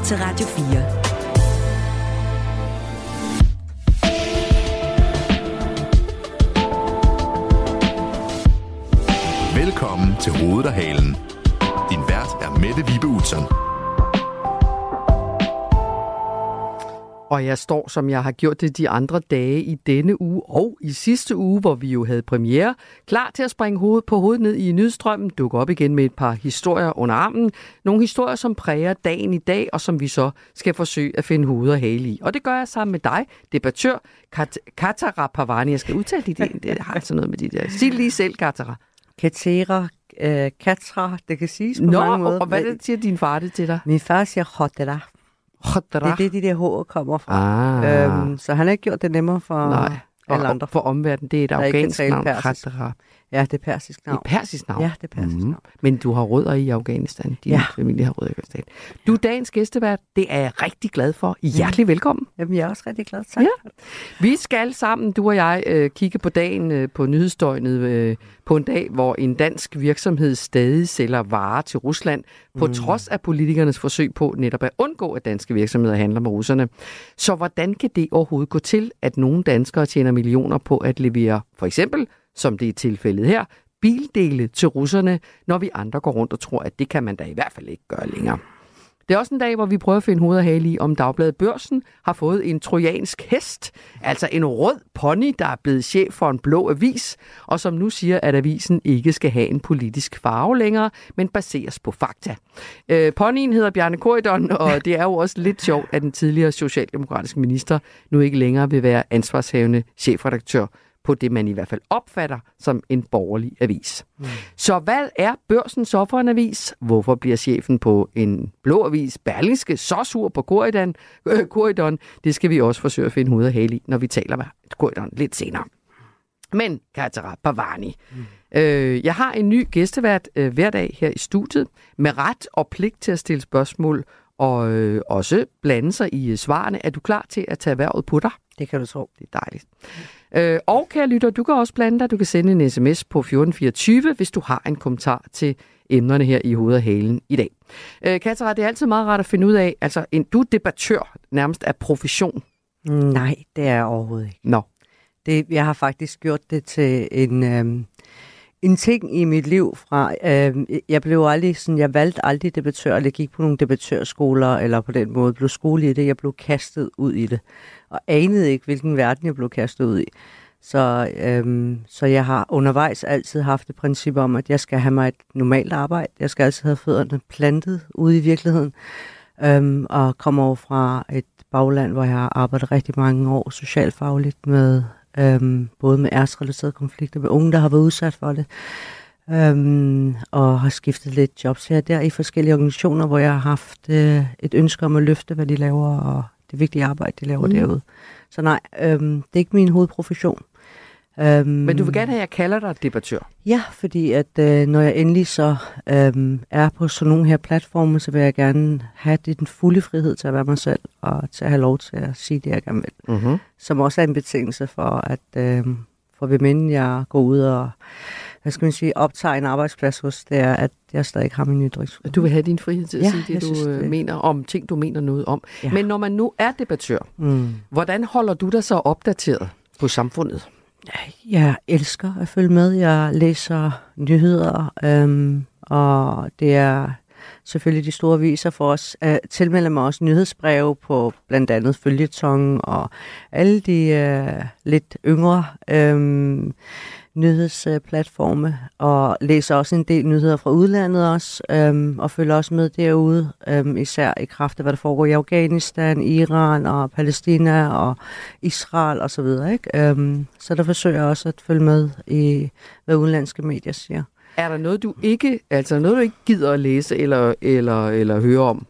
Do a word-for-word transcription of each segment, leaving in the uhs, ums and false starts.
til Radio fire. Velkommen til Hovedet og Halen. Din vært er Mette Vibe Utzon. Og jeg står, som jeg har gjort det de andre dage i denne uge og i sidste uge, hvor vi jo havde premiere, klar til at springe hovedet på hovedet ned i nyhedsstrømmen, dukke op igen med et par historier under armen. Nogle historier, som præger dagen i dag, og som vi så skal forsøge at finde hoved og hale i. Og det gør jeg sammen med dig, debattør Kat- Katara Pavani. Jeg skal udtale dit det, det har altså noget med de der. Sig lige selv, Katara. Katera, øh, Katra, det kan siges på Nå, mange måder. Og, og hvad det siger din far det til dig? Min far siger Hotera. Det er det, de der H'er kommer fra. Ah. Øhm, så han har ikke gjort det nemmere for Nej. alle Og andre. for omverdenen, det er et Der ikke kan afghansk tale navn. persisk. Katara. Ja, det er persisk navn. Det er persisk navn? Ja, det er persisk Mhm. navn. Men du har rødder i Afghanistan. Din Ja. familie har rødder i Afghanistan. Du er dagens gæstevært. Det er jeg rigtig glad for. Hjertelig velkommen. Jamen, jeg er også rigtig glad. Tak. Ja. Vi skal sammen, du og jeg, øh, kigge på dagen øh, på nyhedsdøgnet øh, på en dag, hvor en dansk virksomhed stadig sælger varer til Rusland, på mm. trods af politikernes forsøg på netop at undgå, at danske virksomheder handler med russerne. Så hvordan kan det overhovedet gå til, at nogle danskere tjener millioner på at levere, for eksempel, som det er tilfældet her, bildele til russerne, når vi andre går rundt og tror, at det kan man da i hvert fald ikke gøre længere. Det er også en dag, hvor vi prøver at finde hoved og hale i, om Dagbladet Børsen har fået en trojansk hest, altså en rød pony, der er blevet chef for en blå avis, og som nu siger, at avisen ikke skal have en politisk farve længere, men baseres på fakta. Øh, ponyen hedder Bjarne Corydon, og det er jo også lidt sjovt, at den tidligere socialdemokratiske minister nu ikke længere vil være ansvarshavende chefredaktør på det, man i hvert fald opfatter som en borgerlig avis. Mm. Så hvad er Børsen så for en avis? Hvorfor bliver chefen på en blå avis, Berlingske, så sur på Corydon? Øh, Corydon? Det skal vi også forsøge at finde hoved og hale i, når vi taler med Corydon lidt senere. Men Katara Pavani, mm. øh, jeg har en ny gæstevært øh, hver dag her i studiet, med ret og pligt til at stille spørgsmål, og øh, også blande sig i øh, svarene. Er du klar til at tage erhvervet på dig? Det kan du tro. Det er dejligt. Øh, og kære lytter, du kan også blande dig. Du kan sende en sms på fjorten fireogtyve, hvis du har en kommentar til emnerne her i Hovedet og Halen i dag. Øh, Katara, det er altid meget rart at finde ud af, altså en, du er debattør nærmest af profession. Nej, det er jeg overhovedet ikke. Nå. Det, jeg har faktisk gjort det til en, øhm, en ting i mit liv fra, øhm, jeg blev aldrig sådan, jeg valgte aldrig debattør, eller gik på nogle debattørskoler, eller på den måde blev skole i det. Jeg blev kastet ud i det, og anede ikke, hvilken verden jeg blev kastet ud i. Så, øhm, så jeg har undervejs altid haft et princip om, at jeg skal have mig et normalt arbejde. Jeg skal altid have fødderne plantet ude i virkeligheden, øhm, og kommer over fra et bagland, hvor jeg har arbejdet rigtig mange år socialfagligt med Øhm, både med æresrelaterede konflikter, med unge, der har været udsat for det, øhm, og har skiftet lidt jobs her der i forskellige organisationer, hvor jeg har haft øh, et ønske om at løfte, hvad de laver, og det vigtige arbejde, de laver mm. derude. Så nej, øhm, det er ikke min hovedprofession. Øhm, Men du vil gerne have, at jeg kalder dig debattør? Ja, fordi at øh, når jeg endelig så øhm, er på sådan nogle her platforme, så vil jeg gerne have den fulde frihed til at være mig selv, og til at have lov til at sige det, jeg gerne vil. Mm-hmm. Som også er en betingelse for, at øh, for hvem end jeg går ud og, hvad skal man sige, optager en arbejdsplads hos, det er, at jeg stadig har min ytringsfrihed. Du vil have din frihed til at ja, sige det, du synes, det. mener om ting, du mener noget om. Ja. Men når man nu er debattør, mm. hvordan holder du dig så opdateret på samfundet? Jeg elsker at følge med. Jeg læser nyheder, øhm, og det er selvfølgelig de store aviser for os. Jeg tilmelder mig også nyhedsbreve på blandt andet Føljeton og alle de øh, lidt yngre øhm, nyhedsplatforme, og læser også en del nyheder fra udlandet også, øhm, og følger også med derude, øhm, især i kraft af, hvad der foregår i Afghanistan, Iran og Palæstina og Israel og så videre, ikke? Øhm, så der forsøger jeg også at følge med i, hvad udenlandske medier siger. Er der noget, du ikke, altså noget, du ikke gider at læse eller, eller, eller høre om?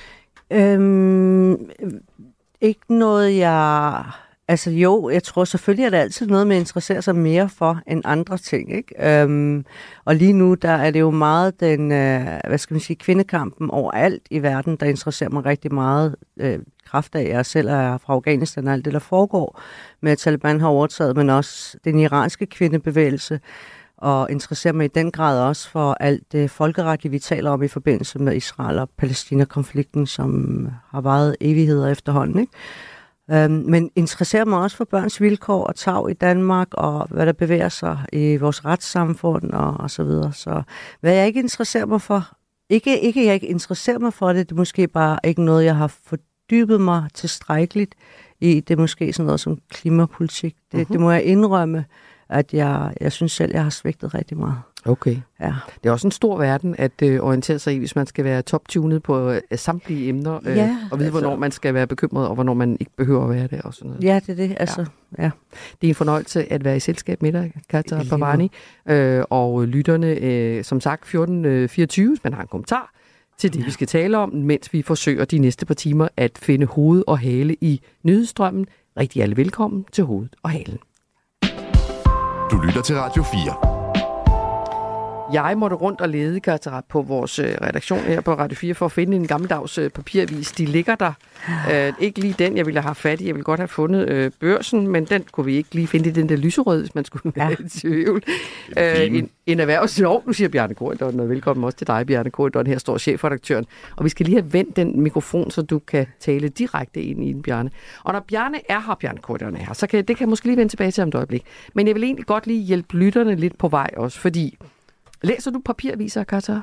Øhm, ikke noget, jeg... Altså jo, jeg tror selvfølgelig, at der altid noget, man interesserer sig mere for end andre ting, ikke? Øhm, og lige nu, der er det jo meget den, øh, hvad skal man sige, kvindekampen overalt i verden, der interesserer mig rigtig meget. Øh, kraft af, jeg selv er fra Afghanistan og alt det, der foregår med, at Taliban har overtaget, men også den iranske kvindebevægelse. og interesserer mig i den grad også for alt det folkeretlige, vi taler om i forbindelse med Israel og Palæstina-konflikten, som har varet evigheder efterhånden, ikke? Øhm, men interesserer mig også for børns vilkår og tag i Danmark, og hvad der bevæger sig i vores retssamfund og, og så videre. Så hvad jeg ikke interesserer mig for, ikke, ikke jeg ikke interesserer mig for det, det er måske bare ikke noget, jeg har fordybet mig tilstrækkeligt i. Det er måske sådan noget som klimapolitik. Det, uh-huh. det må jeg indrømme, at jeg, jeg synes selv, jeg har svigtet rigtig meget. Okay. Ja. Det er også en stor verden at øh, orientere sig i, hvis man skal være top-tunet på øh, samtlige emner, øh, ja, og vide, altså, hvornår man skal være bekymret, og hvornår man ikke behøver at være det, og sådan noget. Ja, det er det. Altså, ja. Ja. Det er en fornøjelse at være i selskab med dig, Kata Bhavani, øh, og lytterne, øh, som sagt, fjorten fireogtyve, hvis man har en kommentar til det, ja. vi skal tale om, mens vi forsøger de næste par timer at finde hoved og hale i nyhedsstrømmen. Rigtig alle velkommen til Hovedet og Halen. Du lytter til Radio fire. Jeg måtte rundt og lede, Katarat, på vores øh, redaktion her på Radio fire for at finde en gammeldags øh, papiravis. De ligger der. Øh, ikke lige den, jeg ville have fat i. Jeg ville godt have fundet øh, Børsen, men den kunne vi ikke lige finde i den der lyserød, hvis man skulle være i tvivl. Øh, en, en erhvervslov. Nu siger Bjarne Corydon, og velkommen også til dig, Bjarne Corydon. Her står chefredaktøren. Og vi skal lige have vendt den mikrofon, så du kan tale direkte ind i den, Bjarne. Og når Bjarne er her, Bjarne Corydon er her, så kan det kan jeg måske lige vende tilbage til om et øjeblik. Men jeg vil egentlig godt lige hjælpe lytterne lidt på vej også, fordi læser du papiraviser, Kata?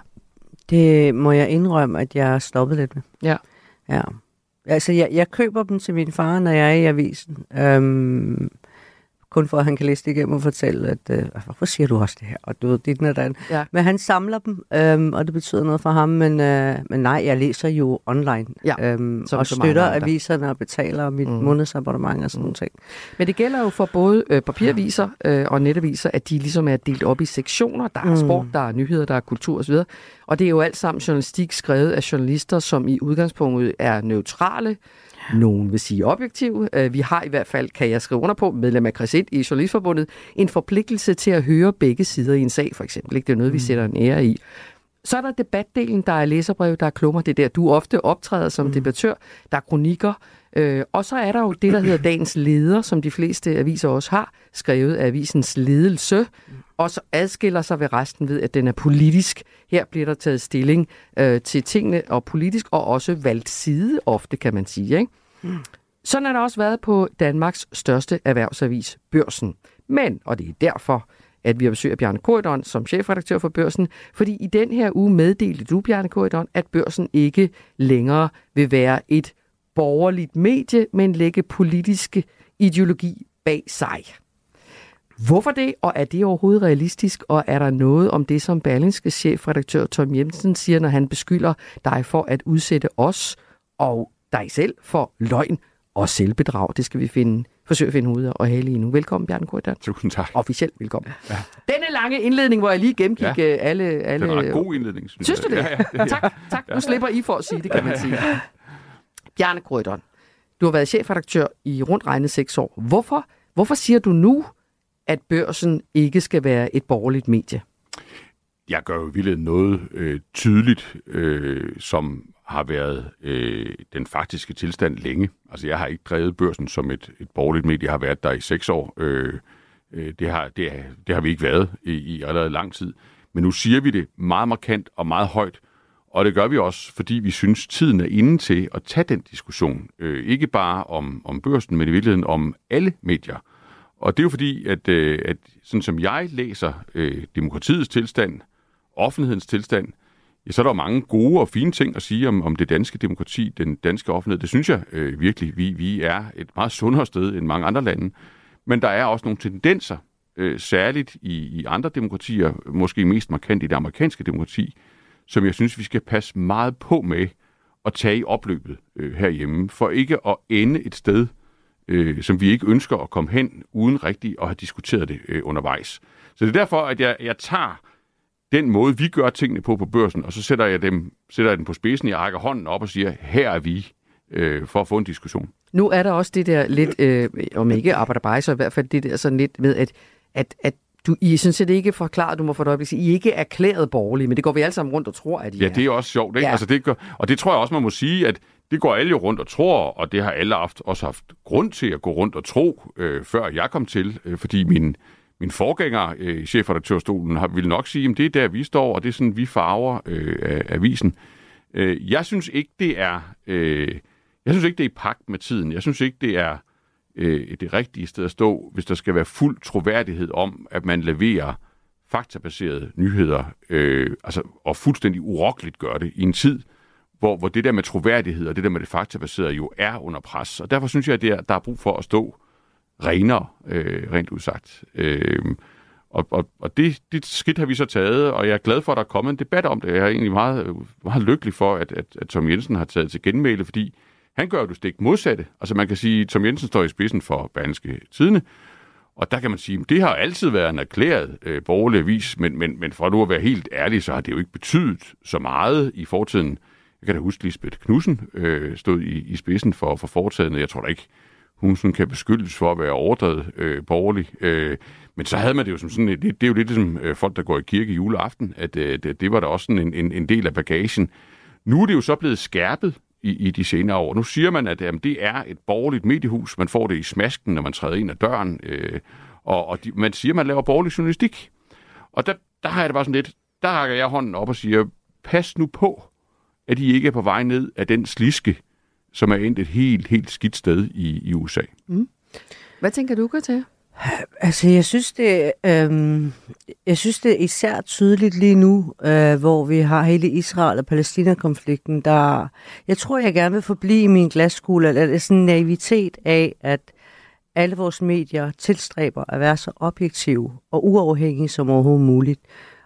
Det må jeg indrømme, at jeg har stoppet lidt med. Ja. Ja. Altså, jeg, jeg køber dem til min far, når jeg er i avisen. Øhm, kun for, at han kan læse det igennem og fortælle, at øh, hvorfor siger du også det her? Og du ved, dit og den. Ja. Men han samler dem, øhm, og det betyder noget for ham. Men, øh, men nej, jeg læser jo online. Ja, øhm, og støtter aviserne og betaler mit mm. månedsabonnement og sådan nogle ting. Men det gælder jo for både øh, papiraviser øh, og netaviser, at de ligesom er delt op i sektioner. Der er mm. sport, der er nyheder, der er kultur osv. Og det er jo alt sammen journalistik skrevet af journalister, som i udgangspunktet er neutrale. Nogen vil sige objektiv. Vi har i hvert fald, kan jeg skrive under på, medlem af Kredit i Journalistforbundet, en forpligtelse til at høre begge sider i en sag, for eksempel. Det er noget, vi sætter en ære i. Så er der debatdelen, der er læserbrev, der er klummer. Det er der, du ofte optræder som mm. debattør. Der er kronikker. Øh, og så er der jo det, der hedder dagens leder, som de fleste aviser også har, skrevet af avisens ledelse, og så adskiller sig ved resten ved, at den er politisk. Her bliver der taget stilling øh, til tingene og politisk, og også valgt side ofte, kan man sige. Ikke? Mm. Sådan har der også været på Danmarks største erhvervsavis, Børsen. Men, og det er derfor, at vi har besøgt Bjarne Corydon som chefredaktør for Børsen, fordi i den her uge meddelte du, Bjarne Corydon, at Børsen ikke længere vil være et borgerligt medie, men lægge politiske ideologi bag sig. Hvorfor det, og er det overhovedet realistisk, og er der noget om det, som Berlingske chefredaktør Tom Jensen siger, når han beskylder dig for at udsætte os og dig selv for løgn og selvbedrag? Det skal vi finde, forsøge at finde hoveder og hale i nu. Velkommen, Bjarne Corydon. Tusind tak. Officielt velkommen. Ja. Denne lange indledning, hvor jeg lige gennemgik ja. alle, alle... Det er en ret god indledning, synes, synes du det? Ja, ja, ja. Tak, tak. Nu slipper I for at sige det, kan man sige. Bjarne Corydon, du har været chefredaktør i rundt regnet seks år. Hvorfor, hvorfor siger du nu, at Børsen ikke skal være et borgerligt medie? Jeg gør jo vildt noget øh, tydeligt, øh, som har været øh, den faktiske tilstand længe. Altså, jeg har ikke drevet Børsen som et, et borgerligt medie. Jeg har været der i seks år. Øh, øh, det, har, det, det har vi ikke været i, i allerede lang tid. Men nu siger vi det meget markant og meget højt. Og det gør vi også, fordi vi synes, tiden er inde til at tage den diskussion. Øh, ikke bare om, om Børsen, men i virkeligheden om alle medier. Og det er jo fordi, at, øh, at sådan som jeg læser øh, demokratiets tilstand, offentlighedens tilstand, ja, så er der mange gode og fine ting at sige om, om det danske demokrati, den danske offentlighed. Det synes jeg øh, virkelig. Vi, vi er et meget sundere sted end mange andre lande. Men der er også nogle tendenser, øh, særligt i, i andre demokratier, måske mest markant i det amerikanske demokrati, som jeg synes, vi skal passe meget på med at tage i opløbet øh, herhjemme, for ikke at ende et sted, øh, som vi ikke ønsker at komme hen, uden rigtigt at have diskuteret det øh, undervejs. Så det er derfor, at jeg, jeg tager den måde, vi gør tingene på på Børsen, og så sætter jeg, dem, sætter jeg den på spidsen, jeg rækker hånden op og siger, her er vi, øh, for at få en diskussion. Nu er der også det der lidt, øh, om ikke arbejder bare, så i hvert fald det der sådan lidt med, at, at, at du, I synes, det ikke forklaret, du må få det op, I ikke er erklæret borgerlige, men det går vi alle sammen rundt og tror, at I ja, er. Ja, det er også sjovt, ikke? Ja. Altså, det gør, og det tror jeg også, man må sige, at det går alle jo rundt og tror, og det har alle haft, også haft grund til at gå rundt og tro, øh, før jeg kom til, øh, fordi min, min forgænger i øh, chefredaktørstolen har, vil nok sige, at det er der, vi står, og det er sådan, vi farver øh, af avisen. Øh, jeg synes ikke, det er øh, jeg synes ikke, det er i pagt med tiden. Jeg synes ikke, det er øh, det rigtige sted at stå, hvis der skal være fuld troværdighed om, at man leverer faktabaserede nyheder, øh, altså, og fuldstændig urokkeligt gør det i en tid, hvor, hvor det der med troværdighed og det der med det faktabaserede jo er under pres. Og derfor synes jeg, at det er, der er brug for at stå renere, øh, rent udsagt. Øh, og og, og det, det skridt har vi så taget, og jeg er glad for, at der er kommet en debat om det. Jeg er egentlig meget, meget lykkelig for, at, at, at Tom Jensen har taget til genmæle, fordi han gør jo det stik modsatte. Altså man kan sige, at Tom Jensen står i spidsen for Berlingske Tidende, og der kan man sige, at det har altid været en erklæret øh, borgerlig avis, men, men, men for nu at være helt ærlig, så har det jo ikke betydet så meget i fortiden. Jeg kan da huske, Lisbeth Knudsen øh, stod i, i spidsen for, for foretagendet. Jeg tror da ikke, hun sådan kan beskyldes for at være overdrevet øh, borgerlig. Øh, men så havde man det jo som sådan, det, det er jo lidt ligesom øh, folk, der går i kirke juleaften, at øh, det, det var da også sådan en, en, en del af bagagen. Nu er det jo så blevet skærpet i, i de senere år. Nu siger man, at jamen, det er et borgerligt mediehus. Man får det i smasken, når man træder ind ad døren. Øh, og og de, man siger, at man laver borgerlig journalistik. Og der, der har jeg det bare sådan lidt, der rækker jeg hånden op og siger, pas nu på, at I ikke er på vej ned af den sliske, som er endt et helt, helt skidt sted i, i U S A. Mm. Hvad tænker du, Katia? Altså, jeg synes, det, øh, jeg synes, det er især tydeligt lige nu, øh, hvor vi har hele Israel- og Palæstina-konflikten, der, jeg tror, jeg gerne vil forblive i min glaskugle, eller det er sådan en naivitet af, at alle vores medier tilstræber at være så objektive og uafhængige som overhovedet muligt.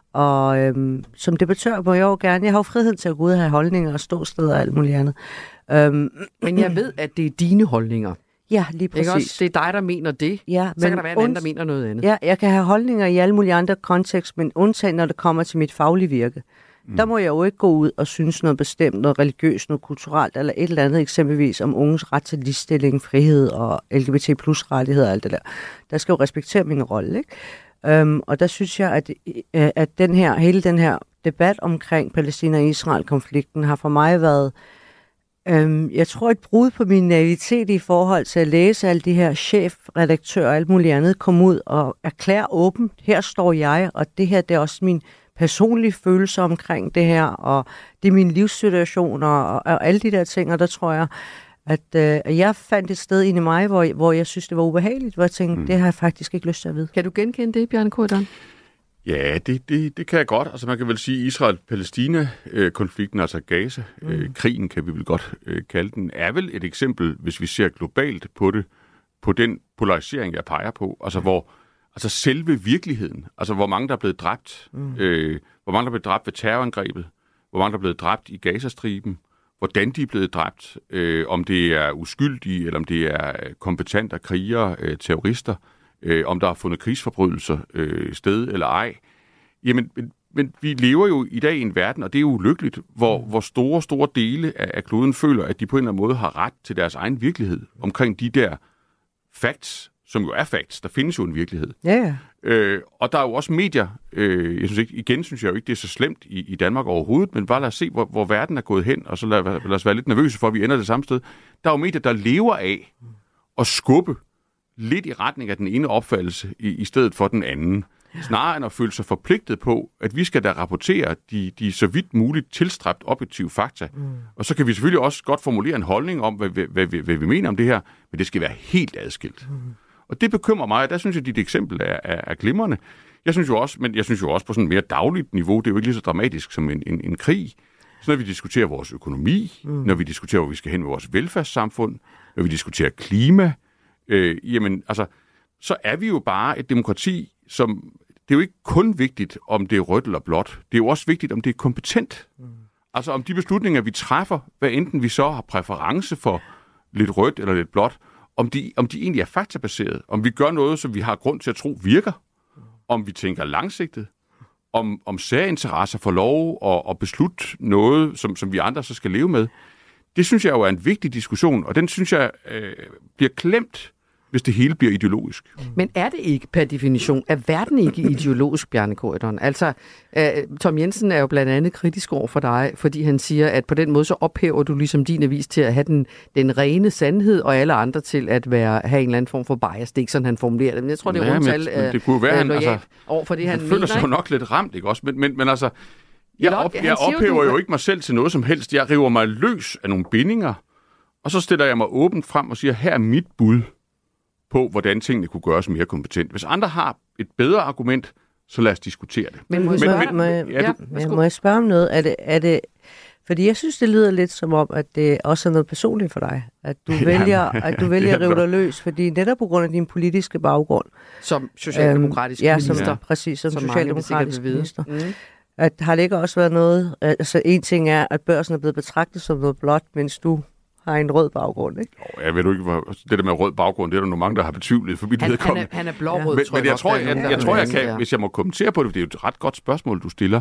Og øhm, som debattør må jeg jo gerne, jeg har jo frihed til at gå ud og have holdninger og ståsteder og alt muligt andet. Øhm, Men jeg ved, at det er dine holdninger. Ja, lige præcis. Ikke også? Det er dig, der mener det. Ja, så kan der være en anden, der mener noget andet. Ja, jeg kan have holdninger i alle mulige andre kontekst, men undtagen når det kommer til mit faglige virke. Mm. Der må jeg jo ikke gå ud og synes noget bestemt, noget religiøst, noget kulturelt, eller et eller andet eksempelvis om unges ret til ligestilling, frihed og L G B T plus rettigheder og alt det der. Der skal jo respektere min rolle, ikke? Um, og der synes jeg, at, at den her, hele den her debat omkring Palæstina- og Israel-konflikten har for mig været, um, jeg tror, et brud på min naivitet i forhold til at læse alle de her chefredaktører og alt muligt andet, komme ud og erklære åbent, her står jeg, og det her, det er også min personlige følelser omkring det her, og det er min livssituation og, og alle de der ting, og der tror jeg, at øh, jeg fandt et sted inde i mig, hvor, hvor jeg synes, det var ubehageligt, hvor jeg tænkte, mm. det har jeg faktisk ikke lyst til at vide. Kan du genkende det, Bjarne Corydon? Ja, det, det, det kan jeg godt. Altså man kan vel sige, Israel-Palæstina-konflikten, altså Gaza, mm. øh, krigen kan vi vel godt øh, kalde den, er vel et eksempel, hvis vi ser globalt på det, på den polarisering, jeg peger på, altså hvor altså selve virkeligheden, altså hvor mange der er blevet dræbt, mm. øh, hvor mange der er blevet dræbt ved terrorangrebet, hvor mange der er blevet dræbt i Gazastriben, hvordan de er blevet dræbt, øh, om det er uskyldige, eller om det er kompetente krigere, øh, terrorister, øh, om der er fundet krigsforbrydelser øh, sted eller ej. Jamen, men, men vi lever jo i dag i en verden, og det er jo ulykkeligt, hvor, hvor store, store dele af, af kloden føler, at de på en eller anden måde har ret til deres egen virkelighed omkring de der facts, som jo er facts. Der findes jo en virkelighed. Ja, ja. Øh, og der er jo også medier. Øh, jeg synes ikke, igen synes jeg jo ikke, det er så slemt i, i Danmark overhovedet, men bare lad os se, hvor, hvor verden er gået hen, og så lad, lad os være lidt nervøse for, at vi ender det samme sted. Der er jo medier, der lever af at skubbe lidt i retning af den ene opfattelse, i, i stedet for den anden. Snarere end at føle sig forpligtet på, at vi skal da rapportere de, de så vidt muligt tilstræbt objektive fakta. Mm. Og så kan vi selvfølgelig også godt formulere en holdning om, hvad, hvad, hvad, hvad vi mener om det her, men det skal være helt adskilt. Mm. Og det bekymrer mig, og der synes jeg, at dit eksempel er, er, er glimrende. Jeg synes jo også, men jeg synes jo også på sådan et mere dagligt niveau, det er jo ikke lige så dramatisk som en, en, en krig. Så når vi diskuterer vores økonomi, mm. når vi diskuterer, hvor vi skal hen med vores velfærdssamfund, når vi diskuterer klima, øh, jamen altså, så er vi jo bare et demokrati, som, det er jo ikke kun vigtigt, om det er rødt eller blåt. Det er jo også vigtigt, om det er kompetent. Mm. Altså om de beslutninger, vi træffer, hvad enten vi så har præference for lidt rødt eller lidt blåt, om de, om de egentlig er faktabaseret, om vi gør noget, som vi har grund til at tro virker, om vi tænker langsigtet, om, om særinteresser for lov og, og beslutte noget, som, som vi andre så skal leve med. Det synes jeg jo er en vigtig diskussion, og den synes jeg øh, bliver klemt, hvis det hele bliver ideologisk. Men er det ikke per definition? Er verden ikke ideologisk, Bjarne Corydon? Altså, øh, Tom Jensen er jo blandt andet kritisk over for dig, fordi han siger, at på den måde så ophæver du ligesom din avis til at have den, den rene sandhed, og alle andre til at være, have en eller anden form for bias. Det er ikke sådan, han formulerer det, men jeg tror, det er rundt tal øh, det kunne være, han, altså, over for det, han, han mener. føler sig jo nok lidt ramt, ikke også? Men, men, men altså, jeg, op, jeg ophæver jo ikke mig selv til noget som helst. Jeg river mig løs af nogle bindinger, og så stiller jeg mig åbent frem og siger, her er mit bud på, hvordan tingene kunne gøres mere kompetent. Hvis andre har et bedre argument, så lad os diskutere det. Men må jeg spørge, men, må jeg, ja, ja, må jeg spørge om noget? Er det, er det, fordi jeg synes, det lyder lidt som om, at det også er noget personligt for dig. At du vælger, at du vælger at rive dig løs, fordi netop på grund af din politiske baggrund. Som socialdemokratisk øhm, ja, minister. Som, ja, præcis, som, som socialdemokratisk minister. Mm. At har det ikke også været noget... Altså, en ting er, at børsen er blevet betragtet som noget blåt, mens du har en rød baggrund, ikke? Jo, jeg ved du ikke, hvor, det der med rød baggrund, det er der nogle mange, der har betvivlet for mit han, vedkommende. Han er, han er blå-rød, men, tror jeg. Men jeg nok, tror, jeg, jeg, jeg, jeg, tror, jeg kan, ja. hvis jeg må kommentere på det, for det er jo et ret godt spørgsmål, du stiller,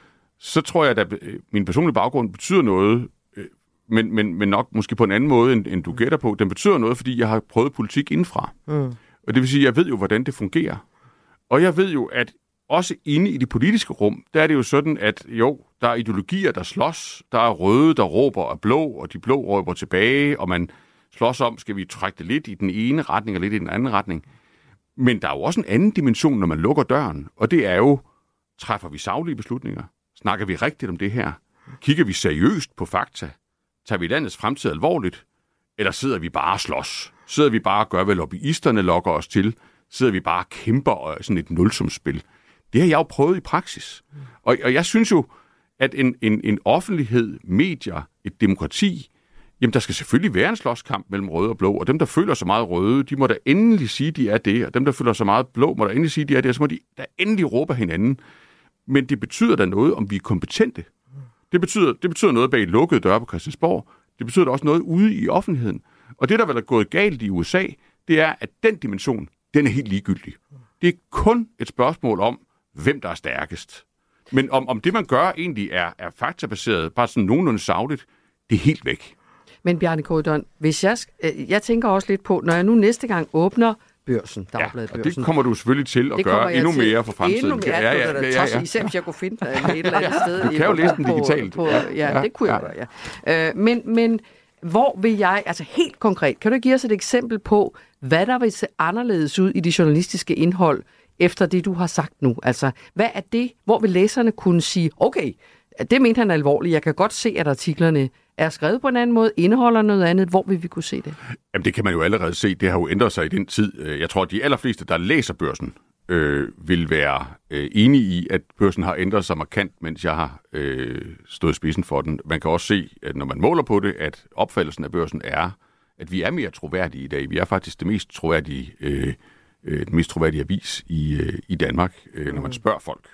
så tror jeg, at min personlige baggrund betyder noget, men, men, men nok måske på en anden måde, end, end du gætter på. Den betyder noget, fordi jeg har prøvet politik indfra. Mm. Og det vil sige, at jeg ved jo, hvordan det fungerer. Og jeg ved jo, at også inde i det politiske rum, der er det jo sådan, at jo, der er ideologier, der slås, der er røde, der råber og blå, og de blå råber tilbage, og man slås om, skal vi trække det lidt i den ene retning og lidt i den anden retning. Men der er jo også en anden dimension, når man lukker døren, og det er jo, træffer vi saglige beslutninger? Snakker vi rigtigt om det her? Kigger vi seriøst på fakta? Tager vi landets fremtid alvorligt? Eller sidder vi bare og slås? Sidder vi bare og gør, hvad lobbyisterne lokker os til? Sidder vi bare og kæmper og sådan et nulsumsspil? Det har jeg jo prøvet i praksis. Og, og jeg synes jo, at en, en, en offentlighed, medier, et demokrati, jamen der skal selvfølgelig være en slåskamp mellem røde og blå, og dem, der føler sig meget røde, de må da endelig sige, de er det, og dem, der føler sig meget blå, må da endelig sige, de er det, og så må de da endelig råbe hinanden. Men det betyder da noget, om vi er kompetente. Det betyder, det betyder noget bag lukkede døre på Christiansborg. Det betyder også noget ude i offentligheden. Og det, der vel er gået galt i U S A, det er, at den dimension, den er helt ligegyldig. Det er kun et spørgsmål om, hvem der er stærkest. Men om, om det, man gør, egentlig er, er faktabaseret, bare sådan nogenlunde sagligt, det er helt væk. Men Bjarne Corydon, hvis jeg, jeg tænker også lidt på, når jeg nu næste gang åbner Børsen, Dagbladet ja, og Børsen. det kommer du selvfølgelig til at gøre endnu mere for fremtiden. Endnu mere, ja, ja, ja, ja, ja. Især hvis jeg kunne finde dig et eller andet sted. Du kan jo læse den digitalt. På, på, ja, ja, det kunne jeg ja. gøre, ja. Øh, men, men hvor vil jeg, altså helt konkret, kan du give os et eksempel på, hvad der vil se anderledes ud i det journalistiske indhold, efter det, du har sagt nu? Altså, hvad er det, hvor vil læserne kunne sige, okay, det mente han alvorligt, jeg kan godt se, at artiklerne er skrevet på en anden måde, indeholder noget andet. Hvor vil vi kunne se det? Jamen, det kan man jo allerede se. Det har jo ændret sig i den tid. Jeg tror, at de allerfleste, der læser Børsen, øh, vil være øh, enige i, at Børsen har ændret sig markant, mens jeg har øh, stået spidsen for den. Man kan også se, at når man måler på det, at opfattelsen af Børsen er, at vi er mere troværdige i dag. Vi er faktisk det mest troværdige, øh, øh, den mest troværdige avis i, øh, i Danmark, øh, når man spørger folk.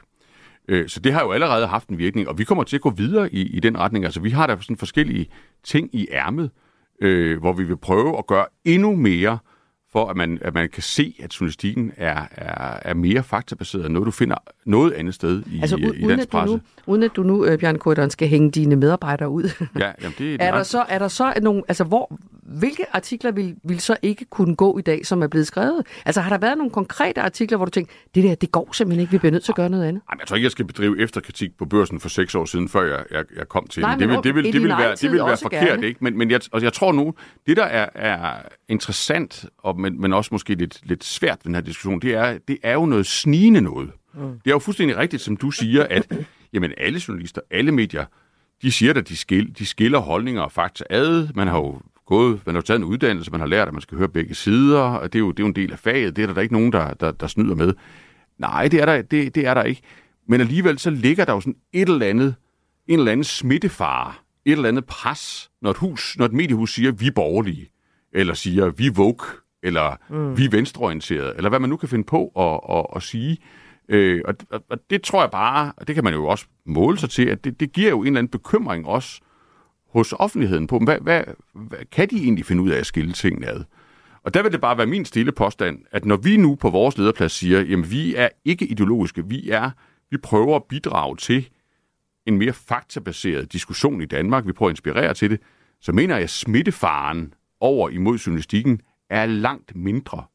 Så det har jo allerede haft en virkning, og vi kommer til at gå videre i, i den retning. Altså, vi har der sådan forskellige ting i ærmet, øh, hvor vi vil prøve at gøre endnu mere, for at man, at man kan se, at journalistikken er, er, er mere faktabaseret end noget, du finder noget andet sted i, altså, u- i dansk presse. Nu, uden at du nu, uh, Bjarne Corydon, skal hænge dine medarbejdere ud. Ja, jamen det, det er, der så, er der så nogle, altså hvor, hvilke artikler vil, vil så ikke kunne gå i dag, som er blevet skrevet? Altså har der været nogle konkrete artikler, hvor du tænker, det der, det går simpelthen ikke, vi bliver nødt til at gøre noget andet? Jamen, jeg tror ikke, jeg skal bedrive efterkritik på Børsen for seks år siden, før jeg, jeg, jeg kom til Nej, det. Det vil, okay, det vil, det vil være, det vil være forkert, gerne. ikke? Men, men jeg, og jeg tror nu, det der er, er interessant, og, men, men også måske lidt, lidt svært ved den her diskussion, det er, det er jo noget snigende noget. Mm. Det er jo fuldstændig rigtigt, som du siger, at jamen, alle journalister, alle medier, de siger, at de, skil, de skiller holdninger og fakta ad. Man har jo gået, man har taget en uddannelse, man har lært, at man skal høre begge sider, og det er jo, det er jo en del af faget. Det er der, der ikke nogen, der, der, der snyder med. Nej, det er, der, det, det er der ikke. Men alligevel så ligger der jo sådan et eller andet, en eller anden smittefare, et eller andet pres, når et hus, når et mediehus siger, vi er borgerlige, eller siger, vi er woke, eller mm. vi er venstreorienterede, eller hvad man nu kan finde på at, at, at sige. Øh, og, og det tror jeg bare, og det kan man jo også måle sig til, at det, det giver jo en eller anden bekymring også hos offentligheden på, hvad, hvad, hvad kan de egentlig finde ud af at skille tingene ad? Og der vil det bare være min stille påstand, at når vi nu på vores lederplads siger, jamen vi er ikke ideologiske, vi er, vi prøver at bidrage til en mere faktabaseret diskussion i Danmark, vi prøver at inspirere til det, så mener jeg, at smittefaren over imod journalistikken er langt mindre,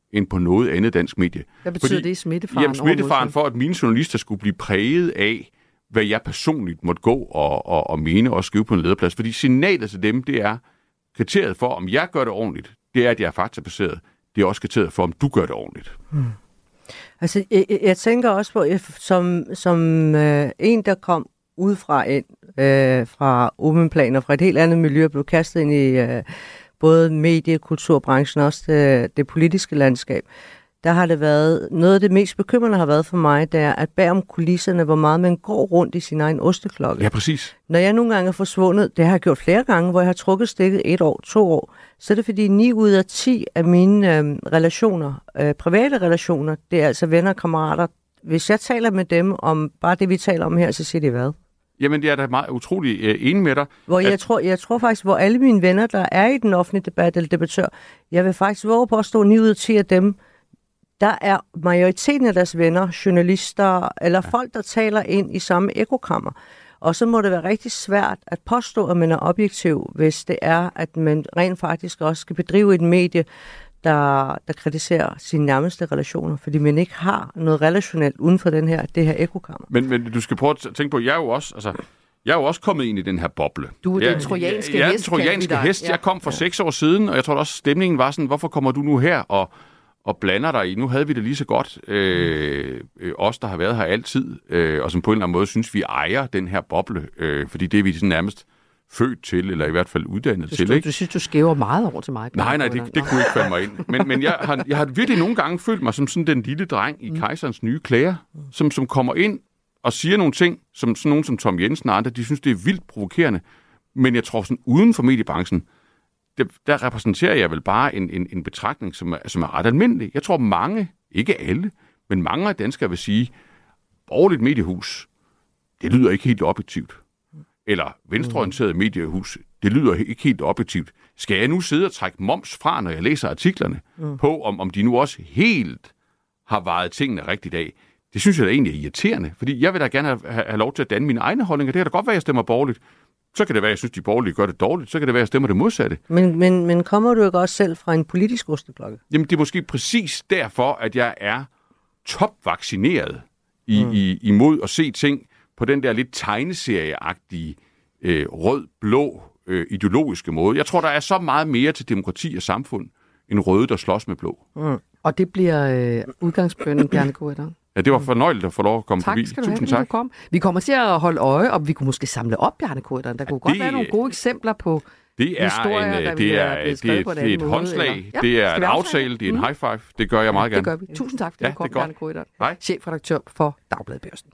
end på noget andet dansk medie. Hvad betyder Fordi, det, smittefaren? Jamen, smittefaren for, at mine journalister skulle blive præget af, hvad jeg personligt måtte gå og, og, og mene og skrive på en lederplads. Fordi signalet til dem, det er kriteriet for, om jeg gør det ordentligt, det er, at jeg er faktabaseret. Det er også kriteriet for, om du gør det ordentligt. Hmm. Altså, jeg, jeg tænker også på, som, som øh, en, der kom udefra ind, øh, fra åben plan og fra et helt andet miljø, blev kastet ind i øh, både medie- og kulturbranchen og også det, det politiske landskab. Der har det været, noget af det mest bekymrende har været for mig, det er, at bag om kulisserne, hvor meget man går rundt i sin egen osteklokke. Ja, præcis. Når jeg nogle gange er forsvundet, det har jeg gjort flere gange, hvor jeg har trukket stikket et år, to år, så er det fordi ni ud af ti af mine øh, relationer, øh, private relationer, det er altså venner og kammerater. Hvis jeg taler med dem om bare det, vi taler om her, så siger de hvad? Jamen, det er da meget utrolig øh, enig med dig. Hvor at... jeg, tror, jeg tror faktisk, hvor alle mine venner, der er i den offentlige debat eller debattør, jeg vil faktisk våge på at stå ni ud af ti af dem, der er majoriteten af deres venner, journalister eller ja. folk, der taler ind i samme ekokammer. Og så må det være rigtig svært at påstå, at man er objektiv, hvis det er, at man rent faktisk også skal bedrive et medie, der, der kritiserer sine nærmeste relationer, fordi man ikke har noget relationelt uden for den her, det her ekokammer. Men, men du skal prøve at tænke på, jeg er jo også, altså, jeg er jo også kommet ind i den her boble. Du er jeg, den trojanske jeg, jeg, hest. Jeg er den trojanske hest. Ja. Jeg kom for ja. seks år siden, og jeg tror også, stemningen var sådan, hvorfor kommer du nu her og, og blander dig i? Nu havde vi det lige så godt, øh, øh, os der har været her altid, øh, og som på en eller anden måde synes, vi ejer den her boble, øh, fordi det er vi sådan nærmest født til, eller i hvert fald uddannet du, til. Du, ikke? du synes, du skæver meget over til mig. Nej, nej, det, det kunne ikke falde mig ind. Men, men jeg, har, jeg har virkelig nogle gange følt mig som sådan den lille dreng i mm. kejserens nye klæder, som, som kommer ind og siger nogle ting, som sådan nogen som Tom Jensen og andre, de synes, det er vildt provokerende. Men jeg tror sådan, uden for mediebranchen, det, der repræsenterer jeg vel bare en, en, en betragtning, som er, som er ret almindelig. Jeg tror mange, ikke alle, men mange af danskere vil sige, borgerligt mediehus, det lyder ikke helt objektivt. Eller venstreorienteret mediehus, det lyder ikke helt objektivt. Skal jeg nu sidde og trække moms fra, når jeg læser artiklerne, mm. på om, om de nu også helt har vejet tingene rigtigt af? Det synes jeg da egentlig er irriterende, fordi jeg vil da gerne have, have lov til at danne mine egne holdninger. Det kan da godt være, at jeg stemmer borgerligt. Så kan det være, at jeg synes, at de borgerlige gør det dårligt. Så kan det være, at jeg stemmer det modsatte. Men, men, men kommer du ikke også selv fra en politisk osteklokke? Jamen, det er måske præcis derfor, at jeg er topvaccineret i, mm. i, imod at se ting på den der lidt tegneserieagtige, øh, rød-blå øh, ideologiske måde. Jeg tror, der er så meget mere til demokrati og samfund, end røde, der slås med blå. Mm. Og det bliver øh, udgangsbønnen, Bjarne Corydon. Ja, det var fornøjeligt at få lov at komme tak, forbi. Skal du Tusind have, tak. Kom. Vi kommer til at holde øje, og vi kunne måske samle op, Bjarne Corydon. Der kunne ja, godt være nogle gode eksempler på det er historier, en, der det er, det det er et, det er et håndslag, ja, det er en aftale, det er en high five. Det gør jeg meget ja, gerne. Det gør vi. Tusind tak, fordi ja, du kom, Bjarne Corydon. Chefredaktør for Dagbladet Børsen.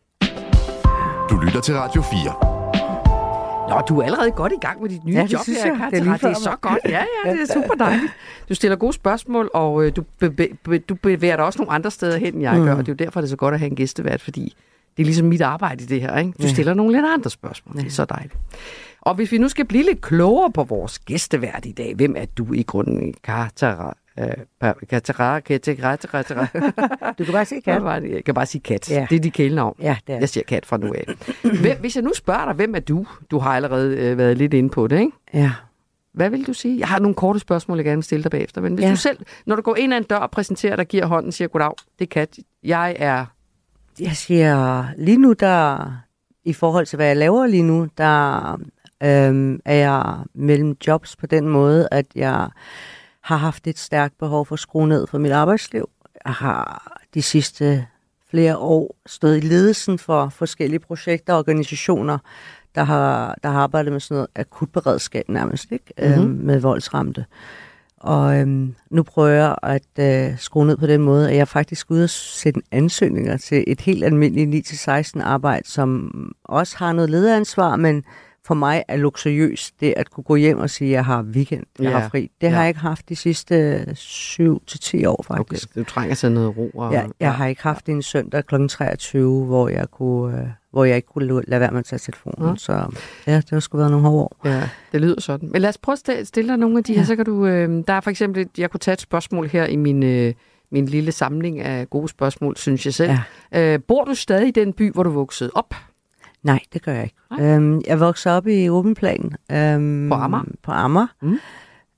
Du lytter til Radio fire. Nå, du er allerede godt i gang med dit nye ja, job her. Jeg. Det, er det er så godt. Ja, ja, det er super dejligt. Du stiller gode spørgsmål, og øh, du, be- be- du bevæger dig også nogle andre steder hen, end jeg mm. gør, og det er jo derfor, det er så godt at have en gæstevært, fordi det er ligesom mit arbejde i det her, ikke? Du ja. stiller nogle lidt andre spørgsmål. Ja. Det er så dejligt. Og hvis vi nu skal blive lidt klogere på vores gæstevært i dag, hvem er du i grunden? Katara, Katara, Katara, Katara. Du kan bare sige kat. Jeg kan bare sige kat. Ja. Det er dit kælenavn. Ja, det er. Jeg siger kat fra nu af. Hvem, hvis jeg nu spørger dig, hvem er du? Du har allerede øh, været lidt inde på det, ikke? Ja. Hvad vil du sige? Jeg har nogle korte spørgsmål, jeg gerne vil stille dig bagefter. Men hvis ja. du selv, når du går ind ad en dør og præsenterer dig, giver hånden, siger goddag, det er Kat. Jeg er... Jeg siger, lige nu, der i forhold til, hvad jeg laver lige nu, der øhm, er jeg mellem jobs på den måde, at jeg har haft et stærkt behov for at skrue ned for mit arbejdsliv. Jeg har de sidste flere år stået i ledelsen for forskellige projekter og organisationer, der har, der har arbejdet med sådan noget akutberedskab nærmest, ikke? Mm-hmm. Øhm, med voldsramte. Og øhm, nu prøver jeg at øh, skrue ned på den måde, at jeg faktisk er ude og sende ansøgninger til et helt almindeligt ni til seksten arbejde, som også har noget lederansvar, men for mig er luksuriøst det at kunne gå hjem og sige, at jeg har weekend, jeg ja. har fri. Det ja. har jeg ikke haft de sidste syv til ti år faktisk. Okay, du trænger til noget ro. Og... Ja, jeg ja. har ikke haft en søndag klokken treogtyve, hvor jeg kunne... Øh, hvor jeg ikke kunne lade være med at tage telefonen. Ja. Så ja, det har sgu været nogle hårde år. Ja, det lyder sådan. Men lad os prøve at stille dig nogle af de ja. her, så kan du... Øh, der er for eksempel, jeg kunne tage et spørgsmål her i min, øh, min lille samling af gode spørgsmål, synes jeg selv. Ja. Øh, bor du stadig i den by, hvor du voksede op? Nej, det gør jeg ikke. Øhm, jeg voksede op i åben plan. Øhm, på Amager? På Amager. Mm.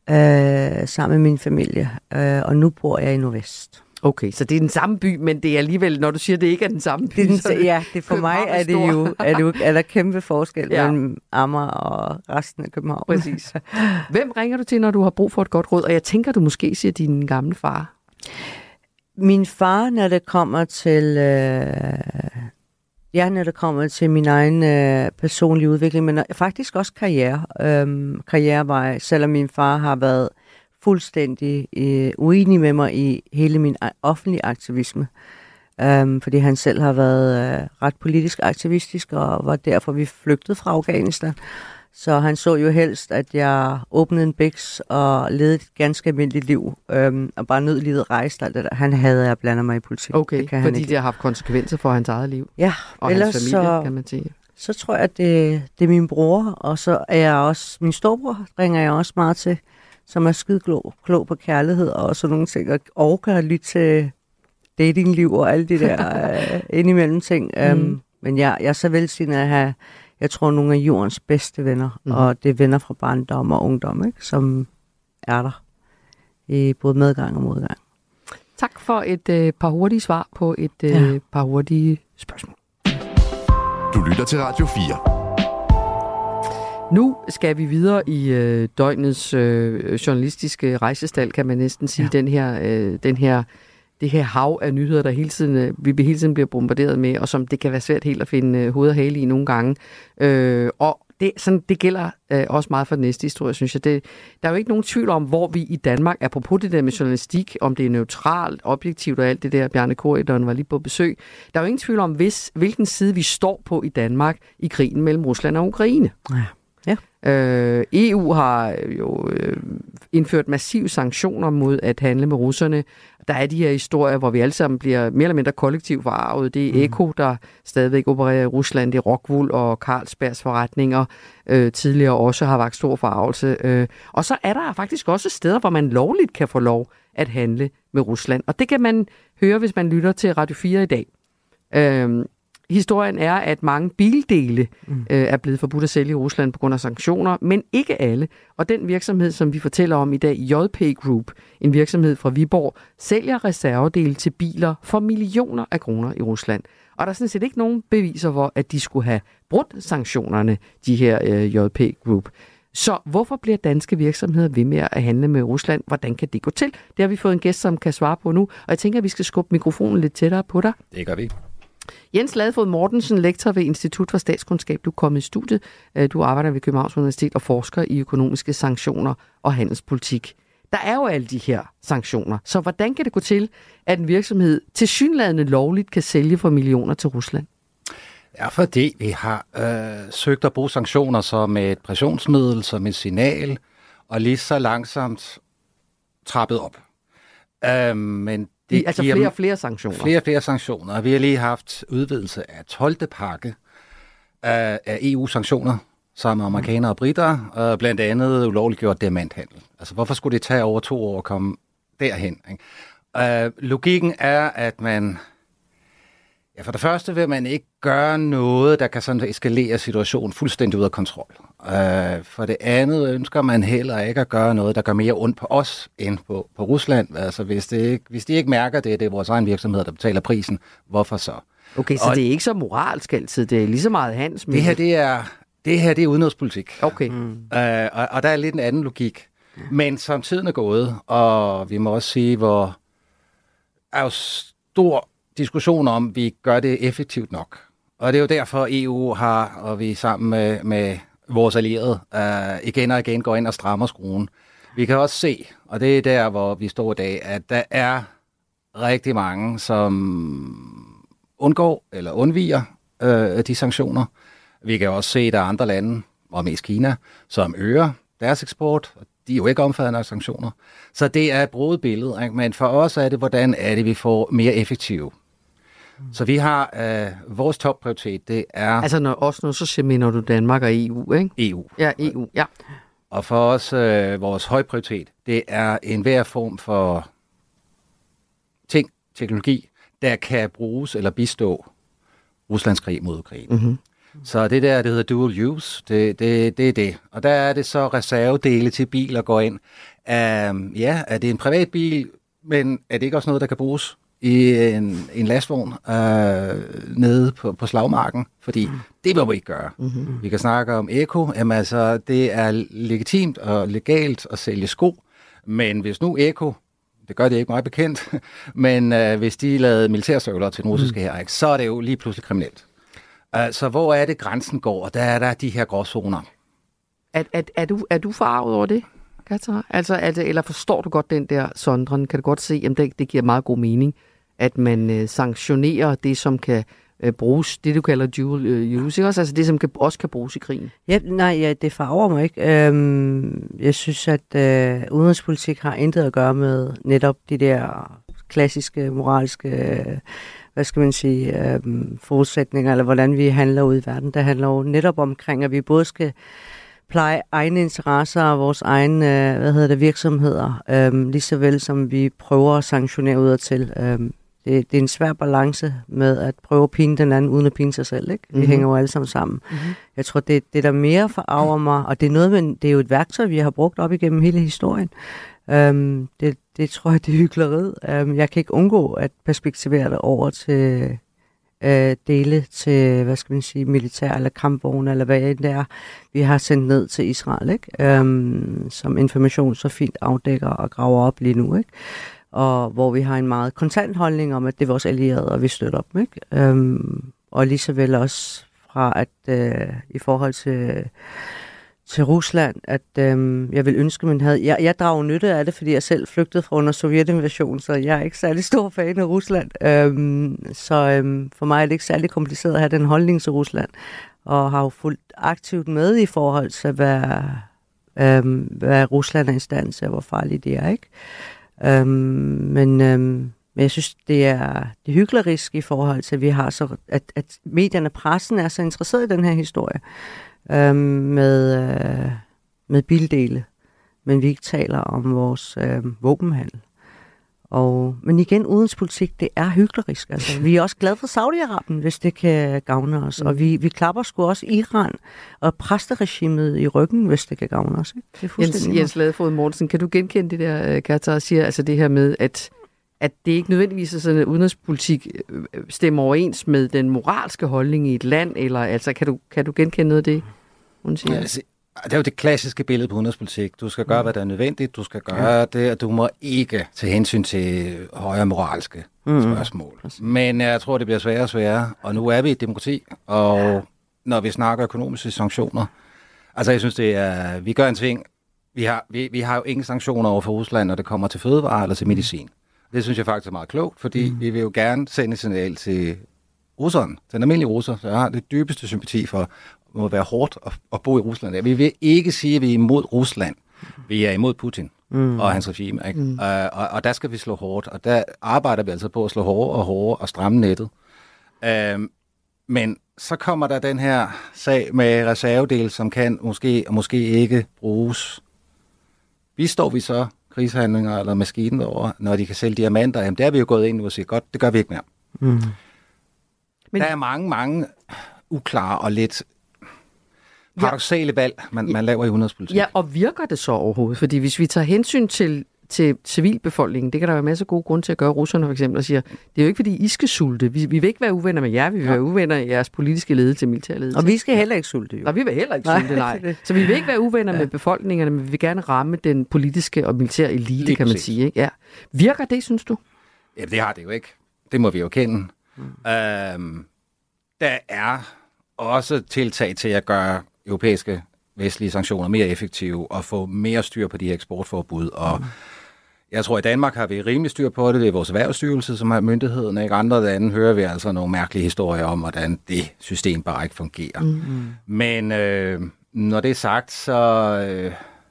øh, sammen med min familie, øh, og nu bor jeg i Nordvest. Okay, så det er den samme by, men det er alligevel, når du siger, at det ikke er den samme by. Det er den, så det, ja, det for mig er det jo, er det jo er der kæmpe forskel ja. mellem Amager og resten af København. Præcis. Hvem ringer du til, når du har brug for et godt råd? Og jeg tænker, du måske siger din gamle far. Min far, når det kommer til, øh, ja, når det kommer til min egen øh, personlige udvikling, men faktisk også karriere, øh, karrierevej, selvom min far har været fuldstændig øh, uenig med mig i hele min offentlige aktivisme. Um, fordi han selv har været uh, ret politisk aktivistisk, og var derfor, vi flygtede fra Afghanistan. Så han så jo helst, at jeg åbnede en biks og levede et ganske almindeligt liv, um, og bare nød livet, rejste alt det der. Han havde at blande mig i politik. Okay, det kan fordi han ikke. Det har haft konsekvenser for hans eget liv. Ja, og ellers hans familie, så, kan man sige. Så tror jeg, at det, det er min bror, og så er jeg også, min storebror ringer jeg også meget til, som er skide klog, klog på kærlighed og sådan nogle ting, og orker at lytte til datingliv og alle de der uh, indimellem ting. Um, mm. Men jeg, jeg er så velsignet at have, jeg tror, nogle af jordens bedste venner, mm. og det er venner fra barndom og ungdom, ikke, som er der i både medgang og modgang. Tak for et øh, par hurtige svar på et øh, ja. par hurtige spørgsmål. Du lytter til Radio fire. Nu skal vi videre i øh, døgnets øh, journalistiske rejsestal, kan man næsten sige. Ja. Den her, øh, den her, det her hav af nyheder, der hele tiden, øh, vi hele tiden bliver bombarderet med, og som det kan være svært helt at finde øh, hoved og hale i nogle gange. Øh, og det, sådan, det gælder øh, også meget for den næste historie, synes jeg. Det, der er jo ikke nogen tvivl om, hvor vi i Danmark, apropos det der med journalistik, om det er neutralt, objektivt og alt det der, Bjarne Corydon var lige på besøg. Der er jo ingen tvivl om, hvis, hvilken side vi står på i Danmark i krigen mellem Rusland og Ukraine. Ja. Ja. Øh, E U har jo øh, indført massive sanktioner mod at handle med russerne. Der er de her historier, hvor vi alle sammen bliver mere eller mindre kollektivt forarvet. Det er mm. Eko, der stadigvæk opererer i Rusland. Det er Rockwool og Carlsbergs forretninger øh, tidligere også har vakt stor forarvelse. Øh, og så er der faktisk også steder, hvor man lovligt kan få lov at handle med Rusland. Og det kan man høre, hvis man lytter til Radio fire i dag. Øh, Historien er, at mange bildele mm. øh, er blevet forbudt at sælge i Rusland på grund af sanktioner, men ikke alle. Og den virksomhed, som vi fortæller om i dag, J P Group, en virksomhed fra Viborg, sælger reservedele til biler for millioner af kroner i Rusland. Og der er sådan set ikke nogen beviser for, at de skulle have brudt sanktionerne, de her øh, J P Group. Så hvorfor bliver danske virksomheder ved med at handle med Rusland? Hvordan kan det gå til? Det har vi fået en gæst, som kan svare på nu. Og jeg tænker, at vi skal skubbe mikrofonen lidt tættere på dig. Det gør vi. Jens Ladefod Mortensen, lektor ved Institut for Statskundskab. Du er kommet i studiet. Du arbejder ved Københavns Universitet og forsker i økonomiske sanktioner og handelspolitik. Der er jo alle de her sanktioner. Så hvordan kan det gå til, at en virksomhed tilsyneladende lovligt kan sælge for millioner til Rusland? Ja, fordi vi har øh, søgt at bruge sanktioner som et pressionsmiddel, som et signal, og lige så langsomt trappet op. Øh, men Det I, altså flere og flere sanktioner. Flere og flere sanktioner. Vi har lige haft udvidelse af tolvte pakke af, af E U-sanktioner sammen med amerikanere og britter, og blandt andet ulovliggjort diamanthandel. Altså, hvorfor skulle det tage over to år at komme derhen? Ikke? Uh, logikken er, at man... Ja, for det første vil man ikke gøre noget, der kan sådan eskalere situationen fuldstændig ud af kontrol. Uh, for det andet ønsker man heller ikke at gøre noget, der gør mere ondt på os end på, på Rusland. Altså, hvis, det ikke, hvis de ikke mærker det, det er vores egen virksomhed, der betaler prisen, hvorfor så? Okay, så og det er ikke så moralsk altid, det er lige så meget handelsmiddel. Det her, det er, det her, det er udenrigspolitik. Okay. Mm. Uh, og, og der er lidt en anden logik. Men som tiden er gået, og vi må også sige, hvor er jo stor diskussion om, vi gør det effektivt nok. Og det er jo derfor, E U har, og vi sammen med, med vores allierede, uh, igen og igen går ind og strammer skruen. Vi kan også se, og det er der, hvor vi står i dag, at der er rigtig mange, som undgår eller undviger uh, de sanktioner. Vi kan også se, at der er andre lande, og mest Kina, som øger deres eksport. De er jo ikke omfattet af sanktioner. Så det er et brudt billede, ikke? Men for os er det, hvordan er det, vi får mere effektive. Så vi har øh, vores topprioritet, det er... Altså når, også nu, så mener du Danmark og E U, ikke? E U. Ja, E U, ja. Og for os, øh, vores højprioritet, det er enhver form for ting, teknologi, der kan bruges eller bistå Ruslands krig mod Ukraine. Mm-hmm. Så det der, det hedder dual use, det, det, det er det. Og der er det så reservedele til biler går ind. Um, ja, er det en privat bil, men er det ikke også noget, der kan bruges i en, en lastvogn uh, nede på, på slagmarken? Fordi mm. det må vi ikke gøre. Mm-hmm. Vi kan snakke om eko. Jamen altså, det er legitimt og legalt at sælge sko. Men hvis nu eko, det gør det ikke meget bekendt, men uh, hvis de lavede militærstøvler til den russiske mm. her, så er det jo lige pludselig kriminelt. Altså, hvor er det grænsen går? Der er der de her gråzoner. Er, er, er, du, er du forarvet over det, Katra? Altså, er det, eller forstår du godt den der sondren? Kan du godt se, at det, det giver meget god mening, at man øh, sanktionerer det, som kan øh, bruges, det du kalder dual øh, use, ikke også? Altså det, som kan, også kan bruges i krigen? Ja, nej, ja, det farver mig ikke. Øhm, jeg synes, at øh, udenrigspolitik har intet at gøre med netop de der klassiske, moralske... Øh, hvad skal man sige, øh, forudsætninger, eller hvordan vi handler ud i verden. Det handler jo netop omkring, at vi både skal pleje egne interesser og vores egne øh, hvad hedder det, virksomheder, øh, lige så vel som vi prøver at sanktionere udadtil. Øh, det, det er en svær balance med at prøve at pine den anden, uden at pine sig selv. Ikke? Vi mm-hmm. hænger jo alle sammen sammen. Mm-hmm. Jeg tror, det, det der mere forarver mig, og det er, noget, men det er jo et værktøj, vi har brugt op igennem hele historien. Um, det, det tror jeg, det er hykleriet. Um, jeg kan ikke undgå at perspektivere det over til uh, dele til, hvad skal man sige, militær eller kampvogne, eller hvad det er, vi har sendt ned til Israel, ikke? Um, som information så fint afdækker og graver op lige nu, ikke? Og hvor vi har en meget kontant holdning om, at det er vores allierede, og vi støtter dem, ikke? Um, og lige så vel også fra, at uh, i forhold til til Rusland, at øhm, jeg vil ønske, man havde... Jeg, jeg drager nytte af det, fordi jeg selv flygtede fra under sovjetinvasion, så jeg er ikke særlig stor fan af Rusland. Øhm, så øhm, for mig er det ikke særlig kompliceret at have den holdning til Rusland, og har jo fulgt aktivt med i forhold til, hvad, øhm, hvad Rusland er i stand til, og hvor farligt det er, ikke? Øhm, men, øhm, men jeg synes, det er, det er hyklerisk i forhold til, at vi har så... At, at medierne, pressen er så interesseret i den her historie. Øhm, med, øh, med bildele, men vi ikke taler om vores øh, våbenhandel. Og, men igen, udenrigspolitik, det er hyklerisk. Altså, vi er også glade for Saudi-Arabien, hvis det kan gavne os. Mm. Og vi, vi klapper sgu også Iran og præsteregimet i ryggen, hvis det kan gavne os. Ikke? Det er Jens, Jens Ladefod Mortensen, kan du genkende det der, Katra siger, altså det her med, at at det ikke nødvendigvis er sådan, at udenrigspolitik stemmer overens med den moralske holdning i et land, eller altså, kan du, kan du genkende noget af det, hun siger? Ja, altså, det er jo det klassiske billede på udenrigspolitik. Du skal gøre, hvad der er nødvendigt, du skal gøre ja. det, og du må ikke tage hensyn til højere moralske mm. spørgsmål. Men jeg tror, det bliver sværere og sværere, og nu er vi et demokrati, og ja. når vi snakker økonomiske sanktioner, altså jeg synes, det er, vi gør en ting, vi har, vi, vi har jo ingen sanktioner over for Rusland, når det kommer til fødevarer eller til medicin. Det synes jeg faktisk er meget klogt, fordi mm. vi vil jo gerne sende et signal til russeren, den almindelige russer, så jeg har det dybeste sympati for, at det må være hårdt at, at bo i Rusland. Vi vil ikke sige, at vi er imod Rusland. Vi er imod Putin mm. og hans regime. Ikke? Mm. Uh, og, og der skal vi slå hårdt, og der arbejder vi altså på at slå hårdere og hårdere og stramme nettet. Uh, men så kommer der den her sag med reservedel, som kan måske og måske ikke bruges. Vi står vi så krigshandlinger eller maskinen over, når de kan sælge diamanter, jamen der er vi jo gået ind og siger, godt, det gør vi ikke mere. Mm. Men der er mange, mange uklare og lidt paradoksale ja. valg, man, man laver i udenrigspolitik. Ja, og virker det så overhovedet? Fordi hvis vi tager hensyn til, til civilbefolkningen, det kan der være masser af gode grunde til at gøre, russerne for eksempel, og siger, det er jo ikke fordi, I skal sulte. Vi, vi vil ikke være uvenner med jer, vi vil ja. være uvenner i jeres politiske ledelse, militærledelse. Og vi skal heller ikke sulte, jo. Og vi vil heller ikke sulte, nej. nej. Så vi vil ikke være uvenner ja. med befolkningerne, men vi vil gerne ramme den politiske og militære elite, Lige kan man præcis. sige. Ikke? Ja. Virker det, synes du? Ja, det har det jo ikke. Det må vi jo kende. Mm. Øhm, der er også tiltag til at gøre europæiske vestlige sanktioner mere effektive og få mere styr på de her eksportforbud. Og mm. jeg tror, i Danmark har vi rimelig styr på det. Det er vores erhvervsstyrelse, som har myndigheden. Ikke? Andre lande hører vi altså nogle mærkelige historier om, hvordan det system bare ikke fungerer. Mm. Men øh, når det er sagt, så... Øh,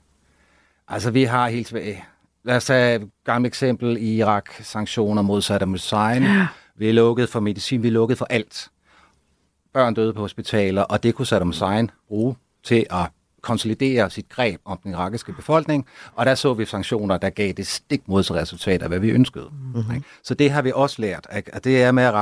altså, vi har helt tilbage... Lad os tage et gammelt eksempel i Irak. Sanktioner mod Saddam Hussein. Ja. Vi er lukket for medicin. Vi er lukket for alt. Børn døde på hospitaler, og det kunne Saddam Hussein bruge til at konsolidere sit greb om den irakiske befolkning, og der så vi sanktioner, der gav det stik modsatte resultat af, hvad vi ønskede. Mm-hmm. Så det har vi også lært, at det er med at ramme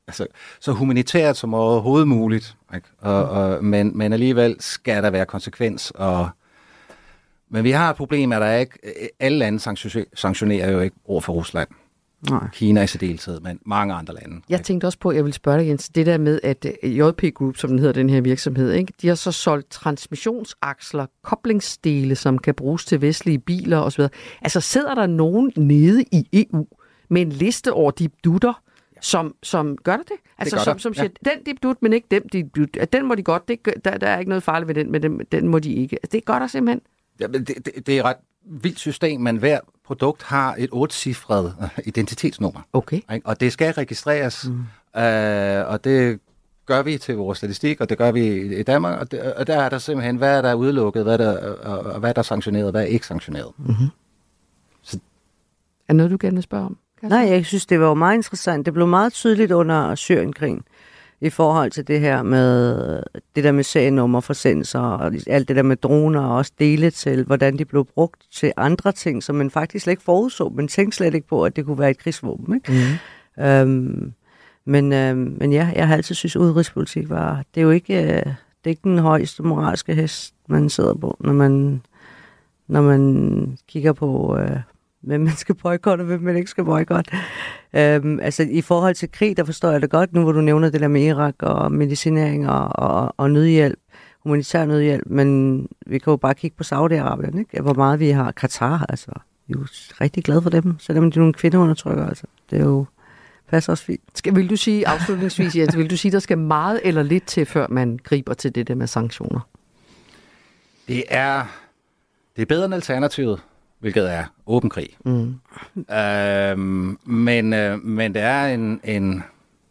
altså, så humanitært som overhovedet muligt. Ikke? Og, og, men, men alligevel skal der være konsekvens. Og, men vi har et problem, at der ikke alle lande sanktionerer jo ikke over for Rusland. Nej. Kina i særdeleshed, men mange andre lande. Jeg ikke? tænkte også på, at jeg vil spørge dig, Jens, det der med, at J P Group, som den hedder, den her virksomhed, ikke, de har så solgt transmissionsaksler, koblingsdele, som kan bruges til vestlige biler osv. Altså sidder der nogen nede i E U med en liste over de dutter, som, som gør det? Altså det som, som siger, ja. Den dipdut, men ikke dem dipdut. Den må de godt, det, der, der er ikke noget farligt ved den, men den, den må de ikke. Altså, det er godt der simpelthen. Ja, det, det, det er et ret vildt system, men hver produkt har et otte-cifret identitetsnummer. Okay. Ikke? Og det skal registreres, mm. øh, og det gør vi til vores statistik, og det gør vi i Danmark, og, det, og der er der simpelthen, hvad er der udelukket, hvad er der, og, og hvad er der sanktioneret, hvad er ikke sanktioneret. Mm-hmm. Så... Er noget, du gerne vil spørge om? Nej, jeg synes, det var meget interessant. Det blev meget tydeligt under Syrienkrigen i forhold til det her med det der med serienummer, forsendelser og alt det der med droner og også dele til, hvordan de blev brugt til andre ting, som man faktisk slet ikke forudså, men tænkte slet ikke på, at det kunne være et krigsvåben. Ikke? Mm. Øhm, men, øhm, men ja, jeg har altid synes, at udenrigspolitik var, det er jo ikke, øh, det er ikke den højeste moralske hest, man sidder på, når man, når man kigger på... Øh, hvem man skal boykotte, og hvem man ikke skal boykotte. Øhm, altså i forhold til krig, der forstår jeg det godt, nu hvor du nævner det der med Irak og medicinering og, og, og nødhjælp, humanitær nødhjælp, men vi kan jo bare kigge på Saudi-Arabien, ikke? Hvor meget vi har. Qatar, altså, vi er jo rigtig glade for dem, selvom de er nogle kvindeundertrykker, altså. Det er jo, passer også fint. Skal, vil du sige, afslutningsvis, Jens, vil du sige, der skal meget eller lidt til, før man griber til det der med sanktioner? Det er, det er bedre end alternativet, hvilket er åben krig. Mm. Øhm, men, øh, men det er en... en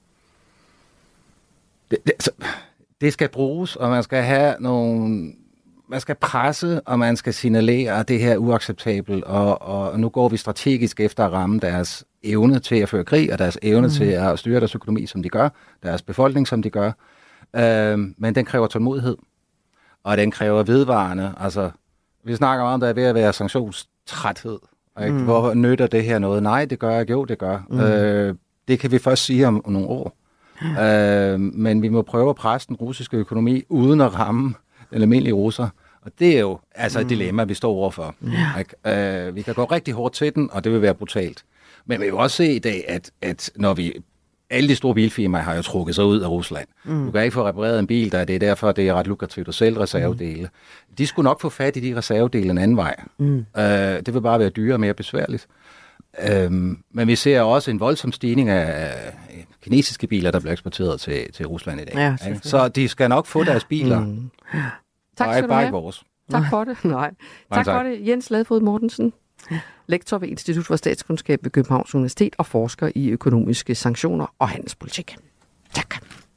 det, det, altså, det skal bruges, og man skal have nogle... Man skal presse, og man skal signalere, at det her er uacceptabelt, og, og nu går vi strategisk efter at ramme deres evne til at føre krig, og deres evne mm. til at styre deres økonomi, som de gør, deres befolkning, som de gør. Øhm, men den kræver tålmodighed, og den kræver vedvarende. Altså, vi snakker meget om, der er ved at være sanktionstræthed. Ikke? Mm. Hvor nytter det her noget? Nej, det gør jeg. Jo, det gør. Mm. Øh, det kan vi først sige om, om nogle år. øh, men vi må prøve at presse den russiske økonomi, uden at ramme den almindelige russer. Og det er jo altså et dilemma, vi står overfor. Mm. Øh, vi kan gå rigtig hårdt til den, og det vil være brutalt. Men vi vil også se i dag, at, at når vi... Alle de store bilfirmaer har jo trukket sig ud af Rusland. Mm. Du kan ikke få repareret en bil, der det er derfor, det er ret lukrativt at sælge reservedele. Mm. De skulle nok få fat i de reservedele en anden vej. Mm. Øh, det vil bare være dyrere og mere besværligt. Øhm, men vi ser også en voldsom stigning af kinesiske biler, der bliver eksporteret til, til Rusland i dag. Ja, så de skal nok få deres biler. Mm. Tak skal du have. Vores. Tak for det. Nej. Tak, tak for det, Jens Ladefod Mortensen. Lektor ved Institut for Statskundskab ved Københavns Universitet og forsker i økonomiske sanktioner og handelspolitik. Tak.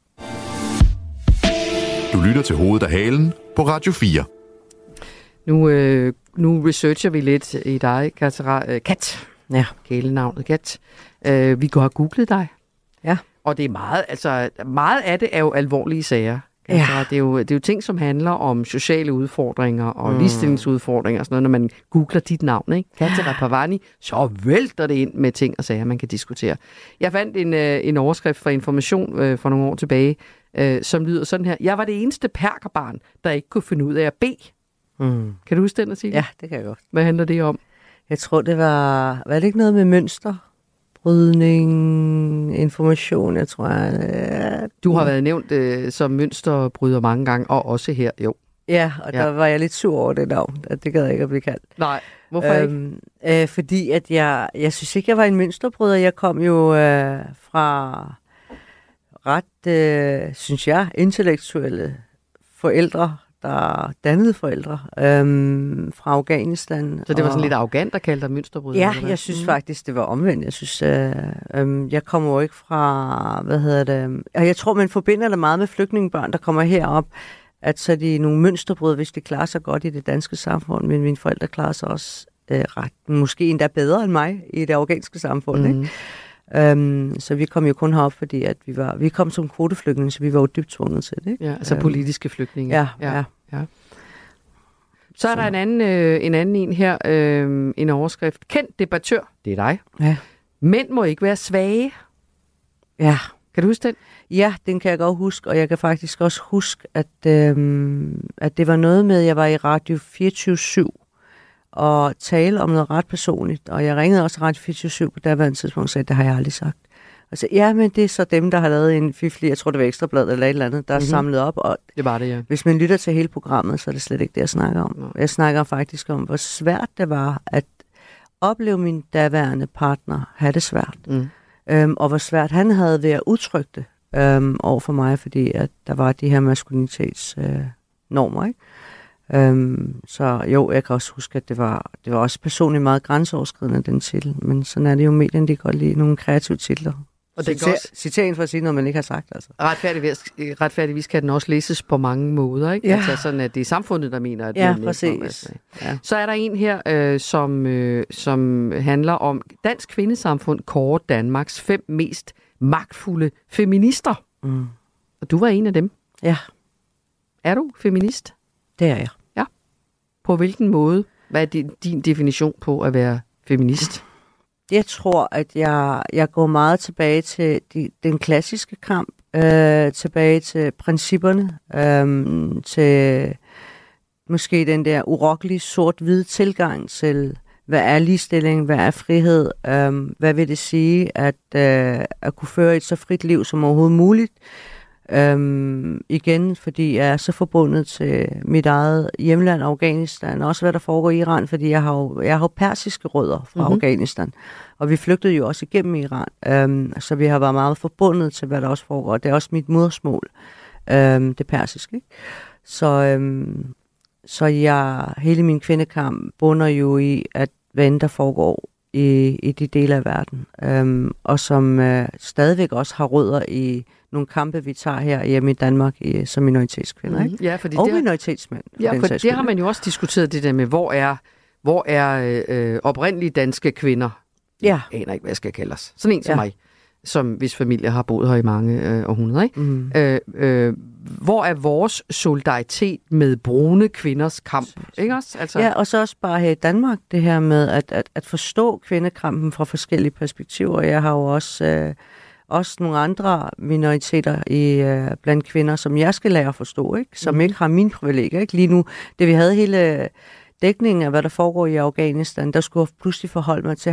Du lytter til Hovedet af Halen på Radio fire. Nu, øh, nu researcher vi lidt i dig, Katara, øh, Kat. Ja, kælenavnet Kat. Øh, vi går have googlet dig. Ja. Og det er meget, altså meget af det er jo alvorlige sager. Altså, ja. det, er jo, det er jo ting, som handler om sociale udfordringer og mm. ligestillingsudfordringer og sådan noget, når man googler dit navn, ikke? Katara Pavani, så vælter det ind med ting og sager, man kan diskutere. Jeg fandt en, øh, en overskrift fra Information øh, for nogle år tilbage, øh, som lyder sådan her. Jeg var det eneste perkerbarn, der ikke kunne finde ud af at bede. Mm. Kan du huske den at sige? Ja, det kan jeg godt. Hvad handler det om? Jeg tror, det var... Var det ikke noget med mønster? Brydning, information, jeg tror jeg... Du har været nævnt øh, som mønsterbryder mange gange, og også her, jo. Ja, og ja. Der var jeg lidt sur over det navn. Det gad jeg ikke at blive kaldt. Nej, hvorfor øhm, ikke? Øh, fordi at jeg, jeg synes ikke, jeg var en mønsterbryder. Jeg kom jo øh, fra ret, øh, synes jeg, intellektuelle forældre, der dannede forældre øhm, fra Afghanistan. Så det var sådan og... lidt arrogant at kalde dig mønsterbryder? Ja, jeg synes mm. faktisk, det var omvendt. Jeg synes, øh, øh, jeg kommer jo ikke fra, hvad hedder det, og jeg tror, man forbinder det meget med flygtningebørn, der kommer herop, at så er de nogle mønsterbrød, hvis de klarer sig godt i det danske samfund, men mine forældre klarer sig også øh, ret, måske endda bedre end mig i det afghanske samfund, mm. ikke? Um, så vi kom jo kun herop, fordi at vi var vi kom som kvoteflygtninge, så vi var jo dybt tvunget til det. Ikke? Ja, altså um, politiske flygtninge. Ja, ja. ja. ja. Så er der en anden, øh, en anden en her, øh, en overskrift. Kendt debattør, det er dig. Ja. Mænd må ikke være svage. Ja. Kan du huske den? Ja, den kan jeg godt huske, og jeg kan faktisk også huske, at, øhm, at det var noget med, at jeg var i Radio fireogtyve syv og tale om noget ret personligt, og jeg ringede også Radio fireogtyve syv på daværende tidspunkt og sagde, det har jeg aldrig sagt. Og så, ja, men det er så dem, der har lavet en fifli, jeg tror det var Ekstrabladet eller et eller andet, der mm-hmm. er samlet op, og det var det, ja. Hvis man lytter til hele programmet, så er det slet ikke det, jeg snakker om. No. Jeg snakker faktisk om, hvor svært det var at opleve min daværende partner have det svært. Mm. Øhm, og hvor svært han havde ved at udtrykke det øhm, over for mig, fordi at der var de her maskulinitetsnormer, øh, ikke? Øhm, så jo, jeg kan også huske, at det var, det var også personligt meget grænseoverskridende, den titel. Men sådan er det jo, medierne, de godt lide nogle kreative titler. Og det kan også citere for at sige noget, man ikke har sagt. Altså. Retfærdigvis, retfærdigvis kan den også læses på mange måder, ikke? Ja. Altså sådan, at det er samfundet, der mener, at ja, det er præcis. Ja. Så er der en her, øh, som, øh, som handler om Dansk Kvindesamfund kårer Danmarks fem mest magtfulde feminister. Mm. Og du var en af dem. Ja. Er du feminist? Det er jeg. Ja. På hvilken måde? Hvad er din, din definition på at være feminist? Jeg tror, at jeg, jeg går meget tilbage til de, den klassiske kamp, øh, tilbage til principperne, øh, til måske den der urokkelige sort-hvide tilgang til, hvad er ligestilling, hvad er frihed, øh, hvad vil det sige at, øh, at kunne føre et så frit liv som overhovedet muligt. Øhm, igen, fordi jeg er så forbundet til mit eget hjemland, Afghanistan, og også hvad der foregår i Iran, fordi jeg har jo, jeg har jo persiske rødder fra mm-hmm. Afghanistan, og vi flygtede jo også igennem Iran, øhm, så vi har været meget forbundet til, hvad der også foregår. Det er også mit modersmål, øhm, det persiske, ikke? Så, øhm, så jeg, hele min kvindekamp bunder jo i, at hvad end der foregår i, i de dele af verden, øhm, og som øh, stadigvæk også har rødder i nogle kampe, vi tager her hjemme i Danmark i, som minoritetskvinder, mm, ikke? Ja, fordi og det minoritetsmænd. For ja, for det har man jo også diskuteret det der med, hvor er, hvor er øh, oprindelige danske kvinder? Ja. Jeg aner ikke, hvad jeg skal kalde os. Sådan en som ja. mig, som hvis familie har boet her i mange øh, århundreder, ikke? Mm. Øh, øh, hvor er vores solidaritet med brune kvinders kamp? Ikke også? Altså... Ja, og så også bare her i Danmark, det her med at, at, at forstå kvindekampen fra forskellige perspektiver. Jeg har jo også... Øh, også nogle andre minoriteter i, øh, blandt kvinder, som jeg skal lære at forstå, ikke? Som mm. ikke har mine privilegier. Ikke? Lige nu, det vi havde hele dækningen af, hvad der foregår i Afghanistan, der skulle jeg pludselig forholde mig til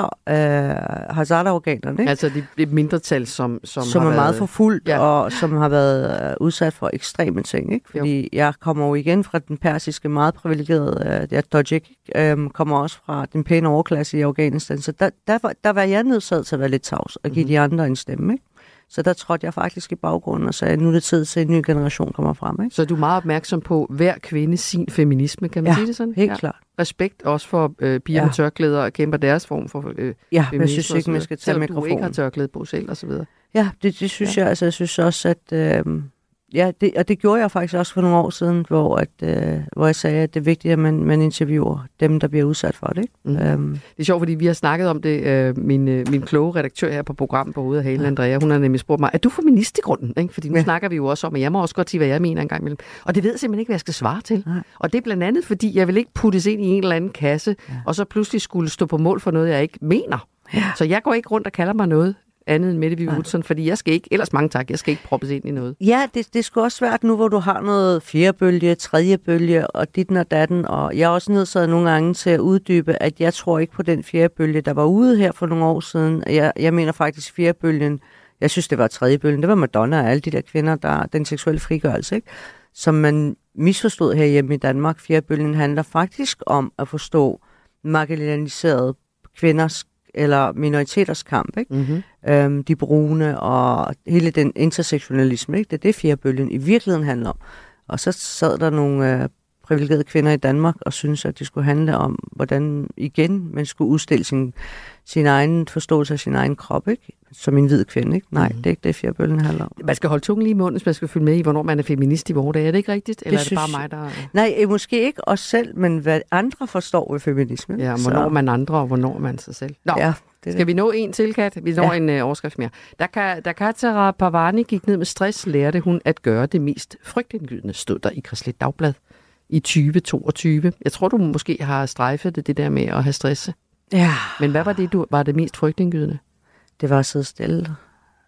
Hazara-organerne. Øh, altså de, de mindretal, som, som, som har er været... meget forfulgt, ja. og som har været øh, udsat for ekstreme ting. Ikke? Fordi jo. Jeg kommer jo igen fra den persiske, meget privilegerede, øh, der Tajik, øh, kommer også fra den pæne overklasse i Afghanistan, så der, der, var, der var jeg nødsaget til at være lidt tavs og give mm-hmm. de andre en stemme, ikke? Så der trådte jeg faktisk i baggrunden og sagde, at nu er det tid til, at en ny generation kommer frem. Ikke? Så du er meget opmærksom på hver kvinde sin feminisme, kan man ja, sige det sådan? helt ja, helt klart. Respekt også for øh, piger ja. med tørklæder og kæmper deres form for øh, ja, feminisme. Ja, jeg synes ikke, man skal tage mikrofonen. Selvom du ikke har tørklæde på selv og så videre. Ja, det, det synes ja. jeg. Altså, jeg synes også, at... Øh, ja, det, og det gjorde jeg faktisk også for nogle år siden, hvor, at, øh, hvor jeg sagde, at det er vigtigt, at man, man interviewer dem, der bliver udsat for det. Ikke? Mm. Um. Det er sjovt, fordi vi har snakket om det. Øh, min, øh, min kloge redaktør her på programmet på Hovedet af Halen, ja. Andrea, hun har nemlig spurgt mig, er du feminist i grunden? Ikke? Fordi nu ja. snakker vi jo også om, at jeg må også godt sige, hvad jeg mener en gang imellem. Og det ved jeg simpelthen ikke, hvad jeg skal svare til. Nej. Og det er blandt andet, fordi jeg vil ikke puttes ind i en eller anden kasse, ja. og så pludselig skulle stå på mål for noget, jeg ikke mener. Ja. Så jeg går ikke rundt og kalder mig noget andet end Mette Vibe Utzon, fordi jeg skal ikke, ellers mange tak, jeg skal ikke proppes ind i noget. Ja, det, det er sgu også svært nu, hvor du har noget fjerde bølge, tredje bølge, og ditten og datten, og jeg er også nødt nogle gange til at uddybe, at jeg tror ikke på den fjerde bølge, der var ude her for nogle år siden. Jeg, jeg mener faktisk fjerde bølgen, jeg synes, det var tredje bølgen, det var Madonna og alle de der kvinder, der den seksuelle frigørelse, ikke? Som man misforstod herhjemme i Danmark. Fjerde bølgen handler faktisk om at forstå marginaliserede kvinders eller minoriteters kamp, ikke? Mm-hmm. Øhm, de brune og hele den intersektionalisme, ikke? Det er det, fjerde bølgen i virkeligheden handler om. Og så sad der nogle øh, privilegerede kvinder i Danmark og syntes, at det skulle handle om, hvordan igen man skulle udstille sin, sin egen forståelse af sin egen krop, ikke? Som en hvid kvinde, ikke? Nej, mm-hmm. det er ikke det, fjerde bølgen handler om. Man skal holde tungen lige i munden, hvis man skal følge med i, hvornår man er feminist i vores dag. Er det ikke rigtigt? Eller det er det bare mig, der... Nej, måske ikke os selv, men hvad andre forstår ved feminisme. Ja, hvornår så... man andre, og hvornår man sig selv. Nå, ja, det skal det. Vi nå en til, Kat? Vi når ja. en uh, overskrift mere. Da, da Katara Pavani gik ned med stress, lærte hun at gøre det mest frygtindgydende, stod der i Kristeligt Dagblad i tyve toogtyve. Jeg tror, du måske har strejfet det, det der med at have stress. Ja. Men hvad var det, du var det mest frygtindgydende? Det var at sidde stille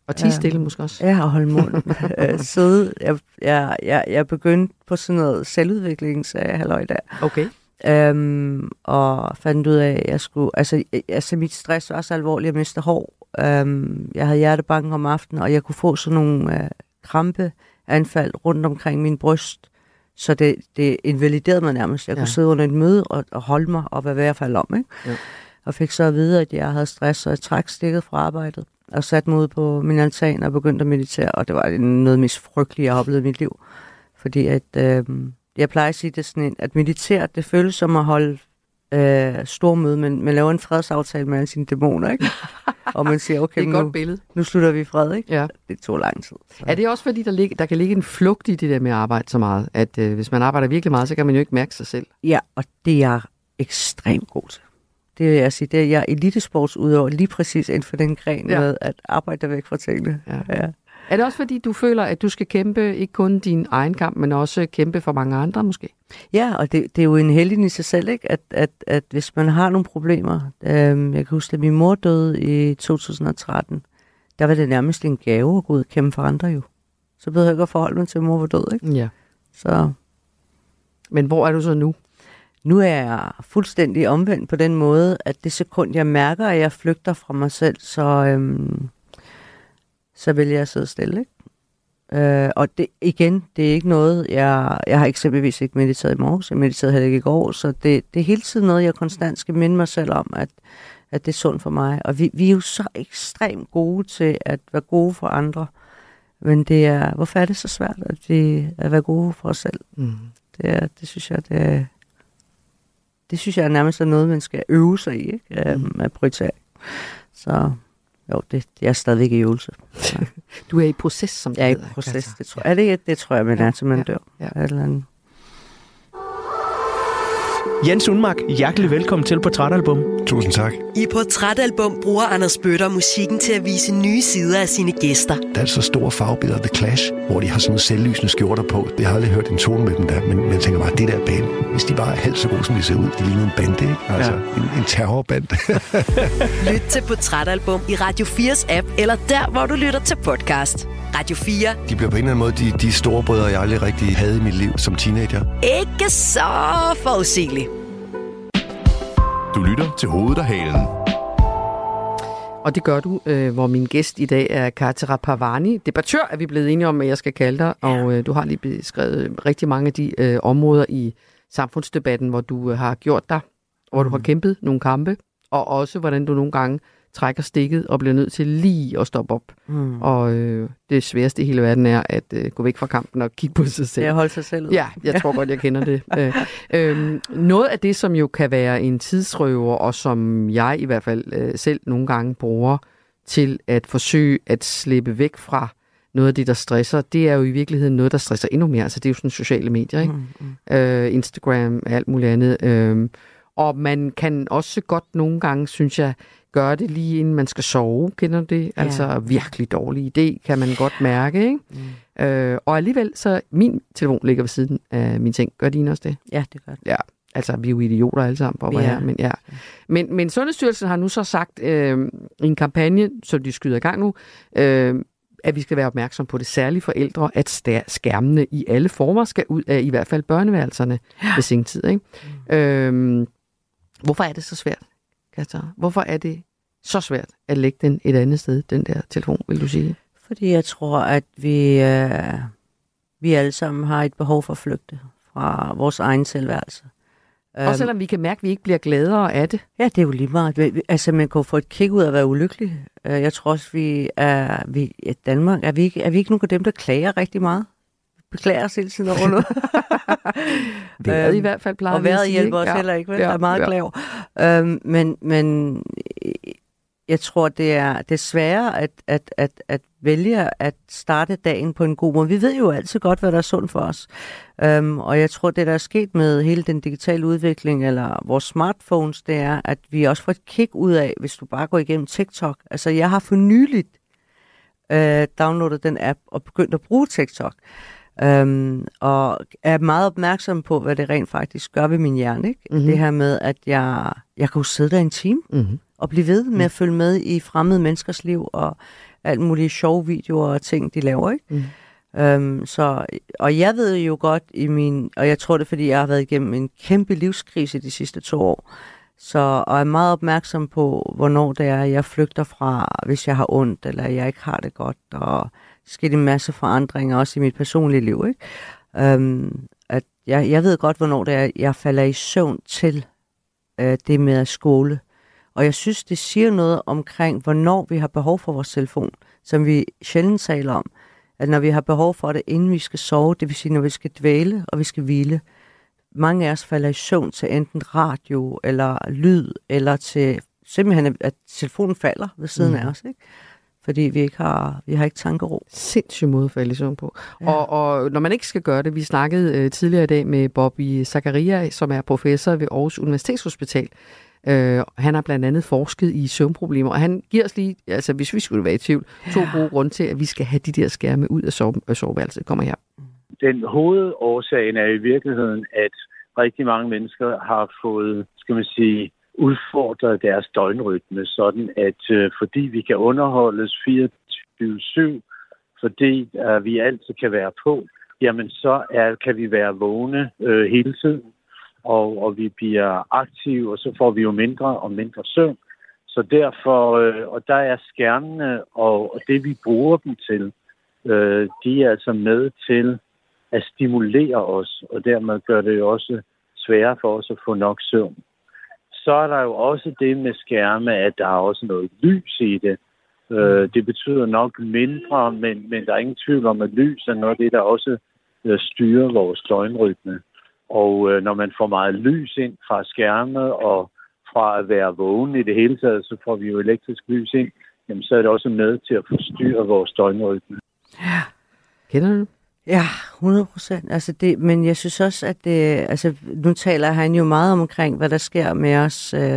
Og tige stille måske også. Ja, og holde mund. Sidde. Jeg, jeg, jeg, jeg begyndte på sådan noget selvudviklingshalløj der. Okay. Øhm, og fandt ud af, at jeg skulle... Altså, altså mit stress var så alvorligt, at jeg mistede hår. Øhm, jeg havde hjertebanken om aftenen, og jeg kunne få sådan nogle øh, krampeanfald rundt omkring min bryst. Så det, det invaliderede mig nærmest. Jeg ja. kunne sidde under et møde og, og holde mig og være ved at falde om. Ikke? Ja. Og fik så at vide, at jeg havde stress, og jeg trak stikket fra arbejdet. Og satte mig ud på min altan og begyndte at meditere. Og det var noget mest frygteligt, jeg har oplevet i mit liv. Fordi at... Øh, jeg plejer at sige det sådan, at meditere, det føles som at holde øh, stor møde, men man laver en fredsaftale med alle sine dæmoner, ikke? Og man siger, okay, det er et godt billede. Nu slutter vi i fred, ikke? Ja. Det tog lang tid. Så. Er det også fordi, der, lig, der kan ligge en flugt i det der med at arbejde så meget? At øh, hvis man arbejder virkelig meget, så kan man jo ikke mærke sig selv. Ja, og det er jeg ekstremt god til. Det vil jeg sige, det er jeg elitesportsudøver lige præcis inden for den gren ja. med at arbejde væk fra tingene. Ja. Ja. Er det også fordi, du føler, at du skal kæmpe ikke kun din egen kamp, men også kæmpe for mange andre måske? Ja, og det, det er jo en heldighed i sig selv, ikke? At, at, at hvis man har nogle problemer... Øhm, jeg kan huske, at min mor døde i to tusind og tretten. Der var det nærmest en gave at gå ud og kæmpe for andre jo. Så behøver jeg ikke at forholde mig til, at mor var død, ikke? Ja. Så... Men hvor er du så nu? Nu er jeg fuldstændig omvendt på den måde, at det sekund, jeg mærker, at jeg flygter fra mig selv, så... Øhm, så vil jeg sidde stille, ikke? Øh, og det, igen, det er ikke noget, jeg, jeg har eksempelvis ikke mediteret i morges, jeg mediterede heller ikke i går, så det, det er hele tiden noget, jeg konstant skal minde mig selv om, at, at det er sundt for mig. Og vi, vi er jo så ekstremt gode til at være gode for andre, men det er, hvorfor er det så svært, at, vi, at være gode for os selv? Mm. Det, er, det synes jeg, det er, det synes jeg er nærmest noget, man skal øve sig i, ikke? Mm. At prioritere. Så... Jo, det, det er stadigvæk i øvelse. Ja. Du er i proces, som det hedder. Jeg er i proces, det tror jeg. Ja. Er det, det tror jeg, man ja. er, til man ja. dør. Ja. Eller andet. Jens Unmark, hjertelig velkommen til Portrætalbum. Tusind tak. I Portrætalbum bruger Anders Bøtter musikken til at vise nye sider af sine gæster. Der er så store farvebilleder The Clash, hvor de har sådan nogle selvlysende skjorter på. Det har aldrig hørt en tone med dem der, men man tænker bare, det der band, hvis de bare er halvt så gode, som de ser ud, de ligner en bande, ikke? Altså ja. en, en terrorband. Lyt til Portrætalbum i Radio fires app, eller der, hvor du lytter til podcast. Radio fire. De bliver på en eller anden måde de, de store brødre, jeg aldrig rigtig havde i mit liv som teenager. Ikke så forudsigeligt. Du lytter til Hovedet og Halen. Og det gør du, øh, hvor min gæst i dag er Katera Pavani. Debattør er vi blevet enige om, at jeg skal kalde dig, og øh, du har lige beskrevet rigtig mange af de øh, områder i samfundsdebatten, hvor du øh, har gjort dig, hvor du har kæmpet nogle kampe, og også hvordan du nogle gange trækker stikket og bliver nødt til lige at stoppe op. Mm. Og øh, det sværeste i hele verden er at øh, gå væk fra kampen og kigge på sig selv. Det er at holde sig selv ud. Ja, jeg tror godt, jeg kender det. øh, øh, noget af det, som jo kan være en tidsrøver, og som jeg i hvert fald øh, selv nogle gange bruger til at forsøge at slippe væk fra noget af det, der stresser, det er jo i virkeligheden noget, der stresser endnu mere. Altså det er jo sådan sociale medier, ikke? Mm, mm. Øh, Instagram og alt muligt andet. Øh, og man kan også godt nogle gange, synes jeg, gøre det lige inden man skal sove, kender du det? Ja. Altså virkelig dårlig idé, kan man godt mærke, ikke? Mm. Øh, og alligevel, så min telefon ligger ved siden af min seng. Gør din også det? Ja, det gør det. Ja, altså vi er jo idioter alle sammen, for at være her, men ja. Men, men Sundhedsstyrelsen har nu så sagt øh, i en kampagne, som de skyder i gang nu, øh, at vi skal være opmærksom på det, særligt forældre, at skærmene i alle former skal ud af i hvert fald børneværelserne ja. ved sengetid, ikke? Mm. Øh, hvorfor er det så svært? Hvorfor er det så svært at lægge den et andet sted, den der telefon, vil du sige? Fordi jeg tror, at vi, øh, vi alle sammen har et behov for at flygte fra vores egen tilværelse. Og selvom vi kan mærke, at vi ikke bliver gladere af det. Ja, det er jo lige meget. Altså, man kan få et kick ud af at være ulykkelig. Jeg tror også, vi er, vi, i Danmark, er vi, ikke, er vi ikke nogen af dem, der klager rigtig meget? Beklager os hele tiden over noget. Vejret i hvert fald plejer og vejret hjælper os ja. heller ikke, vel? Ja, der er meget ja. klager. Øhm, men, men jeg tror, det er, det er sværere at, at, at, at vælge at starte dagen på en god måde. Vi ved jo altid godt, hvad der er sundt for os. Øhm, og jeg tror, det der er sket med hele den digitale udvikling, eller vores smartphones, det er, at vi også får et kick ud af, hvis du bare går igennem TikTok. Altså, jeg har for nyligt øh, downloadet den app og begyndt at bruge TikTok. Um, og er meget opmærksom på, hvad det rent faktisk gør ved min hjerne. Ikke? Mm-hmm. Det her med, at jeg, jeg kan jo sidde der en time mm-hmm. og blive ved med mm-hmm. at følge med i fremmede menneskers liv. Og alt mulige sjove videoer og ting, de laver, ikke? Mm. Øhm, så, og jeg ved jo godt i min, og jeg tror det, fordi jeg har været igennem en kæmpe livskrise de sidste to år, så og er meget opmærksom på, hvornår det er, jeg flygter fra, hvis jeg har ondt, eller jeg ikke har det godt, og sker en masse forandringer, også i mit personlige liv, ikke? Øhm, at jeg, jeg ved godt, hvornår det er, jeg falder i søvn til øh, det med at skole. Og jeg synes, det siger noget omkring, hvornår vi har behov for vores telefon, som vi sjældent taler om. At når vi har behov for det, inden vi skal sove, det vil sige, når vi skal dvæle og vi skal hvile. Mange af os falder i søvn til enten radio eller lyd, eller til simpelthen, at telefonen falder ved siden mm. af os, ikke? Fordi vi ikke har, vi har ikke tankero. Sindssygt måde at falde i søvn på. Ja. Og, og når man ikke skal gøre det, vi snakkede øh, tidligere i dag med Bobby Zachariah, som er professor ved Aarhus Universitetshospital. Øh, han har blandt andet forsket i søvnproblemer, og han giver os lige, altså hvis vi skulle være i tvivl, to gode grunde til, at vi skal have de der skærme ud af sove, soveværelset. Kommer her. Den hovedårsagen er i virkeligheden, at rigtig mange mennesker har fået, skal man sige, udfordret deres døgnrytme, sådan at øh, fordi vi kan underholdes fireogtyve syv, fordi øh, vi altid kan være på, jamen så er, kan vi være vågne øh, hele tiden, og, og vi bliver aktive, og så får vi jo mindre og mindre søvn. Så derfor, øh, og der er skærmene og, og det vi bruger dem til, øh, de er altså med til at stimulere os, og dermed gør det jo også sværere for os at få nok søvn. Så er der jo også det med skærme, at der er også noget lys i det. Øh, det betyder nok mindre, men, men der er ingen tvivl om, at lys er noget af det, der også øh, styrer vores døgnrytme. Og øh, når man får meget lys ind fra skærme og fra at være vågen i det hele taget, så får vi jo elektrisk lys ind, jamen så er det også med til at forstyrre vores døgnrytme. Ja. Kender du det? Ja, hundrede procent. Altså det, men jeg synes også, at det, altså nu taler han jo meget omkring, hvad der sker med os øh,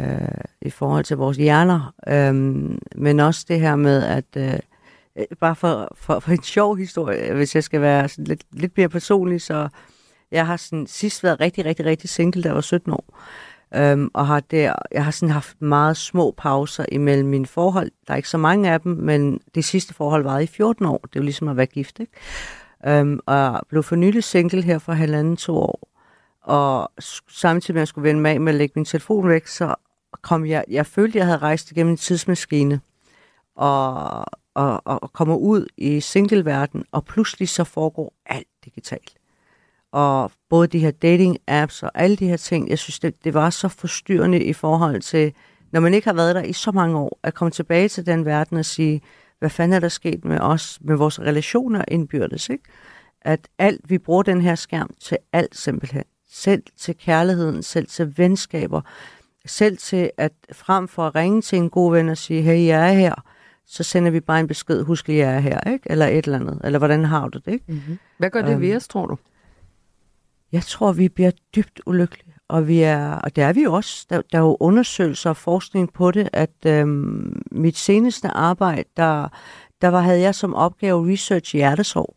i forhold til vores hjerner, øh, men også det her med, at øh, bare for, for, for en sjov historie, hvis jeg skal være sådan lidt, lidt mere personlig, så jeg har sådan sidst været rigtig, rigtig, rigtig single, da jeg var sytten år. Øhm, og har der, jeg har sådan haft meget små pauser imellem mine forhold. Der er ikke så mange af dem, men det sidste forhold varede i fjorten år. Det er jo ligesom at være gift, ikke? Øhm, og jeg blev for nylig single her for halvanden to år. Og samtidig med at jeg skulle vende mig af med at lægge min telefon væk, så kom jeg, jeg følte, jeg havde rejst igennem en tidsmaskine. Og, og, og kommer ud i single-verden, og pludselig så foregår alt digitalt. Og både de her dating-apps og alle de her ting, jeg synes, det, det var så forstyrrende i forhold til, når man ikke har været der i så mange år, at komme tilbage til den verden og sige, hvad fanden er der sket med os, med vores relationer indbyrdes, ikke? At alt, vi bruger den her skærm til alt simpelthen. Selv til kærligheden, selv til venskaber, selv til at frem for at ringe til en god ven og sige, hey, jeg er her, så sender vi bare en besked, husk lige, jeg er her, ikke? Eller et eller andet. Eller hvordan har du det, ikke? Mm-hmm. Hvad gør det um, ved os, tror du? Jeg tror, vi bliver dybt ulykkelige, og, vi er, og det er vi jo også. Der, der er jo undersøgelser og forskning på det, at øhm, mit seneste arbejde, der, der var, havde jeg som opgave research hjertesorg.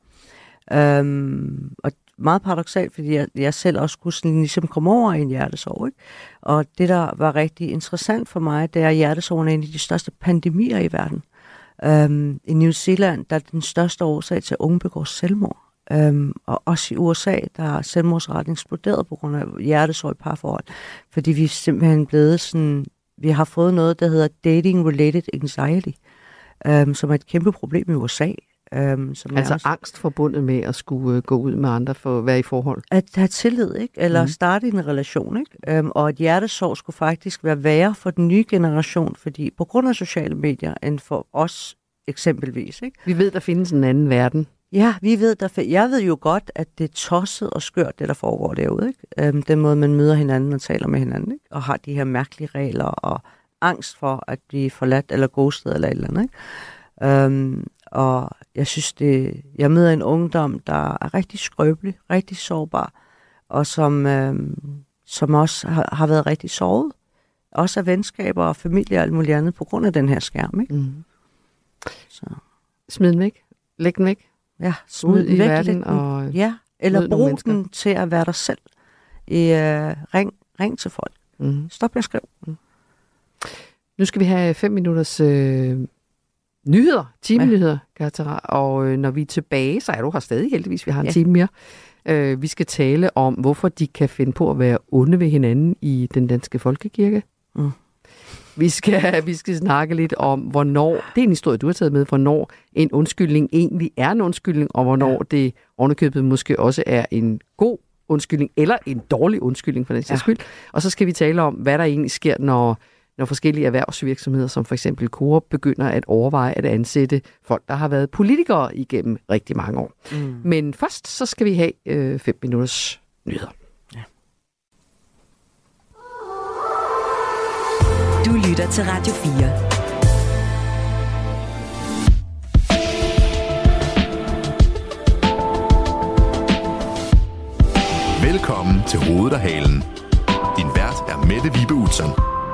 Øhm, og meget paradoksalt, fordi jeg, jeg selv også skulle sådan, ligesom komme over i en hjertesorg. Ikke? Og det, der var rigtig interessant for mig, det er, at hjertesorgen er en af de største pandemier i verden. Øhm, I New Zealand, der er den største årsag til, at unge begår selvmord. Øhm, og også i U S A, der er selvmordsraten eksploderet på grund af hjertesorg i parforhold. Fordi vi er simpelthen blevet sådan, vi har fået noget, der hedder dating-related anxiety, øhm, som er et kæmpe problem i U S A. Øhm, som altså er også, angst forbundet med at skulle uh, gå ud med andre for at være i forhold? At have tillid, ikke? Eller mm. starte en relation, ikke? Øhm, og at hjertesorg skulle faktisk være værre for den nye generation, fordi på grund af sociale medier, end for os eksempelvis, ikke? Vi ved, der findes en anden verden. Ja, vi ved, der, jeg ved jo godt, at det er tosset og skørt, det der foregår derude, ikke? Øhm, den måde, man møder hinanden og taler med hinanden, ikke? Og har de her mærkelige regler og angst for at blive forladt eller ghostet eller et eller andet, ikke? Øhm, og jeg synes, det, jeg møder en ungdom, der er rigtig skrøbelig, rigtig sårbar, og som, øhm, som også har, har været rigtig såret. Også af venskaber og familie og alt muligt andet på grund af den her skærm, ikke? Mm. Så. Smid den væk. Læg den væk. Ja, smid i verden og ja, eller brug den til at være dig selv. I, uh, ring, ring til folk. Mm. Stop med at skrive. Mm. Nu skal vi have fem minutters øh, nyheder, timenyheder, Katara. Og øh, når vi er tilbage, så er du her stadig heldigvis, vi har en ja. time mere. Øh, vi skal tale om, hvorfor de kan finde på at være onde ved hinanden i den danske folkekirke. Mm. Vi skal, vi skal snakke lidt om, hvornår, det er en historie, du har taget med, hvornår en undskyldning egentlig er en undskyldning, og hvornår ja. det ovenikøbet måske også er en god undskyldning, eller en dårlig undskyldning for den sags skyld. Og så skal vi tale om, hvad der egentlig sker, når, når forskellige erhvervsvirksomheder, som for eksempel Coop, begynder at overveje at ansætte folk, der har været politikere igennem rigtig mange år. Mm. Men først, så skal vi have øh, fem minutters nyheder. Ja. Du lytter til Radio fire. Velkommen til Hovedet og Halen. Din vært er Mette Vibe Utzon.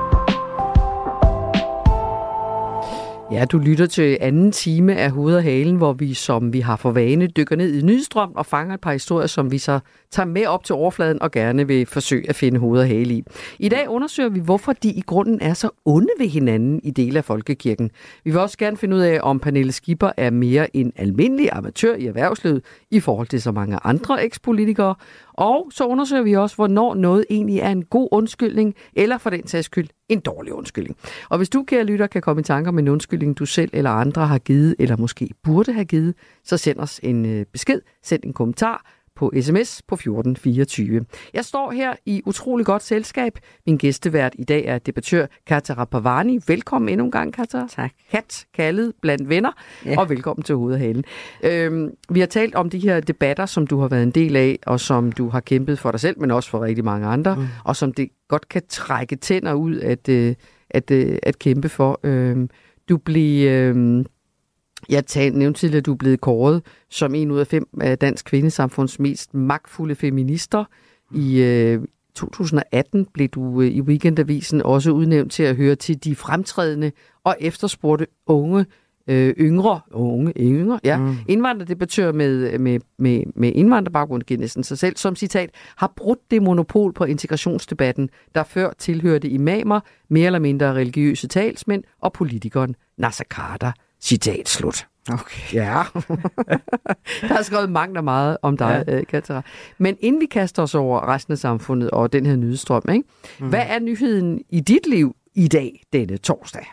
Ja, du lytter til anden time af Hovedet og Halen, hvor vi, som vi har for vane, dykker ned i nyhedsstrøm og fanger et par historier, som vi så tager med op til overfladen og gerne vil forsøge at finde hoved og hale i. I dag undersøger vi, hvorfor de i grunden er så onde ved hinanden i dele af folkekirken. Vi vil også gerne finde ud af, om Pernille Skipper er mere en almindelig amatør i erhvervslivet i forhold til så mange andre ekspolitikere. Og så undersøger vi også, hvornår noget egentlig er en god undskyldning, eller for den sags skyld en dårlig undskyldning. Og hvis du, kære lytter, kan komme i tanker med en undskyldning, du selv eller andre har givet, eller måske burde have givet, så send os en besked, send en kommentar på sms på fjorten fireogtyve. Jeg står her i utrolig godt selskab. Min gæstevært i dag er debattør Katara Pavani. Velkommen endnu en gang, Katara. Tak. Kat kaldet blandt venner, ja. Og velkommen til Hovedet og Halen. Øhm, vi har talt om de her debatter, som du har været en del af, og som du har kæmpet for dig selv, men også for rigtig mange andre, mm. og som det godt kan trække tænder ud at, at, at, at kæmpe for. Øhm, du bliver... Jeg nævnte tidligere, at du er blevet kåret som en ud af fem af Dansk Kvindesamfunds mest magtfulde feminister. I øh, to tusind og atten blev du øh, i Weekendavisen også udnævnt til at høre til de fremtrædende og efterspurgte unge, øh, yngre, unge, yngre, ja, mm. indvandrerdebattører med, med, med, med indvandrerbaggrund, giver næsten sig selv, som citat, har brudt det monopol på integrationsdebatten, der før tilhørte imamer, mere eller mindre religiøse talsmænd og politikeren Naser Khader. Citat slut. Okay. Ja. Der er skrevet mangt og meget om dig, ja. Katara. Men inden vi kaster os over resten af samfundet og den her nyhedsstrøm, ikke? Mm. Hvad er nyheden i dit liv i dag, denne torsdag?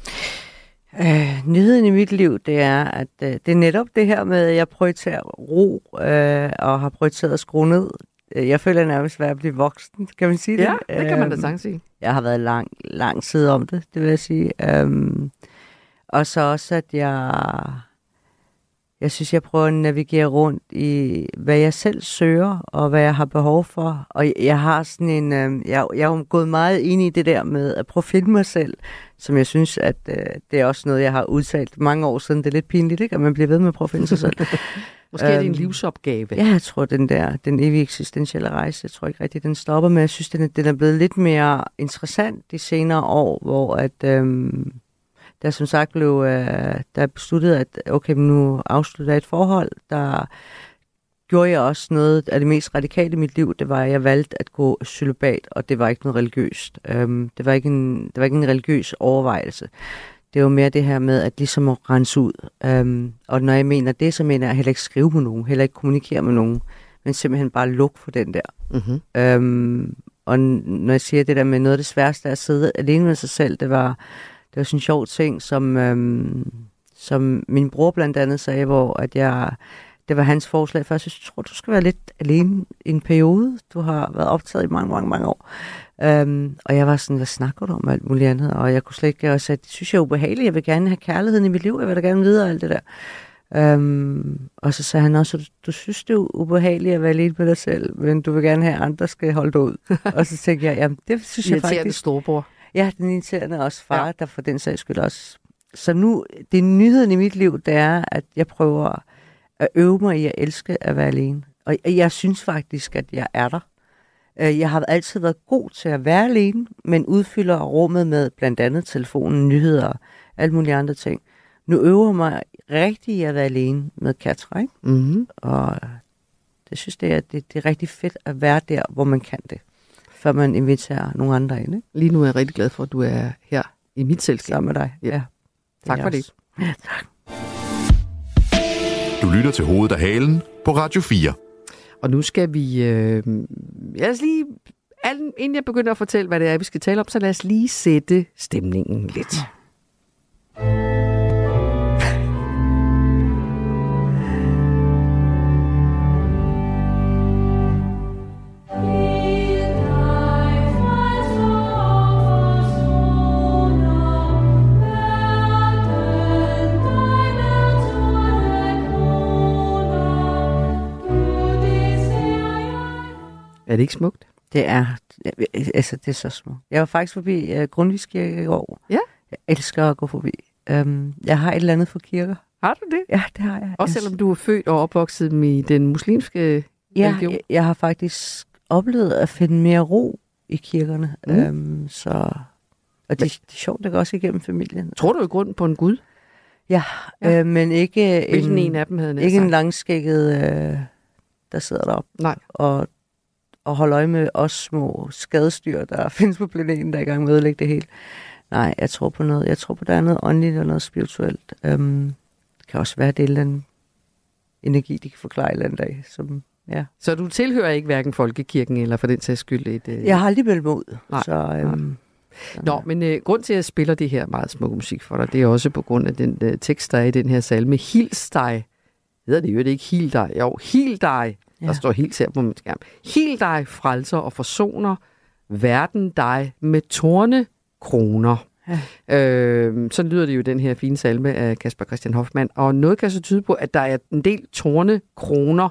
Øh, nyheden i mit liv, det er, at øh, det er netop det her med, at jeg prioriterer ro øh, og har prioriteret at skrue ned. Jeg føler nærmest ved at blive voksen, kan man sige det? Ja, det kan man da sagtens sige. Jeg har været lang, lang tid om det, det vil jeg sige. Um, Og så også, at jeg, jeg synes, jeg prøver at navigere rundt i, hvad jeg selv søger, og hvad jeg har behov for. Og jeg har sådan en, øh, jeg, jeg er gået meget ind i det der med at prøve at finde mig selv, som jeg synes, at øh, det er også noget, jeg har udtalt mange år siden. Det er lidt pinligt, ikke? At man bliver ved med at prøve at finde sig selv. Måske er det en livsopgave. Ja, jeg tror, den der, den evige eksistentielle rejse, jeg tror ikke rigtig, den stopper, men jeg synes, den er, den er blevet lidt mere interessant de senere år, hvor at... Øh, Der som sagt blev øh, der besluttet, at okay, nu afslutter jeg et forhold, der gjorde jeg også noget af det mest radikale i mit liv. Det var, at jeg valgte at gå cølibat, og det var ikke noget religiøst. Um, det, var ikke en, det var ikke en religiøs overvejelse. Det var mere det her med at ligesom at rense ud. Um, og når jeg mener det, så mener jeg heller ikke skrive med nogen, heller ikke kommunikere med nogen, men simpelthen bare lukke for den der. Mm-hmm. Um, og når jeg siger det der med noget af det sværeste at sidde alene med sig selv, det var... Det var sådan en sjov ting, som, øhm, som min bror blandt andet sagde, hvor at jeg, det var hans forslag først. Jeg tror, du skal være lidt alene i en periode. Du har været optaget i mange, mange, mange år. Øhm, og jeg var sådan, hvad snakker du om alt muligt andet? Og jeg kunne slet ikke også sige, det synes jeg er ubehageligt. Jeg vil gerne have kærligheden i mit liv. Jeg vil da gerne videre alt det der. Øhm, og så sagde han også, du, du synes, det er ubehageligt at være alene med dig selv, men du vil gerne have, at andre skal holde dig ud. Og så tænkte jeg, jamen det synes jeg faktisk... Irriterende storebror. Ja, den irriterende også far, ja. Der for den sags skyld også. Så nu, det nyheden i mit liv, det er, at jeg prøver at øve mig i at elske at være alene. Og jeg synes faktisk, at jeg er der. Jeg har altid været god til at være alene, men udfylder rummet med blandt andet telefonen, nyheder og alle mulige andre ting. Nu øver jeg mig rigtig i at være alene med Katara, ikke? Mm-hmm. Og jeg synes, det er, det, det er rigtig fedt at være der, hvor man kan det, før man inviterer nogle andre ind. Ikke? Lige nu er jeg rigtig glad for, at du er her i mit selskab. Sammen med dig, ja. ja. Tak for det. Ja, tak. Du lytter til Hovedet og Halen på Radio fire. Og nu skal vi... Øh, lad os lige... Inden jeg begynder at fortælle, hvad det er, vi skal tale om, så lad os lige sætte stemningen lidt. Er det ikke smukt? Det er, altså det er så smukt. Jeg var faktisk forbi uh, Grundtvigs Kirke i år. Ja. Jeg elsker at gå forbi. Um, jeg har et eller andet for kirker. Har du det? Ja, det har jeg. Også selvom du er født og opvokset i den muslimske ja, religion? Jeg, jeg har faktisk oplevet at finde mere ro i kirkerne. Mm. Um, så, og det, det er sjovt, det går også igennem familien. Tror du i grunden på en Gud? Ja, ja. Øh, men ikke Hvilken en, en af dem havde ikke en langskægget, øh, der sidder deroppe. Nej. Og og holde øje med os små skadestyr, der findes på planeten, der er i gang med at ødelægge det hele. Nej, jeg tror på noget. Jeg tror på, der er noget åndeligt og noget spirituelt. Um, det kan også være, det er en eller anden energi, de kan forklare en eller anden dag. Som, ja. Så du tilhører ikke hverken folkekirken eller for den sags skyld et... Øh... Jeg har aldrig meldt mig ud. Nej, så, um, nej. Nå, men øh, grund til, at jeg spiller det her meget smukke musik for dig, det er også på grund af den øh, tekst, der er i den her salme. Hils dig. Hedder det jo det ikke hil dig? Jo, hil dig. Ja. Der står helt her på min skærm. Hil dig, frelser og forsoner verden dig med tornekroner. Ja. Øh, sådan lyder det jo den her fine salme af Kasper Christian Hoffmann. Og noget kan så tyde på, at der er en del tornekroner,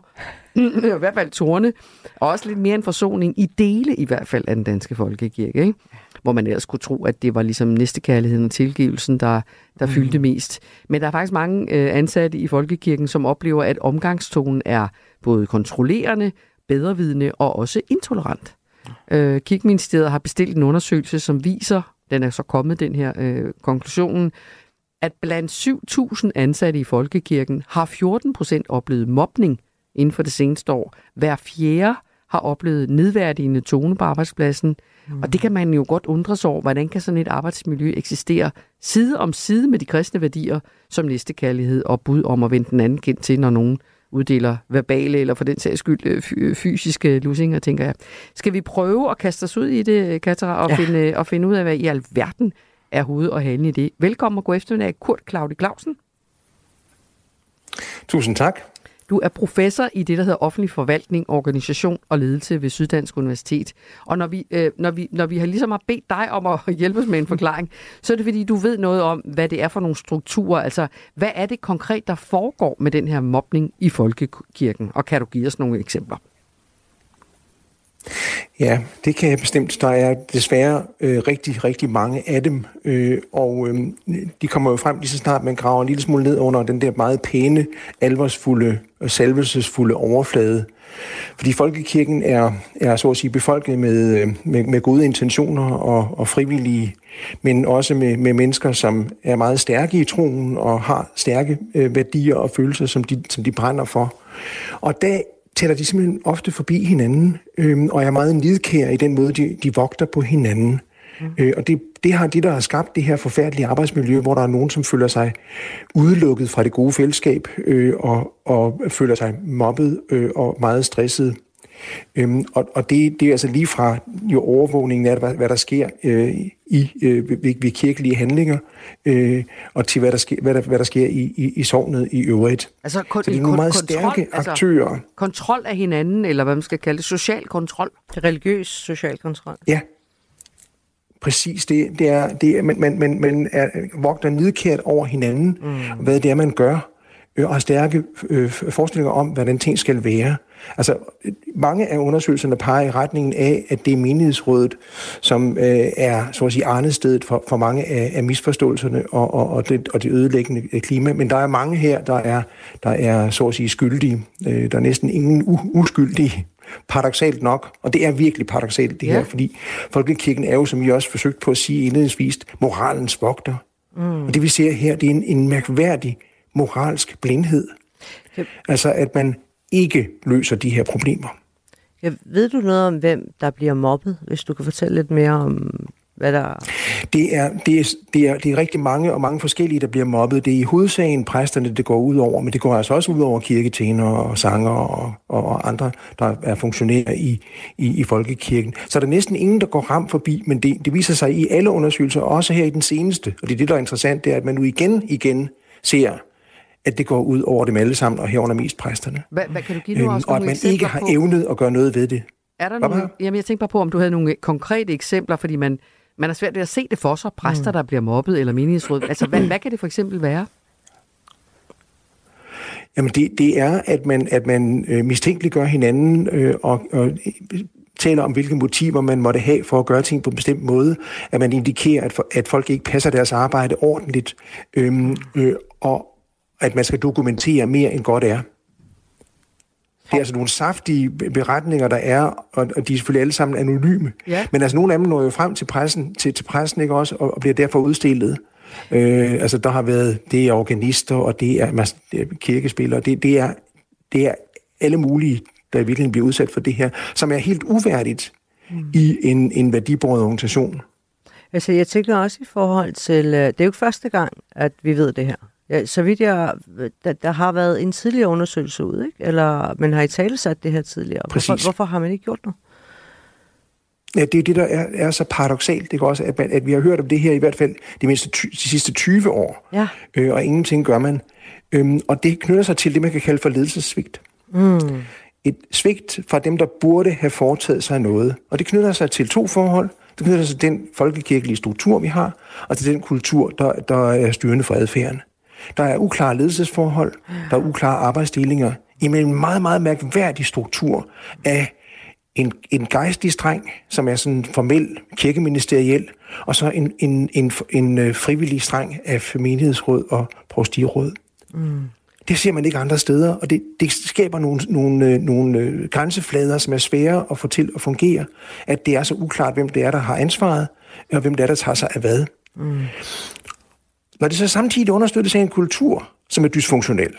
i hvert fald torne, og også lidt mere en forsoning i dele i hvert fald af den danske folkekirke, ikke? Hvor man ellers kunne tro, at det var ligesom næstekærligheden og tilgivelsen, der, der mm. fyldte mest. Men der er faktisk mange øh, ansatte i folkekirken, som oplever, at omgangstonen er både kontrollerende, bedrevidende og også intolerant. Øh, Kirkeministeriet har bestilt en undersøgelse, som viser, den er så kommet, den her øh, konklusionen, at blandt syv tusind ansatte i folkekirken har fjorten procent oplevet mobning inden for det seneste år. Hver fjerde har oplevet nedværdigende tone på arbejdspladsen. Mm. Og det kan man jo godt undre sig over, hvordan kan sådan et arbejdsmiljø eksistere side om side med de kristne værdier, som næstekærlighed og bud om at vende den anden kendt til, når nogen uddeler verbale eller for den sags skyld fysiske lussinger, tænker jeg. Skal vi prøve at kaste os ud i det, Katra, og, ja. finde, og finde ud af, hvad i alverden er hovedet og halen i det? Velkommen og god eftermiddag, Kurt Claudi Clausen. Tusind tak. Du er professor i det, der hedder offentlig forvaltning, organisation og ledelse ved Syddansk Universitet. Og når vi, øh, når vi, når vi har ligesom har bedt dig om at hjælpe os med en forklaring, så er det fordi, du ved noget om, hvad det er for nogle strukturer. Altså, hvad er det konkret, der foregår med den her mobning i folkekirken? Og kan du give os nogle eksempler? Ja, det kan jeg bestemt. Der er desværre øh, rigtig, rigtig mange af dem, øh, og øh, de kommer jo frem lige så snart man graver en lille smule ned under den der meget pæne, alvorsfulde og salvelsesfulde overflade. Fordi folkekirken er, er så at sige befolket med, med, med gode intentioner og, og frivillige, men også med, med mennesker, som er meget stærke i troen og har stærke øh, værdier og følelser, som de, som de brænder for. Og der tæller de simpelthen ofte forbi hinanden, øh, og er meget nidkære i den måde, de, de vogter på hinanden. Mm. Øh, og det, det har det, der har skabt det her forfærdelige arbejdsmiljø, hvor der er nogen, som føler sig udelukket fra det gode fællesskab, øh, og, og føler sig mobbet øh, og meget stresset. Øhm, og og det, det er altså lige fra jo overvågningen af, hvad, hvad der sker øh, i øh, ved, ved kirkelige handlinger, øh, og til hvad der sker, hvad der, hvad der sker i, i, i sognet i øvrigt. Altså, kon- så det er nogle meget kontrol, stærke aktører. Altså, kontrol af hinanden, eller hvad man skal kalde det, social kontrol. Religiøs social kontrol. Ja, præcis. Det, det er, det er, man, man, man, man er, vogter nidkært over hinanden, mm. hvad det er, man gør, og har stærke øh, forestillinger om, hvordan ting skal være. Altså, mange af undersøgelserne peger i retningen af, at det er menighedsrådet, som øh, er, så at sige, arnestedet for, for mange af, af misforståelserne og, og, og, det, og det ødelæggende klima. Men der er mange her, der er, der er så at sige, skyldige. Øh, der er næsten ingen u- uskyldige. Paradoksalt nok, og det er virkelig paradoksalt det ja. her, fordi folkekirken er jo, som I også forsøgte på at sige indledningsvis, moralens vogter. Mm. Og det vi ser her, det er en, en mærkværdig moralsk blindhed. Ja. Altså, at man ikke løser de her problemer. Ja, ved du noget om, hvem der bliver mobbet, hvis du kan fortælle lidt mere om, hvad der... Det er, det, er, det, er, det er rigtig mange og mange forskellige, der bliver mobbet. Det er i hovedsagen præsterne, det går ud over, men det går altså også ud over kirketjenere og sanger og, og andre, der er funktionærer i, i, i folkekirken. Så er der næsten ingen, der går ramt forbi, men det, det viser sig i alle undersøgelser, også her i den seneste. Og det er det, der er interessant, det er, at man nu igen, igen ser, at det går ud over dem alle sammen, og herunder mest præsterne. Hvad, hvad kan du give nu også øhm, og at man ikke har på? evnet at gøre noget ved det. Er der nogle, jamen jeg tænker bare på, om du havde nogle konkrete eksempler, fordi man, man er svært ved at se det for sig, præster, mm. der bliver mobbet, eller menighedsråd. Altså, hvad, hvad kan det for eksempel være? Jamen, det, det er, at man, at man øh, mistænkeliggør hinanden øh, og, og taler om, hvilke motiver man måtte have for at gøre ting på en bestemt måde. At man indikerer, at, for, at folk ikke passer deres arbejde ordentligt, øh, øh, og at man skal dokumentere mere, end godt er. Det er altså nogle saftige beretninger, der er, og de er selvfølgelig alle sammen anonyme. Ja. Men altså nogle af dem når jo frem til pressen, til, til pressen ikke også, og bliver derfor udstillet. Øh, altså der har været, det er organister, og det er, det er kirkespillere, det, det, er, det er alle mulige, der i virkeligheden bliver udsat for det her, som er helt uværdigt mm. i en, en værdibåret organisation. Altså jeg tænker også i forhold til, det er jo ikke første gang, at vi ved det her. Ja, så vidt jeg, der, der har været en tidligere undersøgelse ud, ikke? Eller man har i tale sat det her tidligere. Hvorfor, hvorfor har man ikke gjort noget? Ja, det er det, der er, er så paradoksalt, det også, at, at vi har hørt om det her i hvert fald de, mindste ty, de sidste tyve år, ja. øh, og ingenting gør man. Øhm, og det knytter sig til det, man kan kalde for ledelsessvigt. Mm. Et svigt fra dem, der burde have foretaget sig noget. Og det knytter sig til to forhold. Det knytter sig til den folkekirkelige struktur, vi har, og til den kultur, der, der er styrende for adfærden. Der er uklare ledelsesforhold, der er uklare arbejdsdelinger imellem en meget, meget mærkværdig struktur af en, en gejstlig streng, som er sådan formel kirkeministeriel, og så en, en, en, en frivillig streng af menighedsråd og provstiråd. Mm. Det ser man ikke andre steder, og det, det skaber nogle, nogle, nogle grænseflader, som er svære at få til at fungere, at det er så uklart, hvem det er, der har ansvaret, og hvem det er, der tager sig af hvad. Mm. Når det så samtidig understøttes af en kultur, som er dysfunktionel,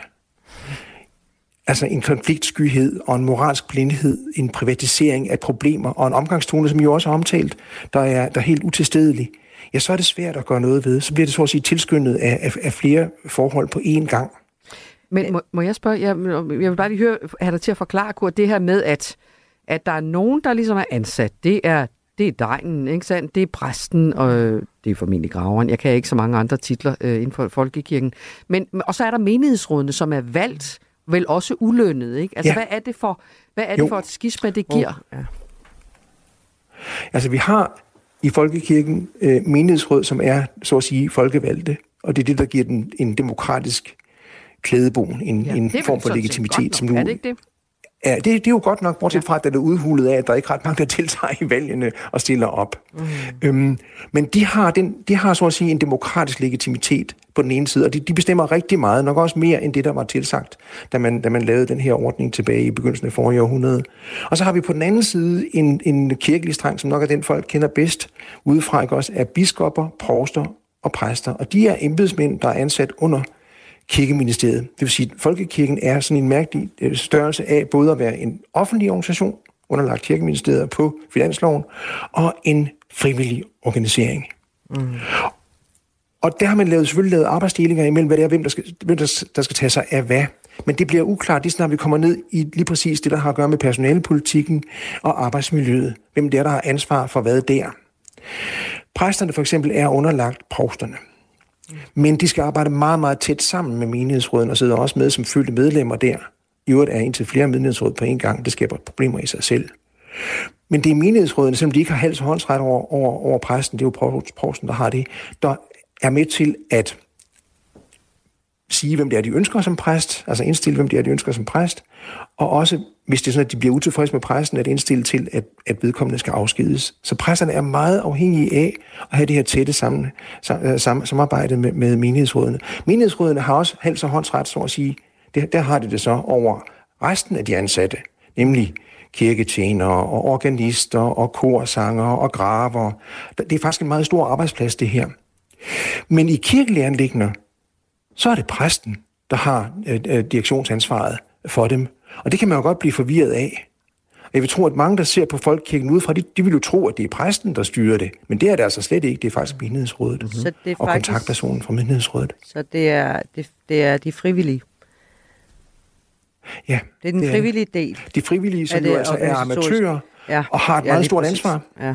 altså en konfliktskyhed og en moralsk blindhed, en privatisering af problemer og en omgangstone, som I jo også har omtalt, der er, der er helt utilstedelig, ja, så er det svært at gøre noget ved. Så bliver det så at sige tilskyndet af, af, af flere forhold på én gang. Men må, må jeg spørge, jeg, jeg vil bare lige høre, have dig til at forklare, Kurt, det her med, at, at der er nogen, der ligesom er ansat. Det er Det er degnen, ikke sandt? Det er præsten, og det er formentlig graveren. Jeg kan ikke så mange andre titler øh, inden for folkekirken. Men, og så er der menighedsrådene, som er valgt, vel også ulønnet, ikke? Altså, ja. hvad er det for, hvad er det for et skisma, det giver? Oh. Ja. Altså, vi har i folkekirken øh, menighedsråd, som er, så at sige, folkevalgte, og det er det, der giver den en demokratisk klædebogen, en, ja, en form for legitimitet, som nu... Er det ikke det? Ja, det, det er jo godt nok, bortset fra, at det er udhulet af, at der ikke er ret mange, der deltager i valgene og stiller op. Mm. Øhm, men de har, den, de har så at sige en demokratisk legitimitet på den ene side, og de, de bestemmer rigtig meget, nok også mere end det, der var tilsagt, da man, da man lavede den her ordning tilbage i begyndelsen af forrige århundrede. Og så har vi på den anden side en, en kirkelig streng, som nok er den, folk kender bedst udefra, ikke også, af biskopper, provster og præster. Og de er embedsmænd, der er ansat under kirkeministeriet. Det vil sige, at folkekirken er sådan en mærkelig størrelse af både at være en offentlig organisation, underlagt kirkeministeriet på finansloven, og en frivillig organisering. Mm. Og der har man lavet, selvfølgelig lavet arbejdsdelinger imellem, hvad det er, hvem der skal, hvem der, der skal tage sig af hvad. Men det bliver uklart, lige snart vi kommer ned i lige præcis det, der har at gøre med personalepolitikken og arbejdsmiljøet. Hvem det er, der har ansvar for hvad der. Præsterne for eksempel er underlagt provsterne. Men de skal arbejde meget, meget tæt sammen med menighedsråden og sidder også med som fyldte medlemmer der. I øvrigt er indtil flere menighedsråd på en gang. Det skaber problemer i sig selv. Men det er menighedsrådene, selvom de ikke har hals- og håndsret over, over, over præsten, det er jo provsten, der har det, der er med til at sige, hvem det er, de ønsker som præst, altså indstille, hvem det er, de ønsker som præst, og også, hvis det er sådan, at de bliver utilfredse med præsten, at indstille til, at, at vedkommende skal afskedes. Så præsterne er meget afhængige af at have det her tætte sammen, sam, samarbejde med, med menighedsrådene. Menighedsrådene har også hals- og håndsret, så at sige, det, der har de det så over resten af de ansatte, nemlig kirketjenere og organister og korsanger og graver. Det er faktisk en meget stor arbejdsplads, det her. Men i kirkelige anliggender, så er det præsten, der har øh, direktionsansvaret for dem. Og det kan man jo godt blive forvirret af. Jeg vil tro, at mange, der ser på folkekirken udefra, de, de vil jo tro, at det er præsten, der styrer det. Men det er det altså slet ikke. Det er faktisk menighedsrådet mm-hmm. så det er og faktisk, kontaktpersonen fra menighedsrådet. Så det er, det, det er de frivillige? Ja. Det er den det frivillige del? De frivillige, som jo altså er amatører ja. og har et ja, meget stort præcis. ansvar. Ja.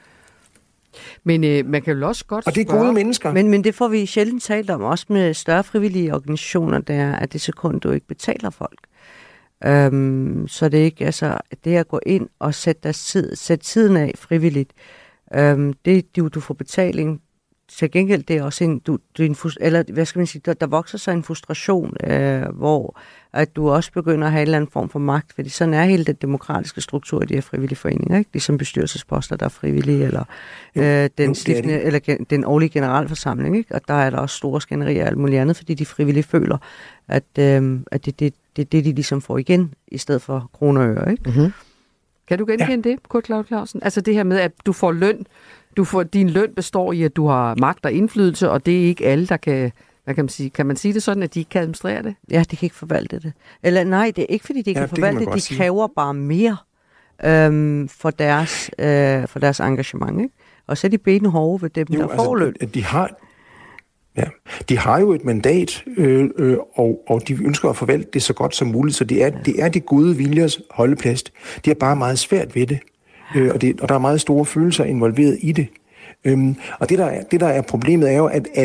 Men øh, man kan jo også godt Og det er spørge... gode mennesker. Men, men det får vi sjældent talt om, også med større frivillige organisationer, der at det sekund, du ikke betaler folk. Øhm, så det er ikke, altså, det at gå ind og sætte, deres tid, sætte tiden af frivilligt, øhm, det du, du får betaling. Til gengæld, det er også en, du, du en eller hvad skal man sige, der, der vokser sig en frustration, øh, hvor at du også begynder at have en eller anden form for magt, fordi sådan er hele den demokratiske struktur i de her frivillige foreninger, ikke? Ligesom bestyrelsesposter, der er frivillige, eller øh, den, jo, stiftende, eller gen, den årlige generalforsamling, ikke? Og der er der også store skænderier og alt muligt andet, fordi de frivillige føler, at, øh, at det er det, det, det, de ligesom får igen, i stedet for kroner og øre, ikke? Mm-hmm. Kan du genkende ja. det, Kurt Klaudi Klausen? Altså det her med, at du får løn, du får, din løn består i, at du har magt og indflydelse, og det er ikke alle, der kan... Hvad kan man sige? Kan man sige det sådan, at de ikke kan administrere det? Ja, de kan ikke forvalte det. Eller nej, det er ikke, fordi de ikke ja, kan forvalte det. det. De kræver bare mere øhm, for, deres, øh, for deres engagement. Ikke? Og så er de benhårde ved dem, jo, der altså, får løn. De har, ja, de har jo et mandat, øh, øh, og, og de ønsker at forvalte det så godt som muligt, så det er, ja. det er de gode viljers holdeplads. De har bare meget svært ved det, øh, og, det og der er meget store følelser involveret i det. Øhm, og det der, er, det, der er problemet, er jo, at, at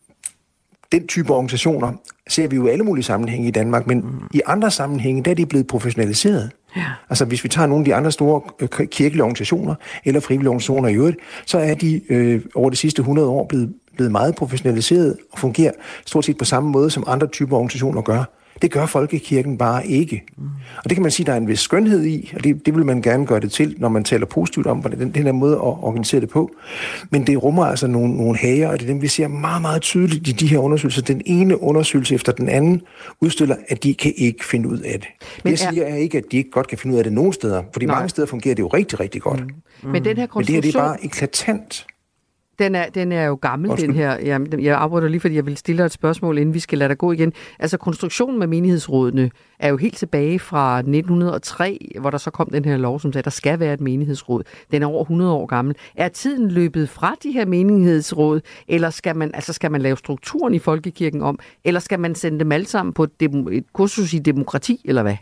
den type organisationer ser vi jo i alle mulige sammenhænge i Danmark, men mm. i andre sammenhænge, der er de blevet professionaliseret. Ja. Altså hvis vi tager nogle af de andre store øh, kirkelige organisationer, eller frivillige organisationer i øvrigt, så er de øh, over de sidste hundrede år blevet, blevet meget professionaliseret og fungerer stort set på samme måde, som andre typer organisationer gør. Det gør folkekirken bare ikke. Mm. Og det kan man sige, der er en vis skønhed i, og det, det vil man gerne gøre det til, når man taler positivt om, hvordan den, den her måde at organisere det på. Men det rummer altså nogle, nogle hager, og det er dem, vi ser meget, meget tydeligt i de her undersøgelser. Den ene undersøgelse efter den anden udstiller, at de kan ikke finde ud af det. Men jeg siger er... ikke, at de ikke godt kan finde ud af det nogen steder, fordi Nej. mange steder fungerer det jo rigtig, rigtig godt. Mm. Mm. Men, den her Men det her det er bare eklatant. Den er, den er jo gammel, Undskyld. den her. Jeg, jeg afbryder lige, fordi jeg vil stille dig et spørgsmål, inden vi skal lade dig gå igen. Altså, konstruktionen med menighedsrådene er jo helt tilbage fra nitten hundrede og tre, hvor der så kom den her lov, som sagde, at der skal være et menighedsråd. Den er over hundrede år gammel. Er tiden løbet fra de her menighedsråd, eller skal man, altså skal man lave strukturen i folkekirken om, eller skal man sende dem alle sammen på et, dem, et kursus i demokrati, eller hvad?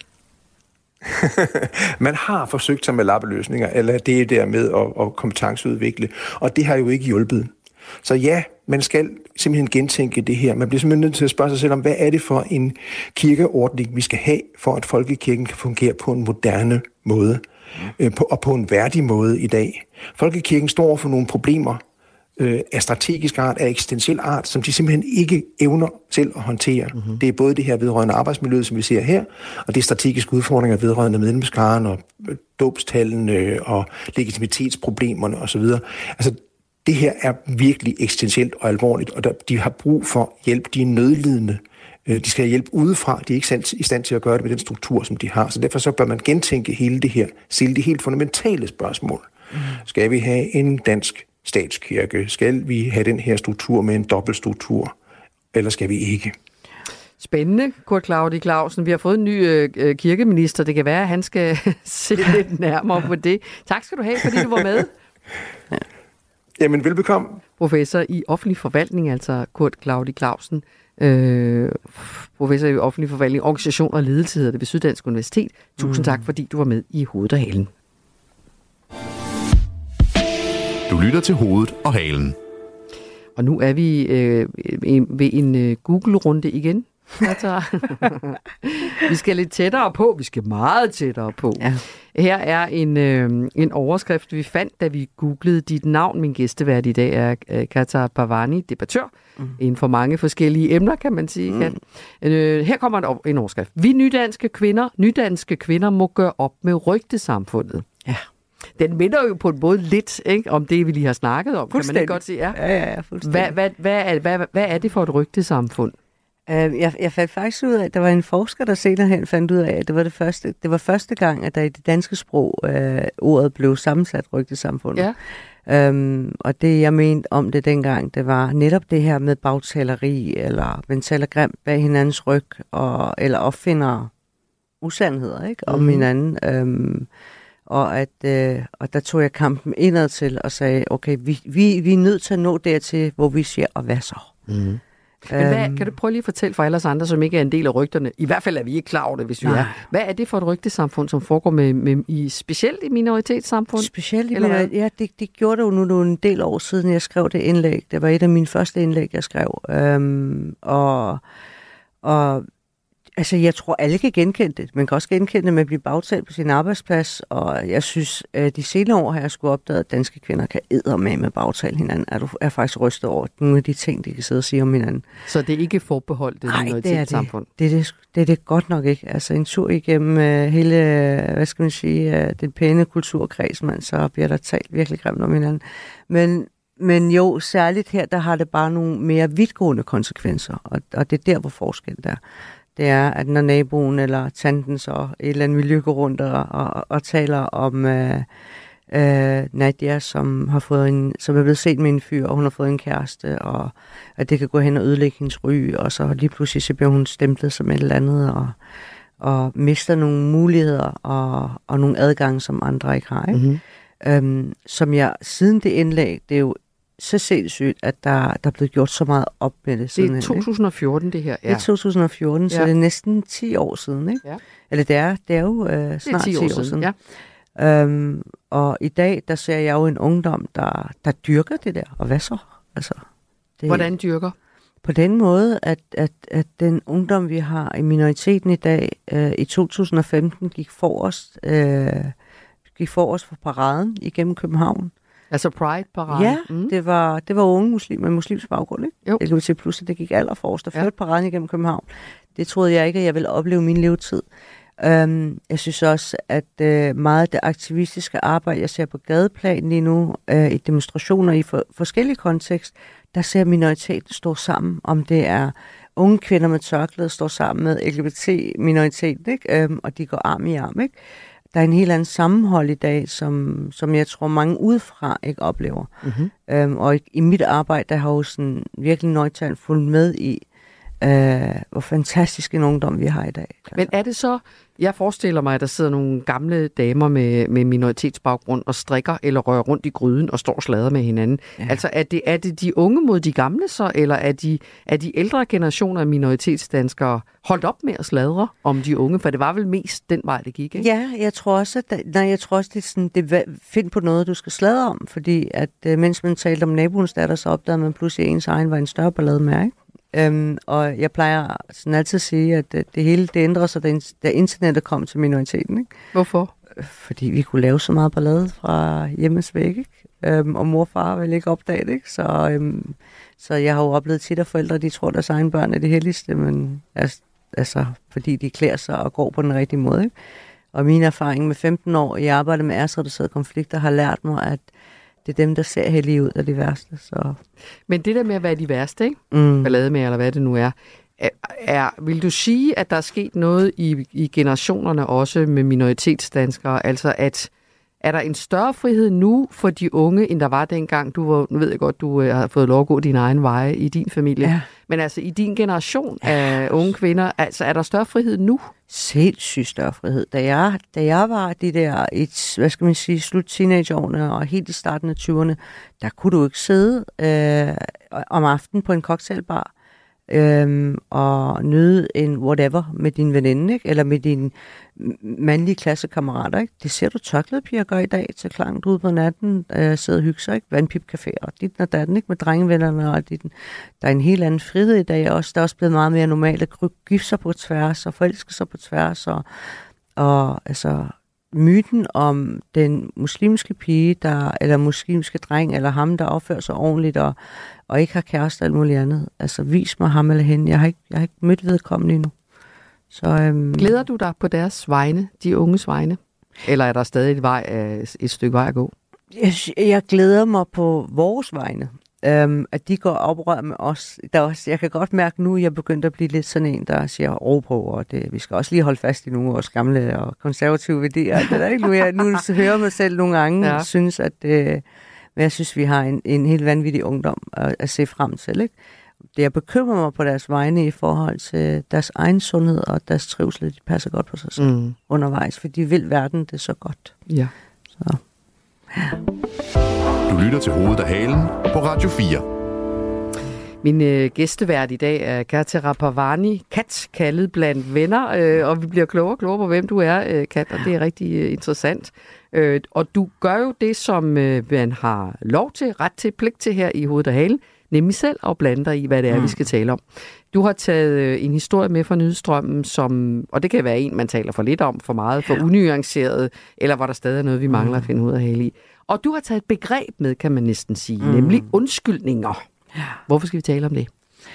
Man har forsøgt sig med lappeløsninger, eller det der med at, at kompetenceudvikle, og det har jo ikke hjulpet. Så ja, man skal simpelthen gentænke det her. Man bliver simpelthen nødt til at spørge sig selv om, hvad er det for en kirkeordning, vi skal have, for at folkekirken kan fungere på en moderne måde, mm. øh, på, og på en værdig måde i dag. Folkekirken står for nogle problemer, øh, af strategisk art, af eksistentiel art, som de simpelthen ikke evner selv at håndtere. Mm-hmm. Det er både det her vedrørende arbejdsmiljøet, som vi ser her, og det er strategiske udfordringer vedrørende medlemskaren og dåbstallene og legitimitetsproblemerne osv. Altså, det her er virkelig eksistentielt og alvorligt, og der, de har brug for hjælp. De er nødlidende. De skal have hjælp udefra. De er ikke i stand til at gøre det med den struktur, som de har. Så derfor så bør man gentænke hele det her, stille de helt fundamentale spørgsmål. Mm. Skal vi have en dansk statskirke? Skal vi have den her struktur med en dobbeltstruktur? Eller skal vi ikke? Spændende, Kurt Klaudi Klausen. Vi har fået en ny øh, kirkeminister. Det kan være, at han skal se lidt nærmere på det. Tak skal du have, fordi du var med. Ja. Jamen, velbekomme. Professor i offentlig forvaltning, altså Kurt Klaudi Klausen. Øh, professor i offentlig forvaltning, organisation og ledelse hedder det ved Syddansk Universitet. Tusind mm. tak, fordi du var med i Hovedet og Halen. Du lytter til Hovedet og Halen. Og nu er vi øh, ved en øh, Google-runde igen. Altså, vi skal lidt tættere på. Vi skal meget tættere på. Ja. Her er en, øh, en overskrift, vi fandt, da vi googlede dit navn. Min gæstevært i dag er øh, Kata Bhavani, debattør, mm. inden for mange forskellige emner, kan man sige. Mm. Øh, her kommer en, en overskrift. Vi nydanske kvinder, nydanske kvinder må gøre op med rygtesamfundet. Ja. Den minder jo på en måde lidt, ikke, om det, vi lige har snakket om. Kan man ikke godt sige? Ja, ja, ja, ja fuldstændig. Hvad, hvad, hvad, er, hvad, hvad er det for et rygtesamfund? Uh, jeg, jeg fandt faktisk ud af, at der var en forsker, der senere hen fandt ud af, at det var, det første, det var første gang, at der i det danske sprog uh, ordet blev sammensat rygtesamfundet. Ja. Um, og det, jeg mente om det dengang, det var netop det her med bagtaleri, eller man taler grimt bag hinandens ryg, og, eller opfinder usandheder, ikke? Om Mhm. hinanden. Øhm, og, at, øh, og der tog jeg kampen indad til og sagde, okay, vi, vi, vi er nødt til at nå dertil, hvor vi siger, og hvad så? Mm. Men hvad, kan du prøve lige at fortælle for alle os andre, som ikke er en del af rygterne? I hvert fald er vi ikke klar over det, hvis vi Nej. er. Hvad er det for et rygtesamfund, som foregår med, med i, specielt i minoritetssamfund? Specielt i Eller hvad? minoritet, ja, det, det gjorde det jo nu, nu en del år siden, jeg skrev det indlæg. Det var et af mine første indlæg, jeg skrev. Øhm, og, og altså, jeg tror, alle kan genkende det. Man kan også genkende det med at blive bagtalt på sin arbejdsplads, og jeg synes, at de senere år har jeg sgu opdaget, at danske kvinder kan eddermame med bagtale hinanden. Er du er faktisk rystet over nogle af de ting, de kan sidde og sige om hinanden. Så det er ikke forbeholdt det Nej, det er det. minoritetssamfund? Det er det, det er det godt nok ikke. Altså en tur igennem uh, hele, uh, hvad skal man sige, uh, den pæne kulturkreds, man, så bliver der talt virkelig grimt om hinanden. Men, men jo, særligt her, der har det bare nogle mere vidtgående konsekvenser, og, og det er der, hvor forskellen er. Det er, at når naboen eller tanten så et eller andet miljø går rundt og, og, og taler om øh, øh, Nadia, som har fået en, som er blevet set med en fyr, og hun har fået en kæreste, og at det kan gå hen og ødelægge hendes ry, og så lige pludselig så bliver hun stemplet som et eller andet, og, og mister nogle muligheder og, og nogle adgange, som andre ikke har. Ikke? Mm-hmm. Øhm, som jeg, siden det indlæg, det er jo så sindssygt, at der, der er blevet gjort så meget op med det. Det Sidenhen, er to tusind og fjorten, det her. Ja. Det er to tusind og fjorten, ja. Så det er næsten ti år siden, ikke? Ja. Eller det er, det er jo øh, snart ti år, ti år siden, siden. Ja. Øhm, og i dag, der ser jeg jo en ungdom, der, der dyrker det der. Og hvad så? Altså, det, Hvordan dyrker? På den måde, at, at, at den ungdom, vi har i minoriteten i dag, øh, i to tusind og femten gik forrest, øh, gik forrest for paraden igennem København. Altså Pride-paraden? Ja, mm. det var, det var unge muslim, med muslimsk baggrund, ikke? Jo. L G B T plus, det gik allerforrest og førte Ja. paraden igennem København. Det troede jeg ikke, at jeg ville opleve i min levetid. Um, jeg synes også, at uh, meget af det aktivistiske arbejde, jeg ser på gadeplan lige nu, uh, i demonstrationer i for, forskellige kontekst, der ser minoriteten stå sammen, om det er unge kvinder med tørklæde, står sammen med L G B T-minoriteten, ikke? Um, og de går arm i arm, ikke? Der er en helt anden sammenhold i dag, som, som jeg tror mange udefra ikke oplever. Mm-hmm. Um, og i, i mit arbejde, der har jeg jo sådan virkelig nøjtalt fulgt med i, uh, hvor fantastisk en ungdom vi har i dag. Men er det så, jeg forestiller mig, at der sidder nogle gamle damer med, med minoritetsbaggrund og strikker eller rører rundt i gryden og står og slader med hinanden. Ja. Altså er det, er det de unge mod de gamle så, eller er de, er de ældre generationer af minoritetsdanskere holdt op med at sladre om de unge? For det var vel mest den vej, det gik, ikke? Ja, jeg tror også, at der, nej, jeg tror også, det er sådan, det, find på noget, du skal sladre om, fordi at uh, mens man talte om naboens datter, så opdagede man pludselig, at ens egen var en større ballade med, ikke? Um, og jeg plejer sådan altid at sige, at det, det hele det ændrer sig, da, da internettet kom til minoriteten. Ikke? Hvorfor? Fordi vi kunne lave så meget ballade fra hjemmes væk, ikke? Um, og mor og far ville ikke opdage det. Ikke? Så, um, så jeg har jo oplevet tit, at forældre de tror, at deres egen børn er det helligste, men altså, altså, fordi de klæder sig og går på den rigtige måde. Ikke? Og min erfaring med femten år i arbejde med æresreducerede konflikter har lært mig, at det er dem, der ser heldige ud af de værste. Så. Men det der med at være de værste, ikke? Mm. Ballade med, eller hvad det nu er, er, er, vil du sige, at der er sket noget i, i generationerne også med minoritetsdanskere? Altså, at er der en større frihed nu for de unge, end der var dengang? Du var, nu ved jeg godt, du uh, har fået lov at gå din egen veje i din familie. Ja. Men altså, i din generation af unge kvinder, altså, er der større frihed nu? Sindssygt større frihed. Da jeg, da jeg var de der, et, hvad skal man sige, slut teenageårene og helt i starten af tyverne, der kunne du ikke sidde øh, om aftenen på en cocktailbar øh, og nyde en whatever med din veninde, ikke? Eller med dine mandlige klassekammerater. Ikke? Det ser du tørklædepiger gøre i dag til klangt ud på natten, øh, sidde og hygge sig, ikke? Vandpipcafé og dit og datten, ikke? Med drengevennerne og dit. Der er en helt anden frihed i dag også. Der er også blevet meget mere normalt at gifte sig på tværs og forelske sig på tværs. Og, og altså, myten om den muslimske pige, der, eller muslimske dreng, eller ham, der opfører sig ordentligt og, og ikke har kæreste og alt muligt andet. Altså, vis mig ham eller hende. Jeg har ikke, jeg har ikke mødt vedkommende endnu. Så, øhm, Glæder du dig på deres vegne, de unges vegne? Eller er der stadig et, vej, et stykke vej at gå? Jeg, jeg glæder mig på vores vegne. Um, at de går oprør med os. Der også, jeg kan godt mærke nu, at jeg er begyndt at blive lidt sådan en, der siger ro på, og det, vi skal også lige holde fast i nogle af vores gamle og konservative værdier. Det er ikke nu, jeg nu hører mig selv nogle gange, ja. synes, at uh, jeg synes, vi har en, en helt vanvittig ungdom at, at se frem til. Ikke? jeg bekymrer mig på deres vegne i forhold til deres egen sundhed og deres trivsel. De passer godt på sig selv mm. undervejs, for de vil verden det så godt. Ja. Så. Ja. Du lytter til Hovedet og Halen på Radio fire. Min øh, gæstevært i dag er Katja Rapravani, Kat, kaldet blandt venner, øh, og vi bliver klogere og klogere på, hvem du er, øh, Kat, og det er rigtig øh, interessant. Øh, og du gør jo det, som øh, man har lov til, ret til, pligt til her i Hovedet og Halen, nemlig selv at blande dig i, hvad det er, mm. vi skal tale om. Du har taget øh, en historie med fra Nyhedsstrømmen, som, og det kan være en, man taler for lidt om, for meget, for unuanceret, eller hvor der stadig er noget, vi mangler at finde ud af hale i. Og du har taget et begreb med, kan man næsten sige, mm. nemlig undskyldninger. Hvorfor skal vi tale om det?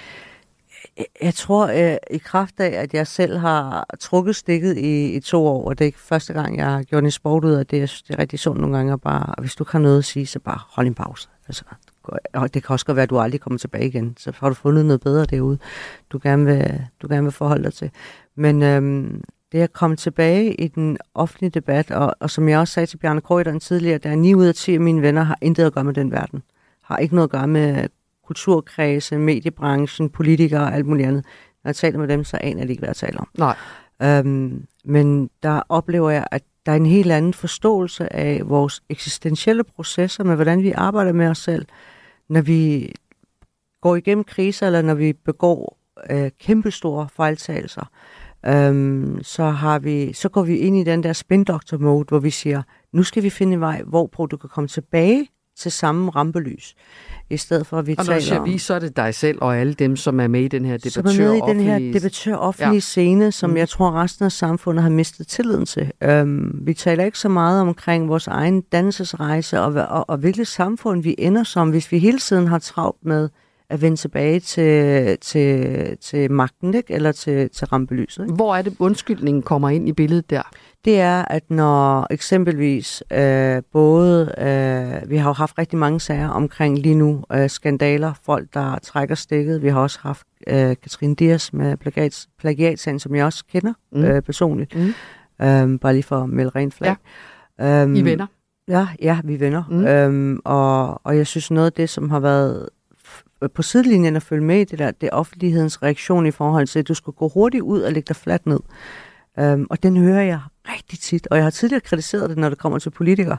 Jeg, jeg tror, øh, i kraft af, at jeg selv har trukket stikket i, i to år, og det er ikke første gang, jeg har gjort en sport ud af det. Jeg synes, det er rigtig sundt nogle gange, bare, hvis du ikke har noget at sige, så bare hold en pause. Altså, og det kan også godt være, at du aldrig kommer tilbage igen. Så har du fundet noget bedre derude, du gerne vil, du gerne vil forholde dig til. Men øhm, det at komme tilbage i den offentlige debat, og, og som jeg også sagde til Bjarne Corydon tidligere, der er ni ud af ti af mine venner, har intet at gøre med den verden. Har ikke noget at gøre med kulturkredse, mediebranchen, politikere og alt muligt andet. Når jeg taler med dem, så aner jeg ikke, hvad jeg taler om. Nej. Øhm, men der oplever jeg, at der er en helt anden forståelse af vores eksistentielle processer, med hvordan vi arbejder med os selv, når vi går igennem kriser, eller når vi begår øh, kæmpestore fejltagelser. Øhm, så, har vi, så går vi ind i den der spin-doctor-mode, hvor vi siger, nu skal vi finde en vej, hvorpå du kan komme tilbage til samme rampelys, i stedet for at vi og taler om... Og når du siger vi, så er det dig selv og alle dem, som er med i den her debattør offentlige... Som er med i den her debattør offentlige ja. scene, som mm. jeg tror resten af samfundet har mistet tilliden til. Um, vi taler ikke så meget omkring vores egen dannelsesrejse, og, og, og hvilket samfund vi ender som, hvis vi hele tiden har travlt med at vende tilbage til, til, til magten, ikke? Eller til, til rampelyset. Ikke? Hvor er det, undskyldningen kommer ind i billedet der? Det er, at når eksempelvis øh, både, øh, vi har jo haft rigtig mange sager omkring lige nu, øh, skandaler, folk der trækker stikket. Vi har også haft øh, Katrine Dias med plagiat, plagiatsagen, som jeg også kender mm. øh, personligt. Mm. Øh, bare lige for at melde rent flag. Ja. Um, I venner? Ja, ja, vi er venner. Mm. Øhm, og, og jeg synes noget af det, som har været på sidelinjen at følge med i det der, det er offentlighedens reaktion i forhold til, at du skal gå hurtigt ud og lægge dig fladt ned. Um, og den hører jeg rigtig tit, og jeg har tidligere kritiseret det, når det kommer til politikere,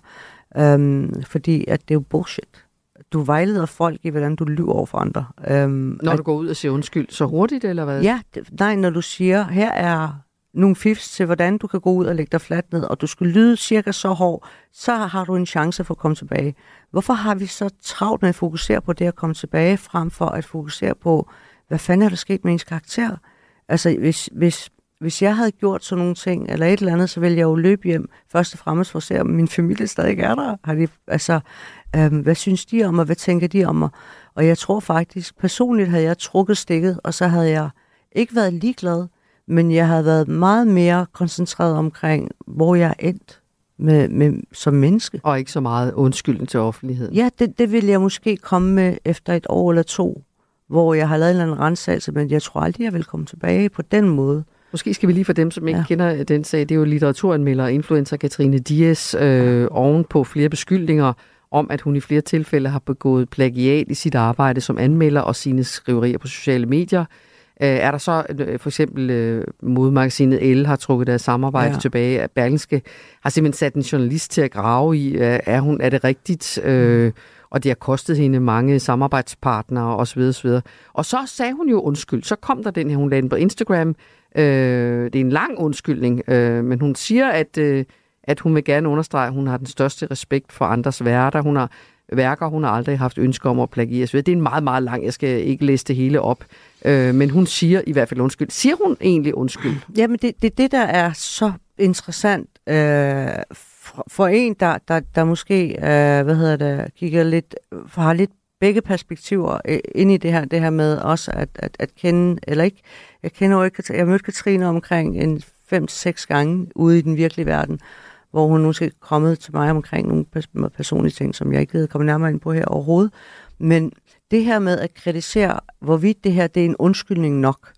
um, fordi at det er jo bullshit. Du vejleder folk i, hvordan du lyver over for andre. Um, når at, du går ud og siger undskyld så hurtigt, eller hvad? Ja, det, nej, når du siger, her er nogle fifs til, hvordan du kan gå ud og lægge dig fladt ned, og du skal lyde cirka så hård, så har du en chance for at komme tilbage. Hvorfor har vi så travlt med at fokusere på det at komme tilbage, frem for at fokusere på, hvad fanden er der sket med ens karakter? Altså, hvis, hvis, hvis jeg havde gjort sådan nogle ting, eller et eller andet, så ville jeg jo løbe hjem, først og fremmest for at se, om min familie stadig er der. Har de, altså, øhm, hvad synes de om mig? Hvad tænker de om mig? Og jeg tror faktisk, personligt havde jeg trukket stikket, og så havde jeg ikke været ligeglad, men jeg havde været meget mere koncentreret omkring, hvor jeg er endt med, med, som menneske. Og ikke så meget undskyldning til offentligheden. Ja, det, det ville jeg måske komme med efter et år eller to, hvor jeg har lavet en eller anden rensagelse, men jeg tror aldrig, jeg vil komme tilbage på den måde. Måske skal vi lige for dem, som ikke ja. kender den sag, det er jo litteraturanmelder og influencer Katrine Dias øh, oven på flere beskyldninger om, at hun i flere tilfælde har begået plagiat i sit arbejde som anmelder og sine skriverier på sociale medier. Er der så for eksempel modemagasinet Elle har trukket deres samarbejde ja. tilbage, at Berlingske har simpelthen sat en journalist til at grave i, er, hun, er det rigtigt, mm. øh, og det har kostet hende mange samarbejdspartnere osv. osv. Og så sagde hun jo undskyld, så kom der den her, hun lagde den på Instagram, øh, det er en lang undskyldning, øh, men hun siger, at, øh, at hun vil gerne understrege, at hun har den største respekt for andres værter, hun har værker, hun har aldrig haft ønske om at plagiere. Det er en meget, meget lang, jeg skal ikke læse det hele op. Øh, men hun siger i hvert fald undskyld. Siger hun egentlig undskyld? Jamen, det er det, det, der er så interessant øh, for, for en, der, der, der måske øh, hvad hedder det, kigger lidt, har lidt begge perspektiver øh, ind i det her, det her med også at, at, at kende, eller ikke, jeg kender jo ikke, jeg mødte Katrine omkring en fem til seks gange ude i den virkelige verden, hvor hun nu skal komme til mig omkring nogle personlige ting, som jeg ikke ved komme nærmere ind på her overhovedet. Men det her med at kritisere, hvorvidt det her det er en undskyldning nok,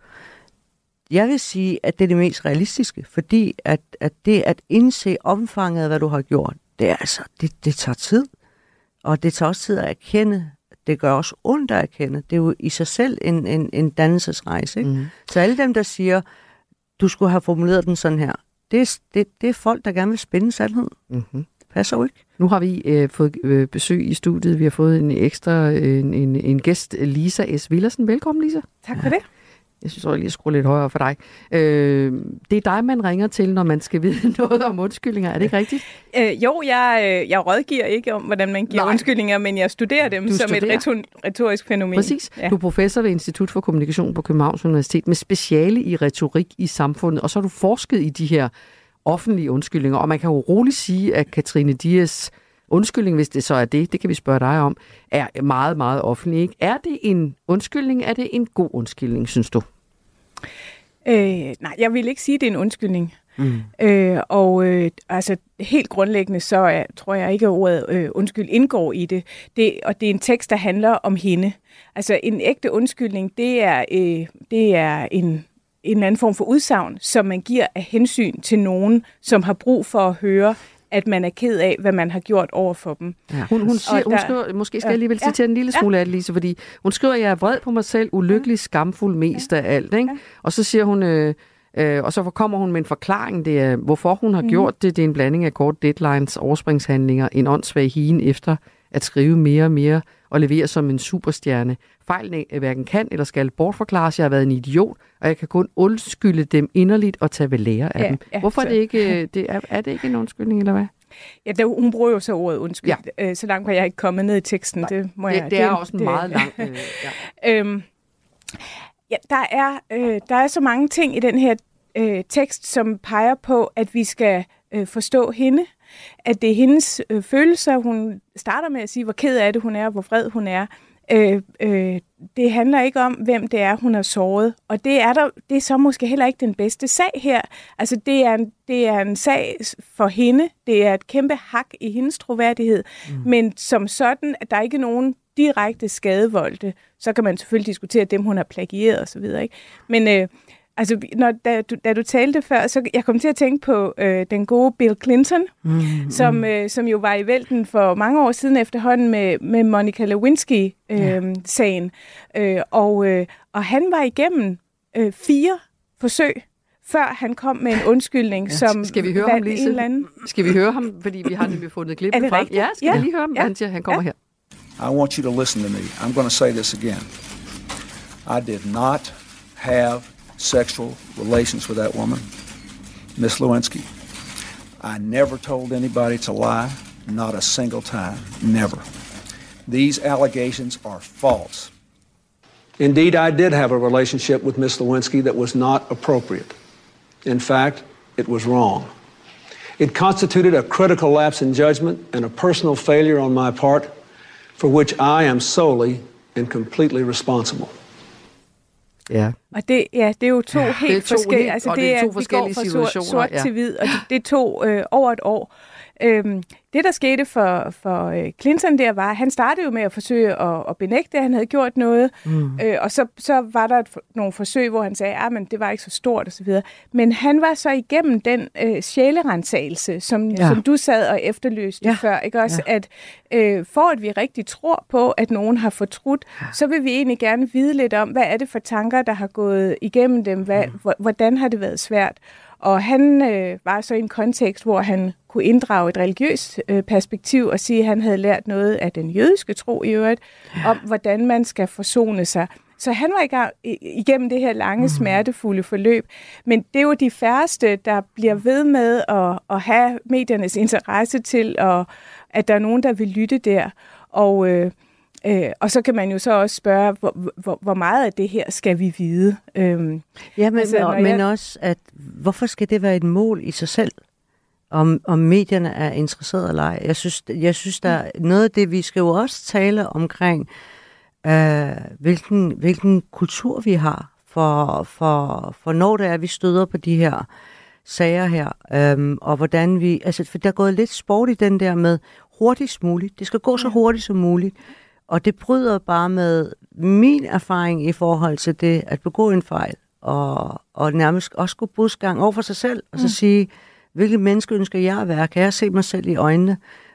jeg vil sige, at det er det mest realistiske, fordi at, at det at indse omfanget af, hvad du har gjort, det er altså, det, det tager tid. Og det tager også tid at erkende det gør også ondt at erkende. Det er jo i sig selv en, en, en dannelsesrejse. Ikke? Mm. Så alle dem, der siger, du skulle have formuleret den sådan her, det er, det, det er folk, der gerne vil spænde sandhed. Mm-hmm. Passer jo ikke. Nu har vi øh, fået øh, besøg i studiet. Vi har fået en ekstra øh, en, en gæst, Lisa S. Villersen. Velkommen, Lisa. Tak for det. Jeg synes også, jeg lige skruer lidt højere for dig. Øh, det er dig, man ringer til, når man skal vide noget om undskyldninger. Er det ikke rigtigt? Øh, jo, jeg, jeg rådgiver ikke om, hvordan man giver Nej. undskyldninger, men jeg studerer dem du som studerer. et retor- retorisk fænomen. Præcis. Ja. Du er professor ved Institut for Kommunikation på Københavns Universitet med speciale i retorik i samfundet, og så har du forsket i de her offentlige undskyldninger. Og man kan jo roligt sige, at Katrine Dias undskyldning, hvis det så er det, det kan vi spørge dig om, er meget, meget offentlig. Ikke? Er det en undskyldning? Er det en god undskyldning, synes du? Øh, nej, jeg vil ikke sige, at det er en undskyldning. Mm. Øh, og øh, altså helt grundlæggende, så er, tror jeg ikke, at ordet øh, undskyld indgår i det. det. Og det er en tekst, der handler om hende. Altså en ægte undskyldning, det er, øh, det er en, en eller anden form for udsagn, som man giver af hensyn til nogen, som har brug for at høre, at man er ked af, hvad man har gjort over for dem. Ja. Hun, hun, siger, der, hun skriver, måske skal ja, jeg alligevel citere ja, en lille smule ja. af det, Lise, fordi hun skriver, at jeg er vred på mig selv, ulykkelig, skamfuld mest ja. af alt. Ikke? Ja. Og så siger hun, øh, øh, og så kommer hun med en forklaring, det er, hvorfor hun har mm. gjort det. Det er en blanding af kort deadlines, overspringshandlinger, en åndssvag higen efter at skrive mere og mere og levere som en superstjerne. Fejlene hverken kan eller skal bortforklares. Jeg har været en idiot, og jeg kan kun undskylde dem inderligt og tage ved lære af ja, dem. Ja, Hvorfor er det ikke, det er, er det ikke en undskyldning, eller hvad? Ja, der, hun bruger jo så ordet undskyld. Ja. Så langt var jeg ikke kommet ned i teksten. Det, må det, jeg, det, det er også en meget lang... Øh, ja. øhm, ja, der, er, øh, der er så mange ting i den her øh, tekst, som peger på, at vi skal øh, forstå hende. At det er hendes øh, følelser. Hun starter med at sige, hvor ked af det hun er, hvor vred hun er. Øh, øh, det handler ikke om, hvem det er, hun har såret. Og det er, der, det er så måske heller ikke den bedste sag her. Altså, det er en, det er en sag for hende. Det er et kæmpe hak i hendes troværdighed. Mm. Men som sådan, at der ikke er nogen direkte skadevoldte, så kan man selvfølgelig diskutere dem, hun har plagieret osv. Men... Øh, Altså, når, da, du, da du talte før, så jeg kom til at tænke på øh, den gode Bill Clinton, mm, som, mm. Øh, som jo var i vælten for mange år siden efterhånden med, med Monica Lewinsky-sagen. Øh, øh, og, øh, og han var igennem øh, fire forsøg, før han kom med en undskyldning, ja. som skal vi høre ham, Lise? En eller anden. Skal vi høre ham, fordi vi har nemlig fundet klippet frem? Ja, skal ja. vi lige høre ham? Ja. Han siger, han kommer ja. her. I want you to listen to me. I'm going to say this again. I did not have sexual relations with that woman, Miss Lewinsky. I never told anybody to lie, not a single time, never. These allegations are false. Indeed, I did have a relationship with Miss Lewinsky that was not appropriate. In fact, it was wrong. It constituted a critical lapse in judgment and a personal failure on my part, for which I am solely and completely responsible. Ja. Og det, ja, det er jo to ja, helt forskellige, altså det er, to forskellige fra situationer, sort, sort ja. til hvid, og det, det tog øh, over et år. Øhm, det, der skete for, for øh, Clinton der var, han startede jo med at forsøge at, at benægte, at han havde gjort noget, mm. øh, og så, så var der et, nogle forsøg, hvor han sagde, at det var ikke så stort osv. Men han var så igennem den øh, sjælerensagelse, som, ja. som du sad og efterløste ja. før, ikke også? Ja. At øh, for at vi rigtig tror på, at nogen har fortrudt, ja. så vil vi egentlig gerne vide lidt om, hvad er det for tanker, der har gået igennem dem, hvad, mm. hvordan har det været svært. Og han øh, var så i en kontekst, hvor han kunne inddrage et religiøst øh, perspektiv og sige, at han havde lært noget af den jødiske tro i øvrigt, ja. om hvordan man skal forsone sig. Så han var i gang, igennem det her lange, mm. smertefulde forløb. Men det er jo de færreste, der bliver ved med at, at have mediernes interesse til, at, at der er nogen, der vil lytte der. Og... Øh, Øh, og så kan man jo så også spørge, hvor, hvor, hvor meget af det her skal vi vide? Øhm, ja, men, altså, og, men jeg... også, at hvorfor skal det være et mål i sig selv, om, om medierne er interesseret eller ej? Jeg synes, jeg synes der er noget af det, vi skal jo også tale omkring, øh, hvilken, hvilken kultur vi har, for, for, for når det er, vi støder på de her sager her, øhm, og hvordan vi, altså for der er gået lidt sport i den der med hurtigst muligt. Det skal gå så hurtigt som muligt. Og det bryder bare med min erfaring i forhold til det at begå en fejl, og, og nærmest også gå busgang over for sig selv, og så mm. sige, hvilket menneske ønsker jeg at være? Kan jeg se mig selv i øjnene?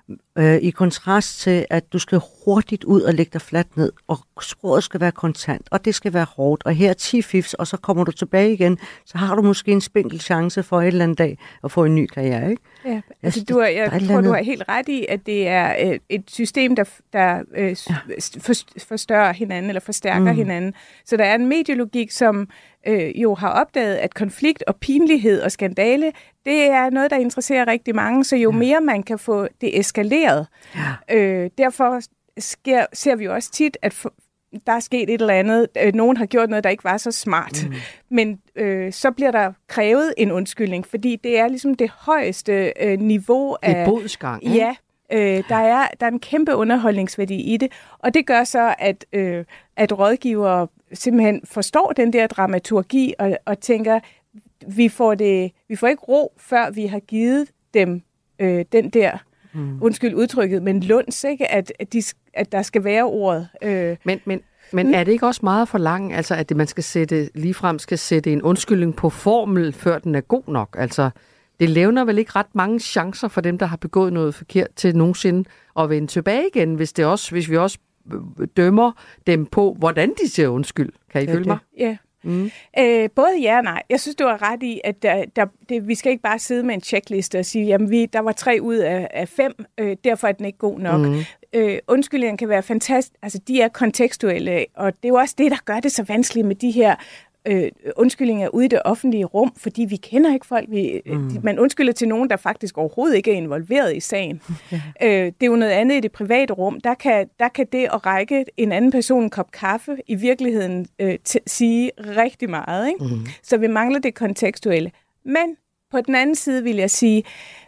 Øh, I kontrast til, at du skal hurtigt ud og lægge dig fladt ned, og sproget skal være kontant, og det skal være hårdt, og her er ti fifs, og så kommer du tilbage igen, så har du måske en spinkel chance for et eller andet dag at få en ny karriere, ikke? Ja, altså du har, jeg tror, du har helt ret i, at det er øh, et system, der, der øh, ja. forstørrer hinanden, eller forstærker mm. hinanden. Så der er en medielogik, som øh, jo har opdaget, at konflikt og pinlighed og skandale, det er noget, der interesserer rigtig mange, så jo ja. mere man kan få det eskaleret. Ja. Øh, derfor sker, ser vi jo også tit, at for, der er sket et eller andet, øh, nogen har gjort noget, der ikke var så smart, mm. men øh, så bliver der krævet en undskyldning, fordi det er ligesom det højeste øh, niveau af... Det er bodsgang, ikke? Ja, øh, der, er, der er en kæmpe underholdningsværdi i det, og det gør så, at, øh, at rådgivere simpelthen forstår den der dramaturgi og, og tænker, vi får, det, vi får ikke ro, før vi har givet dem øh, den der, mm. undskyld udtrykket, men lunds, ikke? At, at, de, at der skal være ordet. Øh. Men, men, men er det ikke også meget for langt, altså at man skal sætte, ligefrem skal sætte en undskyldning på formel, før den er god nok? Altså, det levner vel ikke ret mange chancer for dem, der har begået noget forkert til nogensinde at vende tilbage igen, hvis, det også, hvis vi også dømmer dem på, hvordan de siger undskyld. Kan I ja, følge det. mig? Ja. Mm. Øh, både ja og nej. Jeg synes, du har ret i, at der, der, det, vi skal ikke bare sidde med en checkliste og sige, jamen vi, der var tre ud af, af fem, øh, derfor er den ikke god nok. Mm. Øh, undskyldningen kan være fantastisk, altså de er kontekstuelle, og det er jo også det, der gør det så vanskeligt med de her øh, undskyldninger ude i det offentlige rum, fordi vi kender ikke folk. Vi, mm. de, man undskylder til nogen, der faktisk overhovedet ikke er involveret i sagen. Okay. Øh, det er jo noget andet i det private rum. Der kan, der kan det at række en anden person en kop kaffe i virkeligheden øh, t- sige rigtig meget. Ikke? Mm. Så vi mangler det kontekstuelle. Men på den anden side vil jeg sige,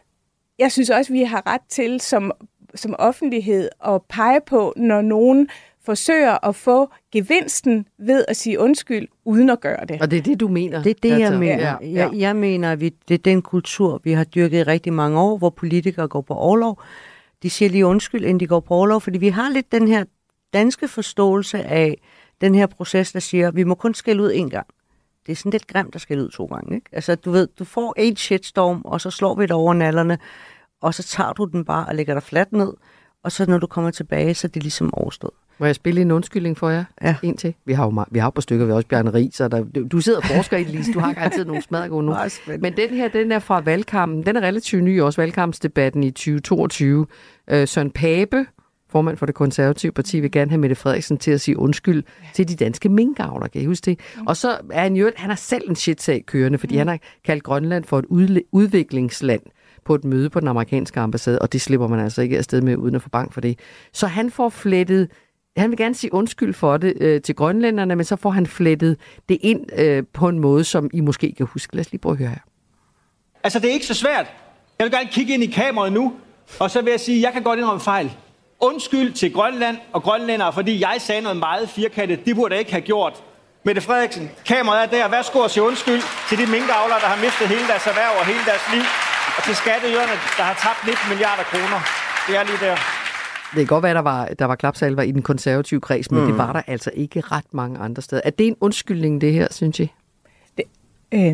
jeg synes også, vi har ret til som, som offentlighed at pege på, når nogen forsøger at få gevinsten ved at sige undskyld, uden at gøre det. Og det er det, du mener? Det er det, jeg altså, mener. Ja, ja. Jeg, jeg mener, at vi, det er den kultur, vi har dyrket i rigtig mange år, hvor politikere går på orlov. De siger lige undskyld, inden de går på orlov, fordi vi har lidt den her danske forståelse af den her proces, der siger, at vi må kun skælde ud én gang. Det er sådan lidt grimt at skælde ud to gange, ikke? Altså, du ved, du får en shitstorm, og så slår vi det over nallerne, og så tager du den bare og lægger dig fladt ned, og så når du kommer tilbage, så er det ligesom overstået. Må jeg spille en undskyldning for jer? Ja. En til. Vi har jo, vi har jo på stykker, vi har også Bjarne Ries, så der, du sidder og forsker i det, Lise. Du har altid nogle smadregode nu. Men den her, den er fra valgkampen. Den er relativt ny, også valgkampsdebatten i tyve toogtyve. Øh, Søren Pape, formand for det konservative parti, vil gerne have Mette Frederiksen til at sige undskyld til de danske minkavlere. Kan I huske det? Og så er han jo, han har selv en shitsag kørende, fordi mm. han har kaldt Grønland for et udviklingsland på et møde på den amerikanske ambassade, og det slipper man altså ikke afsted med, uden at få bank for det. Så han får flettet, han vil gerne sige undskyld for det øh, til grønlænderne, men så får han flettet det ind øh, på en måde, som I måske kan huske. Lad os lige prøve at høre her. Altså, det er ikke så svært. Jeg vil gerne kigge ind i kameraet nu, og så vil jeg sige, at jeg kan godt indrømme fejl. Undskyld til Grønland og grønlændere, fordi jeg sagde noget meget firkantet. De burde jeg ikke have gjort. Mette Frederiksen, kameraet er der. Værsgo og sige undskyld til de minkavlere, der har mistet hele deres erhverv og hele deres liv. Og til skatteyderne, der har tabt nitten milliarder kroner. Det er lige der. Det kan godt være, der var, der var klapsalver i den konservative kreds, men mm. det var der altså ikke ret mange andre steder. Er det en undskyldning, det her, synes I? Det, øh,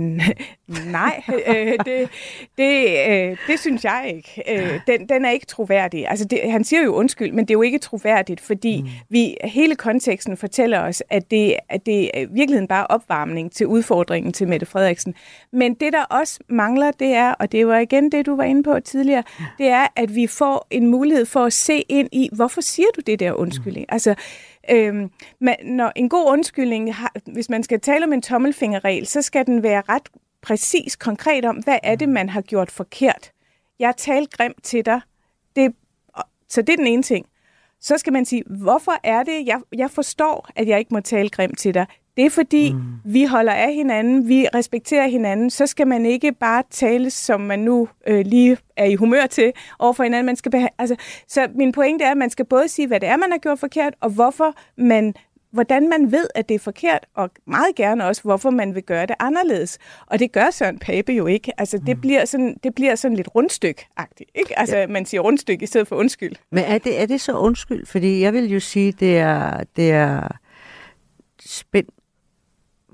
nej, øh, det, det, øh, det synes jeg ikke. Øh, den, den er ikke troværdig. Altså det, han siger jo undskyld, men det er jo ikke troværdigt, fordi mm. vi, hele konteksten fortæller os, at det, at det er virkeligheden bare opvarmning til udfordringen til Mette Frederiksen. Men det, der også mangler, det er, og det var igen det, du var inde på tidligere, det er, at vi får en mulighed for at se ind i, hvorfor siger du det der undskyldning? Mm. Altså, Øhm, men når en god undskyldning, har, hvis man skal tale om en tommelfingerregel, så skal den være ret præcis, konkret om, hvad er det, man har gjort forkert. Jeg har talt grimt til dig. Det, så det er den ene ting. Så skal man sige, hvorfor er det, jeg, jeg forstår, at jeg ikke må tale grimt til dig. Det er fordi, mm. vi holder af hinanden, vi respekterer hinanden, så skal man ikke bare tale, som man nu øh, lige er i humør til overfor hinanden. Man skal beha- altså, så min pointe er, at man skal både sige, hvad det er, man har gjort forkert, og hvorfor man, hvordan man ved, at det er forkert, og meget gerne også, hvorfor man vil gøre det anderledes. Og det gør Søren Pape jo ikke. Altså, det, mm. bliver sådan, det bliver sådan lidt rundstyk-agtigt, ikke? Altså, ja. Man siger rundstyk i stedet for undskyld. Men er det, er det så undskyld? Fordi jeg vil jo sige, det er, det er spændt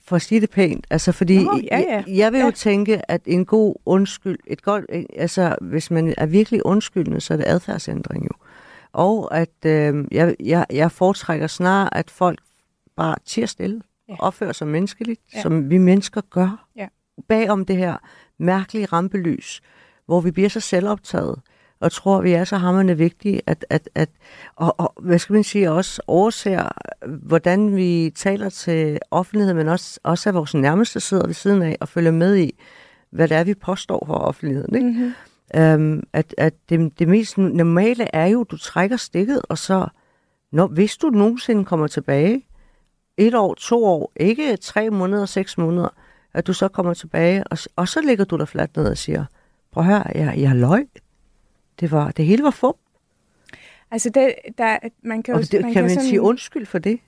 for at sige det pænt, altså fordi Nå, ja, ja. Jeg, jeg vil jo ja. tænke, at en god undskyld, et godt, altså hvis man er virkelig undskyldende, så er det adfærdsændring jo. Og at øh, jeg, jeg, jeg foretrækker snarere, at folk bare tier stille, ja. opfører sig menneskeligt, ja. som vi mennesker gør, ja. bagom det her mærkelige rampelys, hvor vi bliver så selvoptaget, og tror, at vi er så hamrende vigtige, at, at, at og, og, hvad skal man sige, også overser, hvordan vi taler til offentligheden, men også, også at vores nærmeste sidder ved siden af og følger med i, hvad det er, vi påstår for offentligheden. Ikke? Mm-hmm. Øhm, at at det, det mest normale er jo, at du trækker stikket, og så, når, hvis du nogensinde kommer tilbage, et år, to år, ikke tre måneder, seks måneder, at du så kommer tilbage, og, og så ligger du der fladt ned og siger, prøv at høre, jeg, jeg løg. Det, var, det hele var fup. Altså, det, der, man kan jo... Og det, man kan man sådan, sige undskyld for det?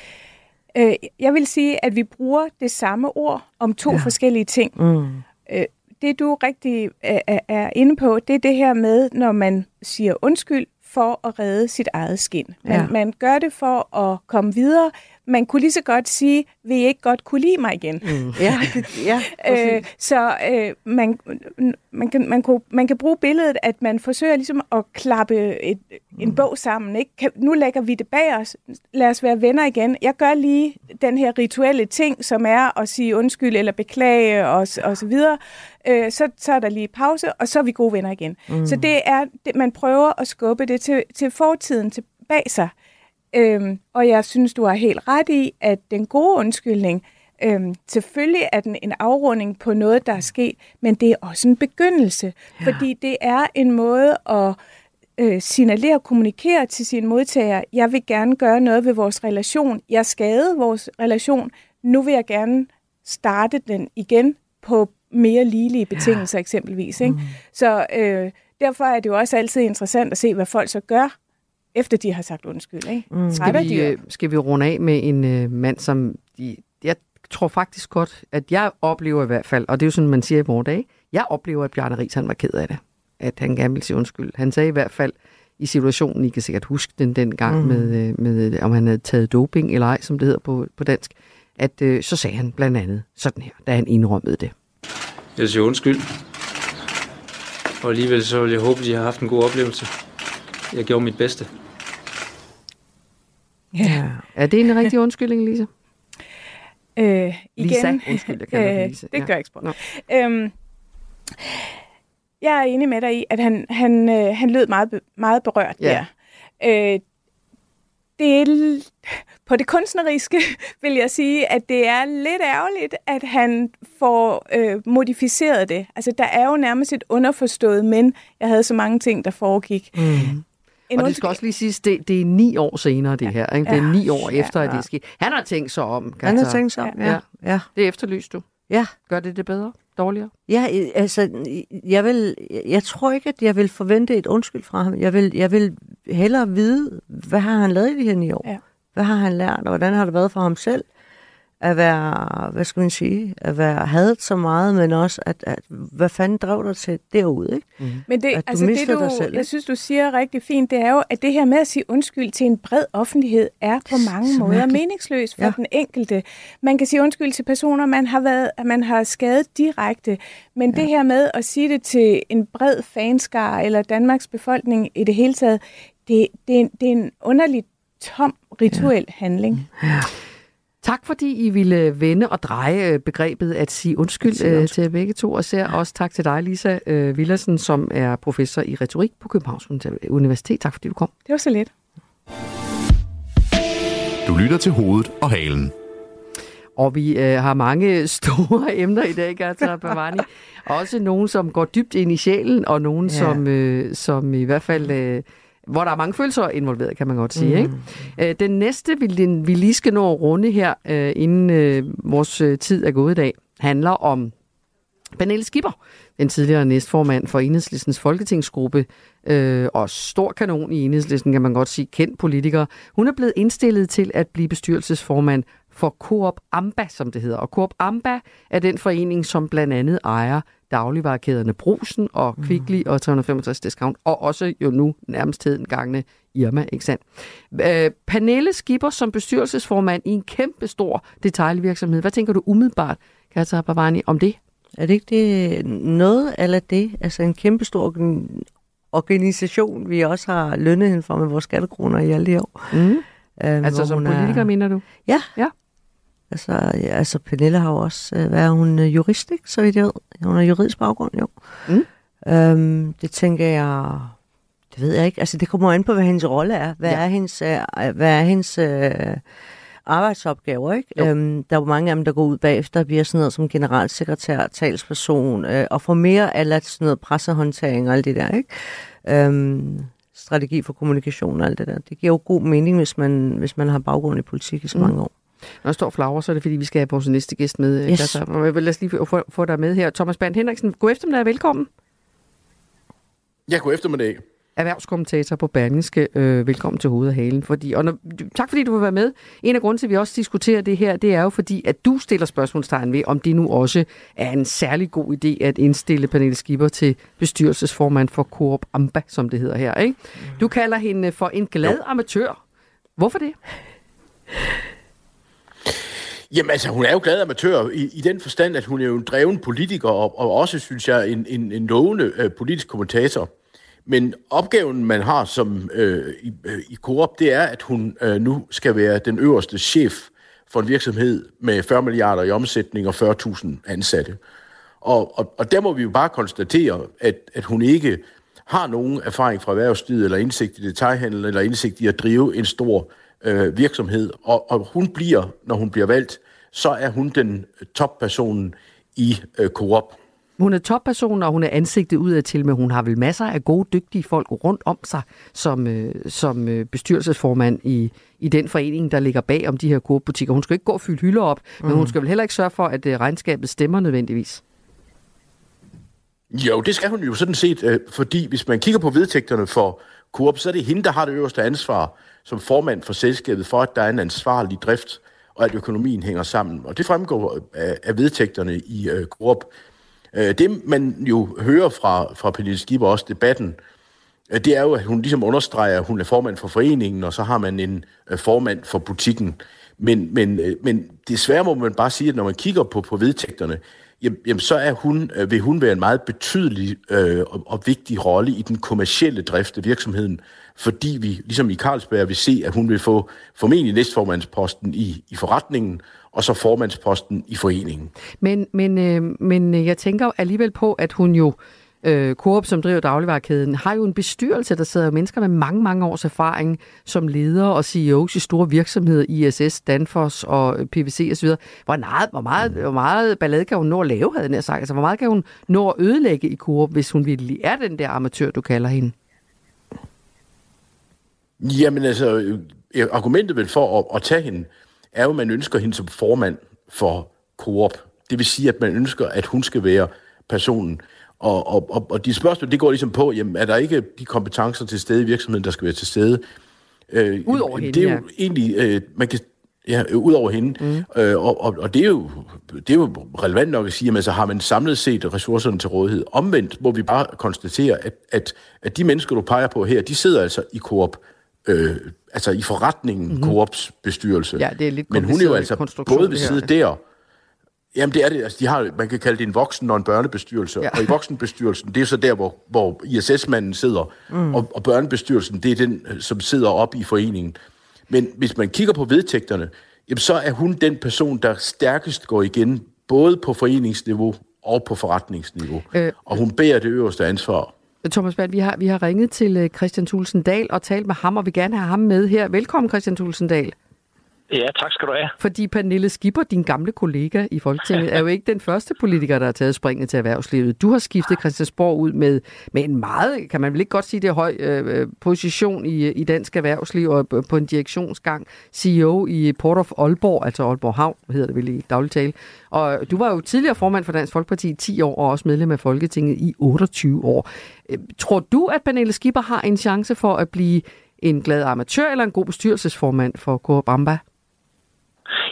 Øh, jeg vil sige, at vi bruger det samme ord om to ja. forskellige ting. Mm. Øh, det, du rigtig er, er inde på, det er det her med, når man siger undskyld for at redde sit eget skind. Man, ja. man gør det for at komme videre. Man kunne lige så godt sige, vil I ikke godt kunne lide mig igen? Mm. Ja, det, ja, øh, så øh, man, man, kan, man, kan, man kan bruge billedet, at man forsøger ligesom at klappe et, en mm. bog sammen. Ikke? Kan, nu lægger vi det bag os. Lad os være venner igen. Jeg gør lige den her rituelle ting, som er at sige undskyld eller beklage og, og så videre. Øh, så, så er der lige pause, og så er vi gode venner igen. Mm. Så det er, det, man prøver at skubbe det til, til fortiden, til bag sig. Øhm, og jeg synes, du har helt ret i, at den gode undskyldning, øhm, selvfølgelig er den en afrunding på noget, der er sket, men det er også en begyndelse, ja. fordi det er en måde at øh, signalere og kommunikere til sine modtagere, jeg vil gerne gøre noget ved vores relation, jeg skadede vores relation, nu vil jeg gerne starte den igen på mere ligelige betingelser ja. eksempelvis. Ikke? Mm. Så øh, derfor er det jo også altid interessant at se, hvad folk så gør, efter de har sagt undskyld, ikke? Mm. Skal, vi, skal vi runde af med en øh, mand, som... De, jeg tror faktisk godt, at jeg oplever i hvert fald, og det er jo sådan, man siger i vores dag, jeg oplever, at Bjarne Riis, han var ked af det. At han gerne ville sige undskyld. Han sagde i hvert fald i situationen, I kan sikkert huske den dengang, mm. med, med, om han havde taget doping eller ej, som det hedder på, på dansk, at øh, så sagde han blandt andet sådan her, da han indrømmede det. Jeg siger undskyld. Og alligevel så vil jeg håbe, at I har haft en god oplevelse. Jeg gjorde mit bedste. Ja. Er det en rigtig undskyldning, Lisa? Øh, igen, Lisa, undskyld, jeg kalder øh, Lisa. Det ja. gør jeg ikke spurgt. Øhm, jeg er enig med dig i, at han, han, øh, han lød meget, meget berørt ja. der. Øh, det er, på det kunstneriske vil jeg sige, at det er lidt ærgerligt, at han får øh, modificeret det. Altså, der er jo nærmest et underforstået, men jeg havde så mange ting, der foregik. Mm. En og det skal også lige siges, det, det er ni år senere, det her. Ikke? Det er ni år ja, efter, at ja. det er sket. Han har tænkt sig om. Katar. Han har tænkt sig om, ja. ja. ja. Det efterlyste du. Ja. Gør det det bedre? Dårligere? Ja, altså, jeg, vil, jeg tror ikke, at jeg vil forvente et undskyld fra ham. Jeg vil, jeg vil hellere vide, hvad har han lavet i de her ni år? Ja. Hvad har han lært, og hvordan har det været for ham selv? At være, hvad skal man sige, at være hadet så meget, men også, at, at hvad fanden drev dig til derude, ikke? Mm. Men det, at du altså det, du, dig selv, jeg synes, du siger rigtig fint, det er jo, at det her med at sige undskyld til en bred offentlighed, er på mange så måder mærkeligt. meningsløst for ja. den enkelte. Man kan sige undskyld til personer, man har, været, man har skadet direkte, men ja. det her med at sige det til en bred fanskare, eller Danmarks befolkning i det hele taget, det, det, det er en underlig tom rituel ja. handling. Ja. Tak fordi I ville vende og dreje begrebet at sige undskyld, undskyld. til begge to, og især også tak til dig, Lisa Villadsen, som er professor i retorik på Københavns Universitet. Tak fordi du kom. Det var så lidt. Du lytter til Hovedet og Halen. Og vi øh, har mange store emner i dag, Katar Bhavani. Også nogen, som går dybt ind i sjælen, og nogen, ja. som, øh, som i hvert fald... Øh, hvor der er mange følelser involveret, kan man godt sige. Mm. Ikke? Den næste, vi lige skal nå at runde her, inden vores tid er gået i dag, handler om Pernille Skipper, den tidligere næstformand for Enhedslistens folketingsgruppe, og stor kanon i Enhedslisten, kan man godt sige, kendt politiker. Hun er blevet indstillet til at blive bestyrelsesformand for Coop Amba, som det hedder. Og Coop Amba er den forening, som blandt andet ejer dagligvarekæderne Brugsen og Kvickly og tre hundrede og femogtres Discount, og også jo nu nærmest heden gangne Irma, ikke sandt? Øh, Pernille Skipper som bestyrelsesformand i en kæmpe stor detailvirksomhed. Hvad tænker du umiddelbart, Katja Bavani, om det? Er det ikke det noget eller det? Altså en kæmpe stor organ- organisation, vi også har lønnet hende for med vores skattekroner i alle de år. Mm. Øhm, altså som politiker, er... mener du? Ja. ja. Altså, ja, altså Pernille har jo også øh, været hun er jurist, ikke? Så vidt jeg ved. Hun har juridisk baggrund, jo. Mm. Øhm, det tænker jeg... Det ved jeg ikke. Altså, det kommer an på, hvad hendes rolle er. Hvad ja. er hendes, øh, hvad er hendes øh, arbejdsopgaver, ikke? Øhm, der er jo mange af dem, der går ud bagefter, bliver sådan noget som generalsekretær, talsperson, øh, og får mere eller sådan noget pressehåndtering og alt det der, ikke? Øhm, strategi for kommunikation og alt det der. Det giver jo god mening, hvis man, hvis man har baggrund i politik i så mange mm. år. Når der står Flagre, så er det fordi, vi skal have vores næste gæst med. Yes. Lad os lige få, få dig med her. Thomas Bernt Henriksen, god eftermiddag, velkommen. Ja, god eftermiddag. Erhvervskommentator på Berlingske. Øh, velkommen til Hovedet af Halen. Fordi, og når, tak fordi du vil være med. En af grunden til, at vi også diskuterer det her, det er jo fordi, at du stiller spørgsmålstegn ved, om det nu også er en særlig god idé at indstille Pernille Skipper til bestyrelsesformand for Coop Amba, som det hedder her, ikke? Du kalder hende for en glad jo. amatør. Hvorfor det? Jamen altså, hun er jo glad amatør i, i den forstand, at hun er jo en dreven politiker, og, og også, synes jeg, en, en, en lovende øh, politisk kommentator. Men opgaven, man har som øh, i, øh, i Coop, det er, at hun øh, nu skal være den øverste chef for en virksomhed med fyrre milliarder i omsætning og fyrre tusind ansatte. Og, og, og der må vi jo bare konstatere, at, at hun ikke har nogen erfaring fra erhvervslivet, eller indsigt i detailhandel, eller indsigt i at drive en stor øh, virksomhed. Og, og hun bliver, når hun bliver valgt, så er hun den toppersonen i øh, Coop. Hun er topperson, og hun er ansigtet udad til, men hun har vel masser af gode, dygtige folk rundt om sig som, øh, som øh, bestyrelsesformand i, i den forening, der ligger bag om de her Coop-butikker. Hun skal ikke gå og fylde hylder op, mm. men hun skal vel heller ikke sørge for, at øh, regnskabet stemmer nødvendigvis. Jo, det skal hun jo sådan set, øh, fordi hvis man kigger på vedtægterne for Coop, så er det hende, der har det øverste ansvar som formand for selskabet for, at der er en ansvarlig drift, og at økonomien hænger sammen. Og det fremgår af, af vedtægterne i øh, Coop. Det, man jo hører fra, fra Pernille Skipper, også debatten, det er jo, at hun ligesom understreger, at hun er formand for foreningen, og så har man en formand for butikken. Men, men, men desværre må man bare sige, at når man kigger på, på vedtægterne, jamen, så er hun, vil hun være en meget betydelig øh, og, og vigtig rolle i den kommercielle drift af virksomheden, fordi vi, ligesom i Carlsberg, vil se, at hun vil få formentlig næstformandsposten i, i forretningen, og så formandsposten i foreningen. Men, men, øh, men jeg tænker alligevel på, at hun jo, øh, Coop, som driver dagligvarekæden, har jo en bestyrelse, der sidder mennesker med mange, mange års erfaring som ledere og C E O's i store virksomheder, I S S, Danfoss og P V C osv. Hvor meget, hvor meget, hvor meget ballade kan hun nå at lave, havde jeg sagt? Altså, hvor meget kan hun nå at ødelægge i Coop, hvis hun virkelig er den der amatør, du kalder hende? Jamen altså, argumentet vel for at, at tage hende, er jo, at man ønsker hende som formand for Coop. Det vil sige, at man ønsker, at hun skal være personen. Og, og, og, og de spørgsmål, det går ligesom på, jamen, er der ikke de kompetencer til stede i virksomheden, der skal være til stede? Øh, Udover hende, det er jo ja. egentlig, øh, man kan, ja, ud over hende. Mm. Øh, og, og, og det er jo det er jo relevant nok at sige, at så har man samlet set ressourcerne til rådighed. Omvendt må vi bare konstatere, at, at, at de mennesker, du peger på her, de sidder altså i Coop. Øh, altså i forretningen, mm-hmm. Coops bestyrelse. Ja, det er lidt men hun er jo altså både ved side der. Jamen det er det, altså de har, man kan kalde det en voksen- og en børnebestyrelse. Ja. Og i voksenbestyrelsen, det er så der, hvor, hvor I S S-manden sidder. Mm. Og, og børnebestyrelsen, det er den, som sidder oppe i foreningen. Men hvis man kigger på vedtægterne, jamen, så er hun den person, der stærkest går igen, både på foreningsniveau og på forretningsniveau. Øh. Og hun bærer det øverste ansvar. Thomas Bernt, vi har, vi har ringet til Christian Thulesen Dahl og talt med ham, og vi vil gerne have ham med her. Velkommen, Christian Thulesen Dahl. Ja, tak skal du have. Fordi Pernille Skipper, din gamle kollega i Folketinget, er jo ikke den første politiker, der har taget springet til erhvervslivet. Du har skiftet Christiansborg ud med, med en meget, kan man vel ikke godt sige, det er høj øh, position i, i dansk erhvervsliv og på en direktionsgang. C E O i Port of Aalborg, altså Aalborg Havn, hedder det vel i daglig tale. Og du var jo tidligere formand for Dansk Folkeparti i ti år, og også medlem af Folketinget i otteogtyve år. Tror du, at Pernille Skipper har en chance for at blive en glad amatør eller en god bestyrelsesformand for Coop Amba?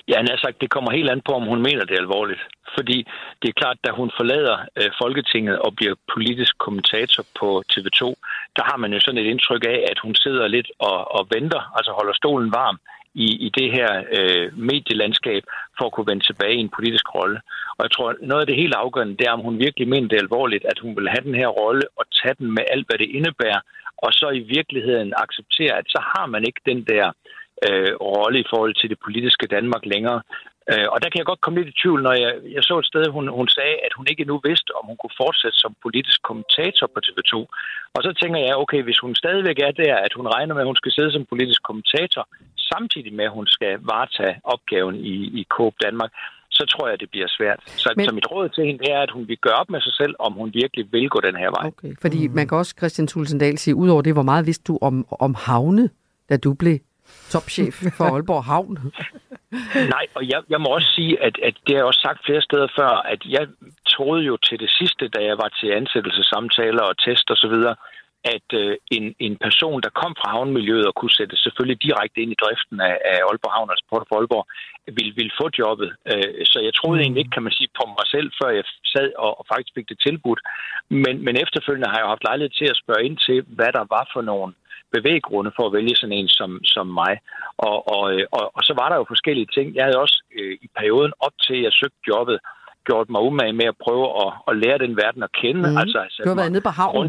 Ja, han har sagt, det kommer helt an på, om hun mener det alvorligt. Fordi det er klart, da hun forlader øh, Folketinget og bliver politisk kommentator på T V to, der har man jo sådan et indtryk af, at hun sidder lidt og, og venter, altså holder stolen varm i, i det her øh, medielandskab for at kunne vende tilbage i en politisk rolle. Og jeg tror, noget af det helt afgørende, det er, om hun virkelig mener det alvorligt, at hun vil have den her rolle og tage den med alt, hvad det indebærer, og så i virkeligheden acceptere, at så har man ikke den der øh, rolle i forhold til det politiske Danmark længere. Øh, og der kan jeg godt komme lidt i tvivl, når jeg, jeg så et sted, hun, hun sagde, at hun ikke endnu vidste, om hun kunne fortsætte som politisk kommentator på T V to. Og så tænker jeg, okay, hvis hun stadigvæk er der, at hun regner med, at hun skal sidde som politisk kommentator, samtidig med, at hun skal varetage opgaven i, i Coop Danmark, så tror jeg, det bliver svært. Så, Men... så mit råd til hende er, at hun vil gøre op med sig selv, om hun virkelig vil gå den her vej. Okay, fordi man kan også, Kristian Thulesen Dahl, sige, udover det, hvor meget vidste du om, om havne, da du blev topchef for Aalborg Havn? Nej, og jeg, jeg må også sige, at, at det har jeg også sagt flere steder før, at jeg troede jo til det sidste, da jeg var til ansættelsessamtaler og test og så videre, at øh, en, en person, der kom fra havnemiljøet og kunne sætte selvfølgelig direkte ind i driften af, af Aalborg Havn, altså Port of Aalborg, ville, ville få jobbet. Øh, så jeg troede egentlig ikke, kan man sige, på mig selv, før jeg sad og, og faktisk fik det tilbudt. Men, men efterfølgende har jeg haft lejlighed til at spørge ind til, hvad der var for nogle bevæggrunde for at vælge sådan en som, som mig. Og, og, og, og så var der jo forskellige ting. Jeg havde også øh, i perioden op til, at jeg søgte jobbet, gjort mig umage med at prøve at, at lære den verden at kende. Mm. Altså, du har været nede på havnen.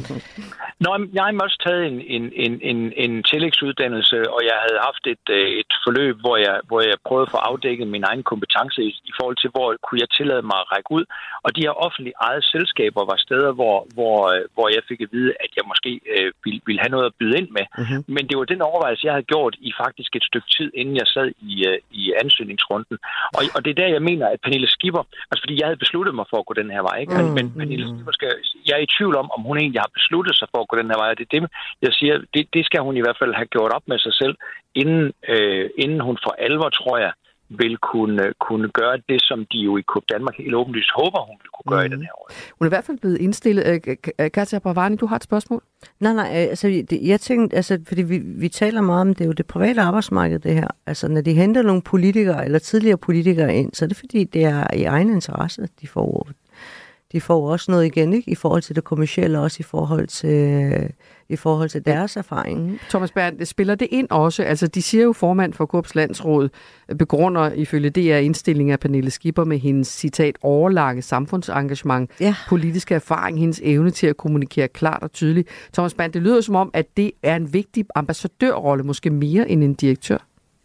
Nå, jeg har også taget en, en, en, en, en tillægsuddannelse, og jeg havde haft et, et forløb, hvor jeg, hvor jeg prøvede at få afdækket min egen kompetence i, i forhold til, hvor kunne jeg tillade mig at række ud. Og de her offentlige eget selskaber var steder, hvor, hvor, hvor jeg fik at vide, at jeg måske øh, ville, ville have noget at byde ind med. Mm-hmm. Men det var den overvejelse, jeg havde gjort i faktisk et stykke tid, inden jeg sad i, øh, i ansøgningsrunden. Og, og det er der, jeg mener, at Pernille Skipper, altså fordi jeg havde besluttet mig for at gå den her vej, ikke? Men, mm. men Pernille Skipper skal, jeg er i tvivl om, om hun egentlig har besluttet sig for at gå den her vej, og det er det, jeg siger, det, det skal hun i hvert fald have gjort op med sig selv, inden, øh, inden hun for alvor, tror jeg, vil kunne, kunne gøre det, som de jo i Coop Danmark helt åbenlyst håber, hun vil kunne gøre mm. i den her år. Hun er i hvert fald blevet indstillet. Katja Bravani, du har et spørgsmål? Nej, nej, altså det, jeg tænkte, altså, fordi vi, vi taler meget om, det er jo det private arbejdsmarked, det her. Altså når de henter nogle politikere, eller tidligere politikere ind, så er det fordi, det er i egen interesse, at de får de får også noget igen, ikke? I forhold til det kommercielle, også i forhold til, i forhold til deres erfaring. Mm. Thomas Bernd, spiller det ind også? Altså, de siger jo, formand for Coops Landsråd begrunder ifølge D R indstilling af Pernille Skipper med hendes, citat, overlange samfundsengagement, ja. Politiske erfaring, hendes evne til at kommunikere klart og tydeligt. Thomas Bernd, det lyder som om, at det er en vigtig ambassadørrolle, måske mere end en direktør.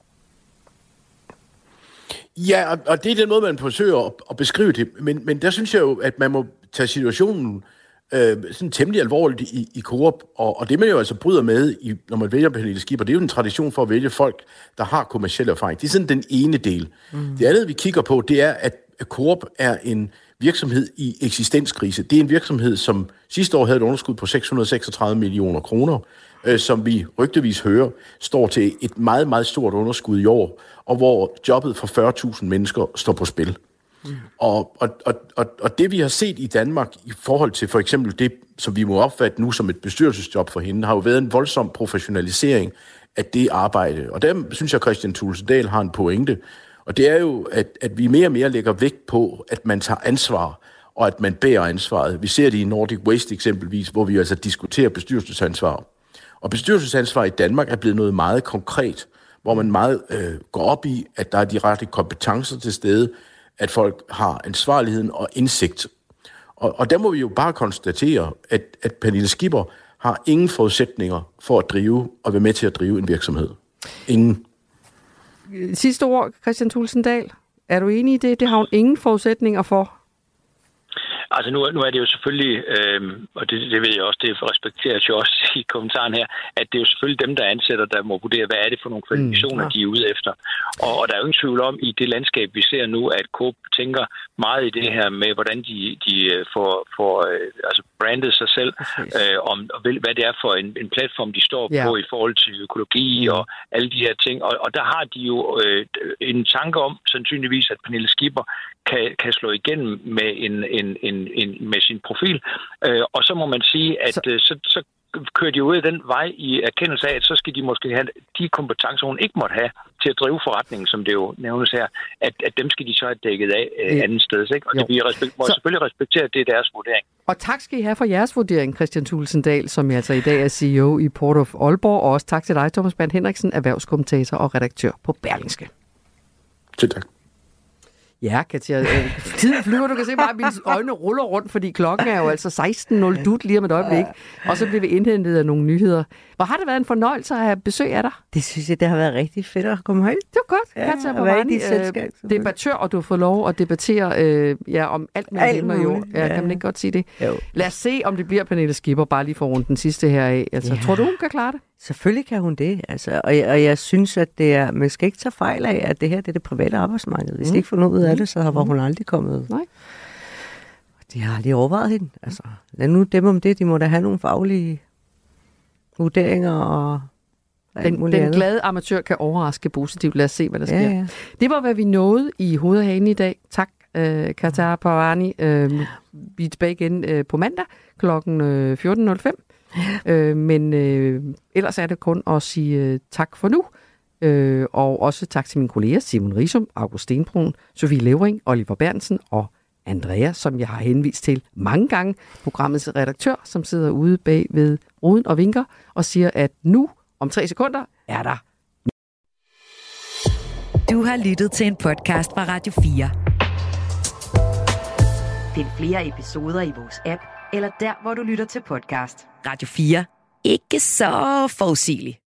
Ja, og, og det er den måde, man forsøger at, at beskrive det. Men, men der synes jeg jo, at man må tage situationen øh, sådan temmelig alvorligt i, i Coop. Og, og det man jo altså bryder med, i, når man vælger Pernille Skipper, det er jo en tradition for at vælge folk, der har kommerciel erfaring. Det er sådan den ene del. Mm. Det andet, vi kigger på, det er, at Coop er en virksomhed i eksistenskrise. Det er en virksomhed, som sidste år havde et underskud på seks hundrede og seksogtredive millioner kroner, øh, som vi rygtevis hører, står til et meget, meget stort underskud i år, og hvor jobbet for fyrre tusind mennesker står på spil. Mm. Og, og, og, og det, vi har set i Danmark i forhold til for eksempel det, som vi må opfatte nu som et bestyrelsesjob for hende, har jo været en voldsom professionalisering af det arbejde. Og der synes jeg, at Kristian Thulesen Dahl har en pointe. Og det er jo, at, at vi mere og mere lægger vægt på, at man tager ansvar, og at man bærer ansvaret. Vi ser det i Nordic Waste eksempelvis, hvor vi altså diskuterer bestyrelsesansvar. Og bestyrelsesansvar i Danmark er blevet noget meget konkret, hvor man meget øh, går op i, at der er de rette kompetencer til stede, at folk har ansvarligheden og indsigt. Og, og der må vi jo bare konstatere, at, at Pernille Skipper har ingen forudsætninger for at drive og være med til at drive en virksomhed. Ingen. Sidste ord, Kristian Thulesen Dahl. Er du enig i det? Det har hun ingen forudsætninger for. Altså nu, nu er det jo selvfølgelig, øh, og det, det ved jeg også, det respekteres jo også i kommentaren her, at det er jo selvfølgelig dem, der ansætter, der må vurdere, hvad er det for nogle kvalifikationer, mm, ja. de er ude efter. Og, og der er jo ingen tvivl om, i det landskab, vi ser nu, at Coop tænker meget i det her med, hvordan de, de får, får øh, altså brandet sig selv, øh, om og hvad det er for en, en platform, de står ja. på i forhold til økologi mm. og alle de her ting. Og, og der har de jo øh, en tanke om, sandsynligvis, at Pernille Skipper kan, kan slå igennem med en, en, en En, med sin profil. Øh, og så må man sige, at så, så, så, kører de ud af den vej i erkendelse af, at så skal de måske have de kompetencer, hun ikke måtte have til at drive forretningen, som det jo nævnes her, at, at dem skal de så have dækket af øh, andet sted. Ikke? Og jo. det vi respekt, må så... selvfølgelig respektere, at det er deres vurdering. Og tak skal I have for jeres vurdering, Christian Thulesen Dahl, som jeg altså i dag er C E O i Port of Aalborg, og også tak til dig, Thomas Brandt Henriksen, erhvervskommentator og redaktør på Berlingske. Til tak. Ja, Katja, øh, tiden flyver, du kan se bare, at mine øjne ruller rundt, fordi klokken er jo altså seksten nul dut lige om et øjeblik, og så bliver vi indhentet af nogle nyheder. Hvor har det været en fornøjelse at have besøg af dig? Det synes jeg, det har været rigtig fedt at komme herind. Det var godt, ja, Katja Bavani, øh, debattør, og du har fået lov at debattere øh, ja, om alt mellem himmel og jord. Ja, kan man ikke godt sige det? Jo. Lad os se, om det bliver Pernille Skipper, bare lige for rundt den sidste her af. Altså, ja. Tror du, hun kan klare det? Selvfølgelig kan hun det, altså, og, jeg, og jeg synes, at det er, man skal ikke tage fejl af, at det her det er det private arbejdsmarked. Hvis mm. de ikke får noget ud af det, så var hun aldrig kommet. Nej. De har aldrig overvejet hende. Altså, lad nu dem om det, de må da have nogle faglige vurderinger og den, den andet. glade amatør kan overraske positivt. Lad os se, hvad der sker. Ja, ja. Det var, hvad vi nåede i Hovedhagen i dag. Tak, øh, Katja Bavani. Øh, vi er tilbage igen øh, på mandag klokken øh, fjorten nul fem. Øh, men øh, ellers er det kun at sige øh, tak for nu, øh, og også tak til mine kolleger Simon Risum, August Stenbrun, Sofie Levering, Oliver Bernsen og Andrea, som jeg har henvist til mange gange, programmets redaktør, som sidder ude bag ved ruden og vinker og siger, at nu om tre sekunder er der. Du har lyttet til en podcast fra Radio fire. Find flere episoder i vores app, eller der, hvor du lytter til podcast. Radio fire. Ikke så forudsigeligt.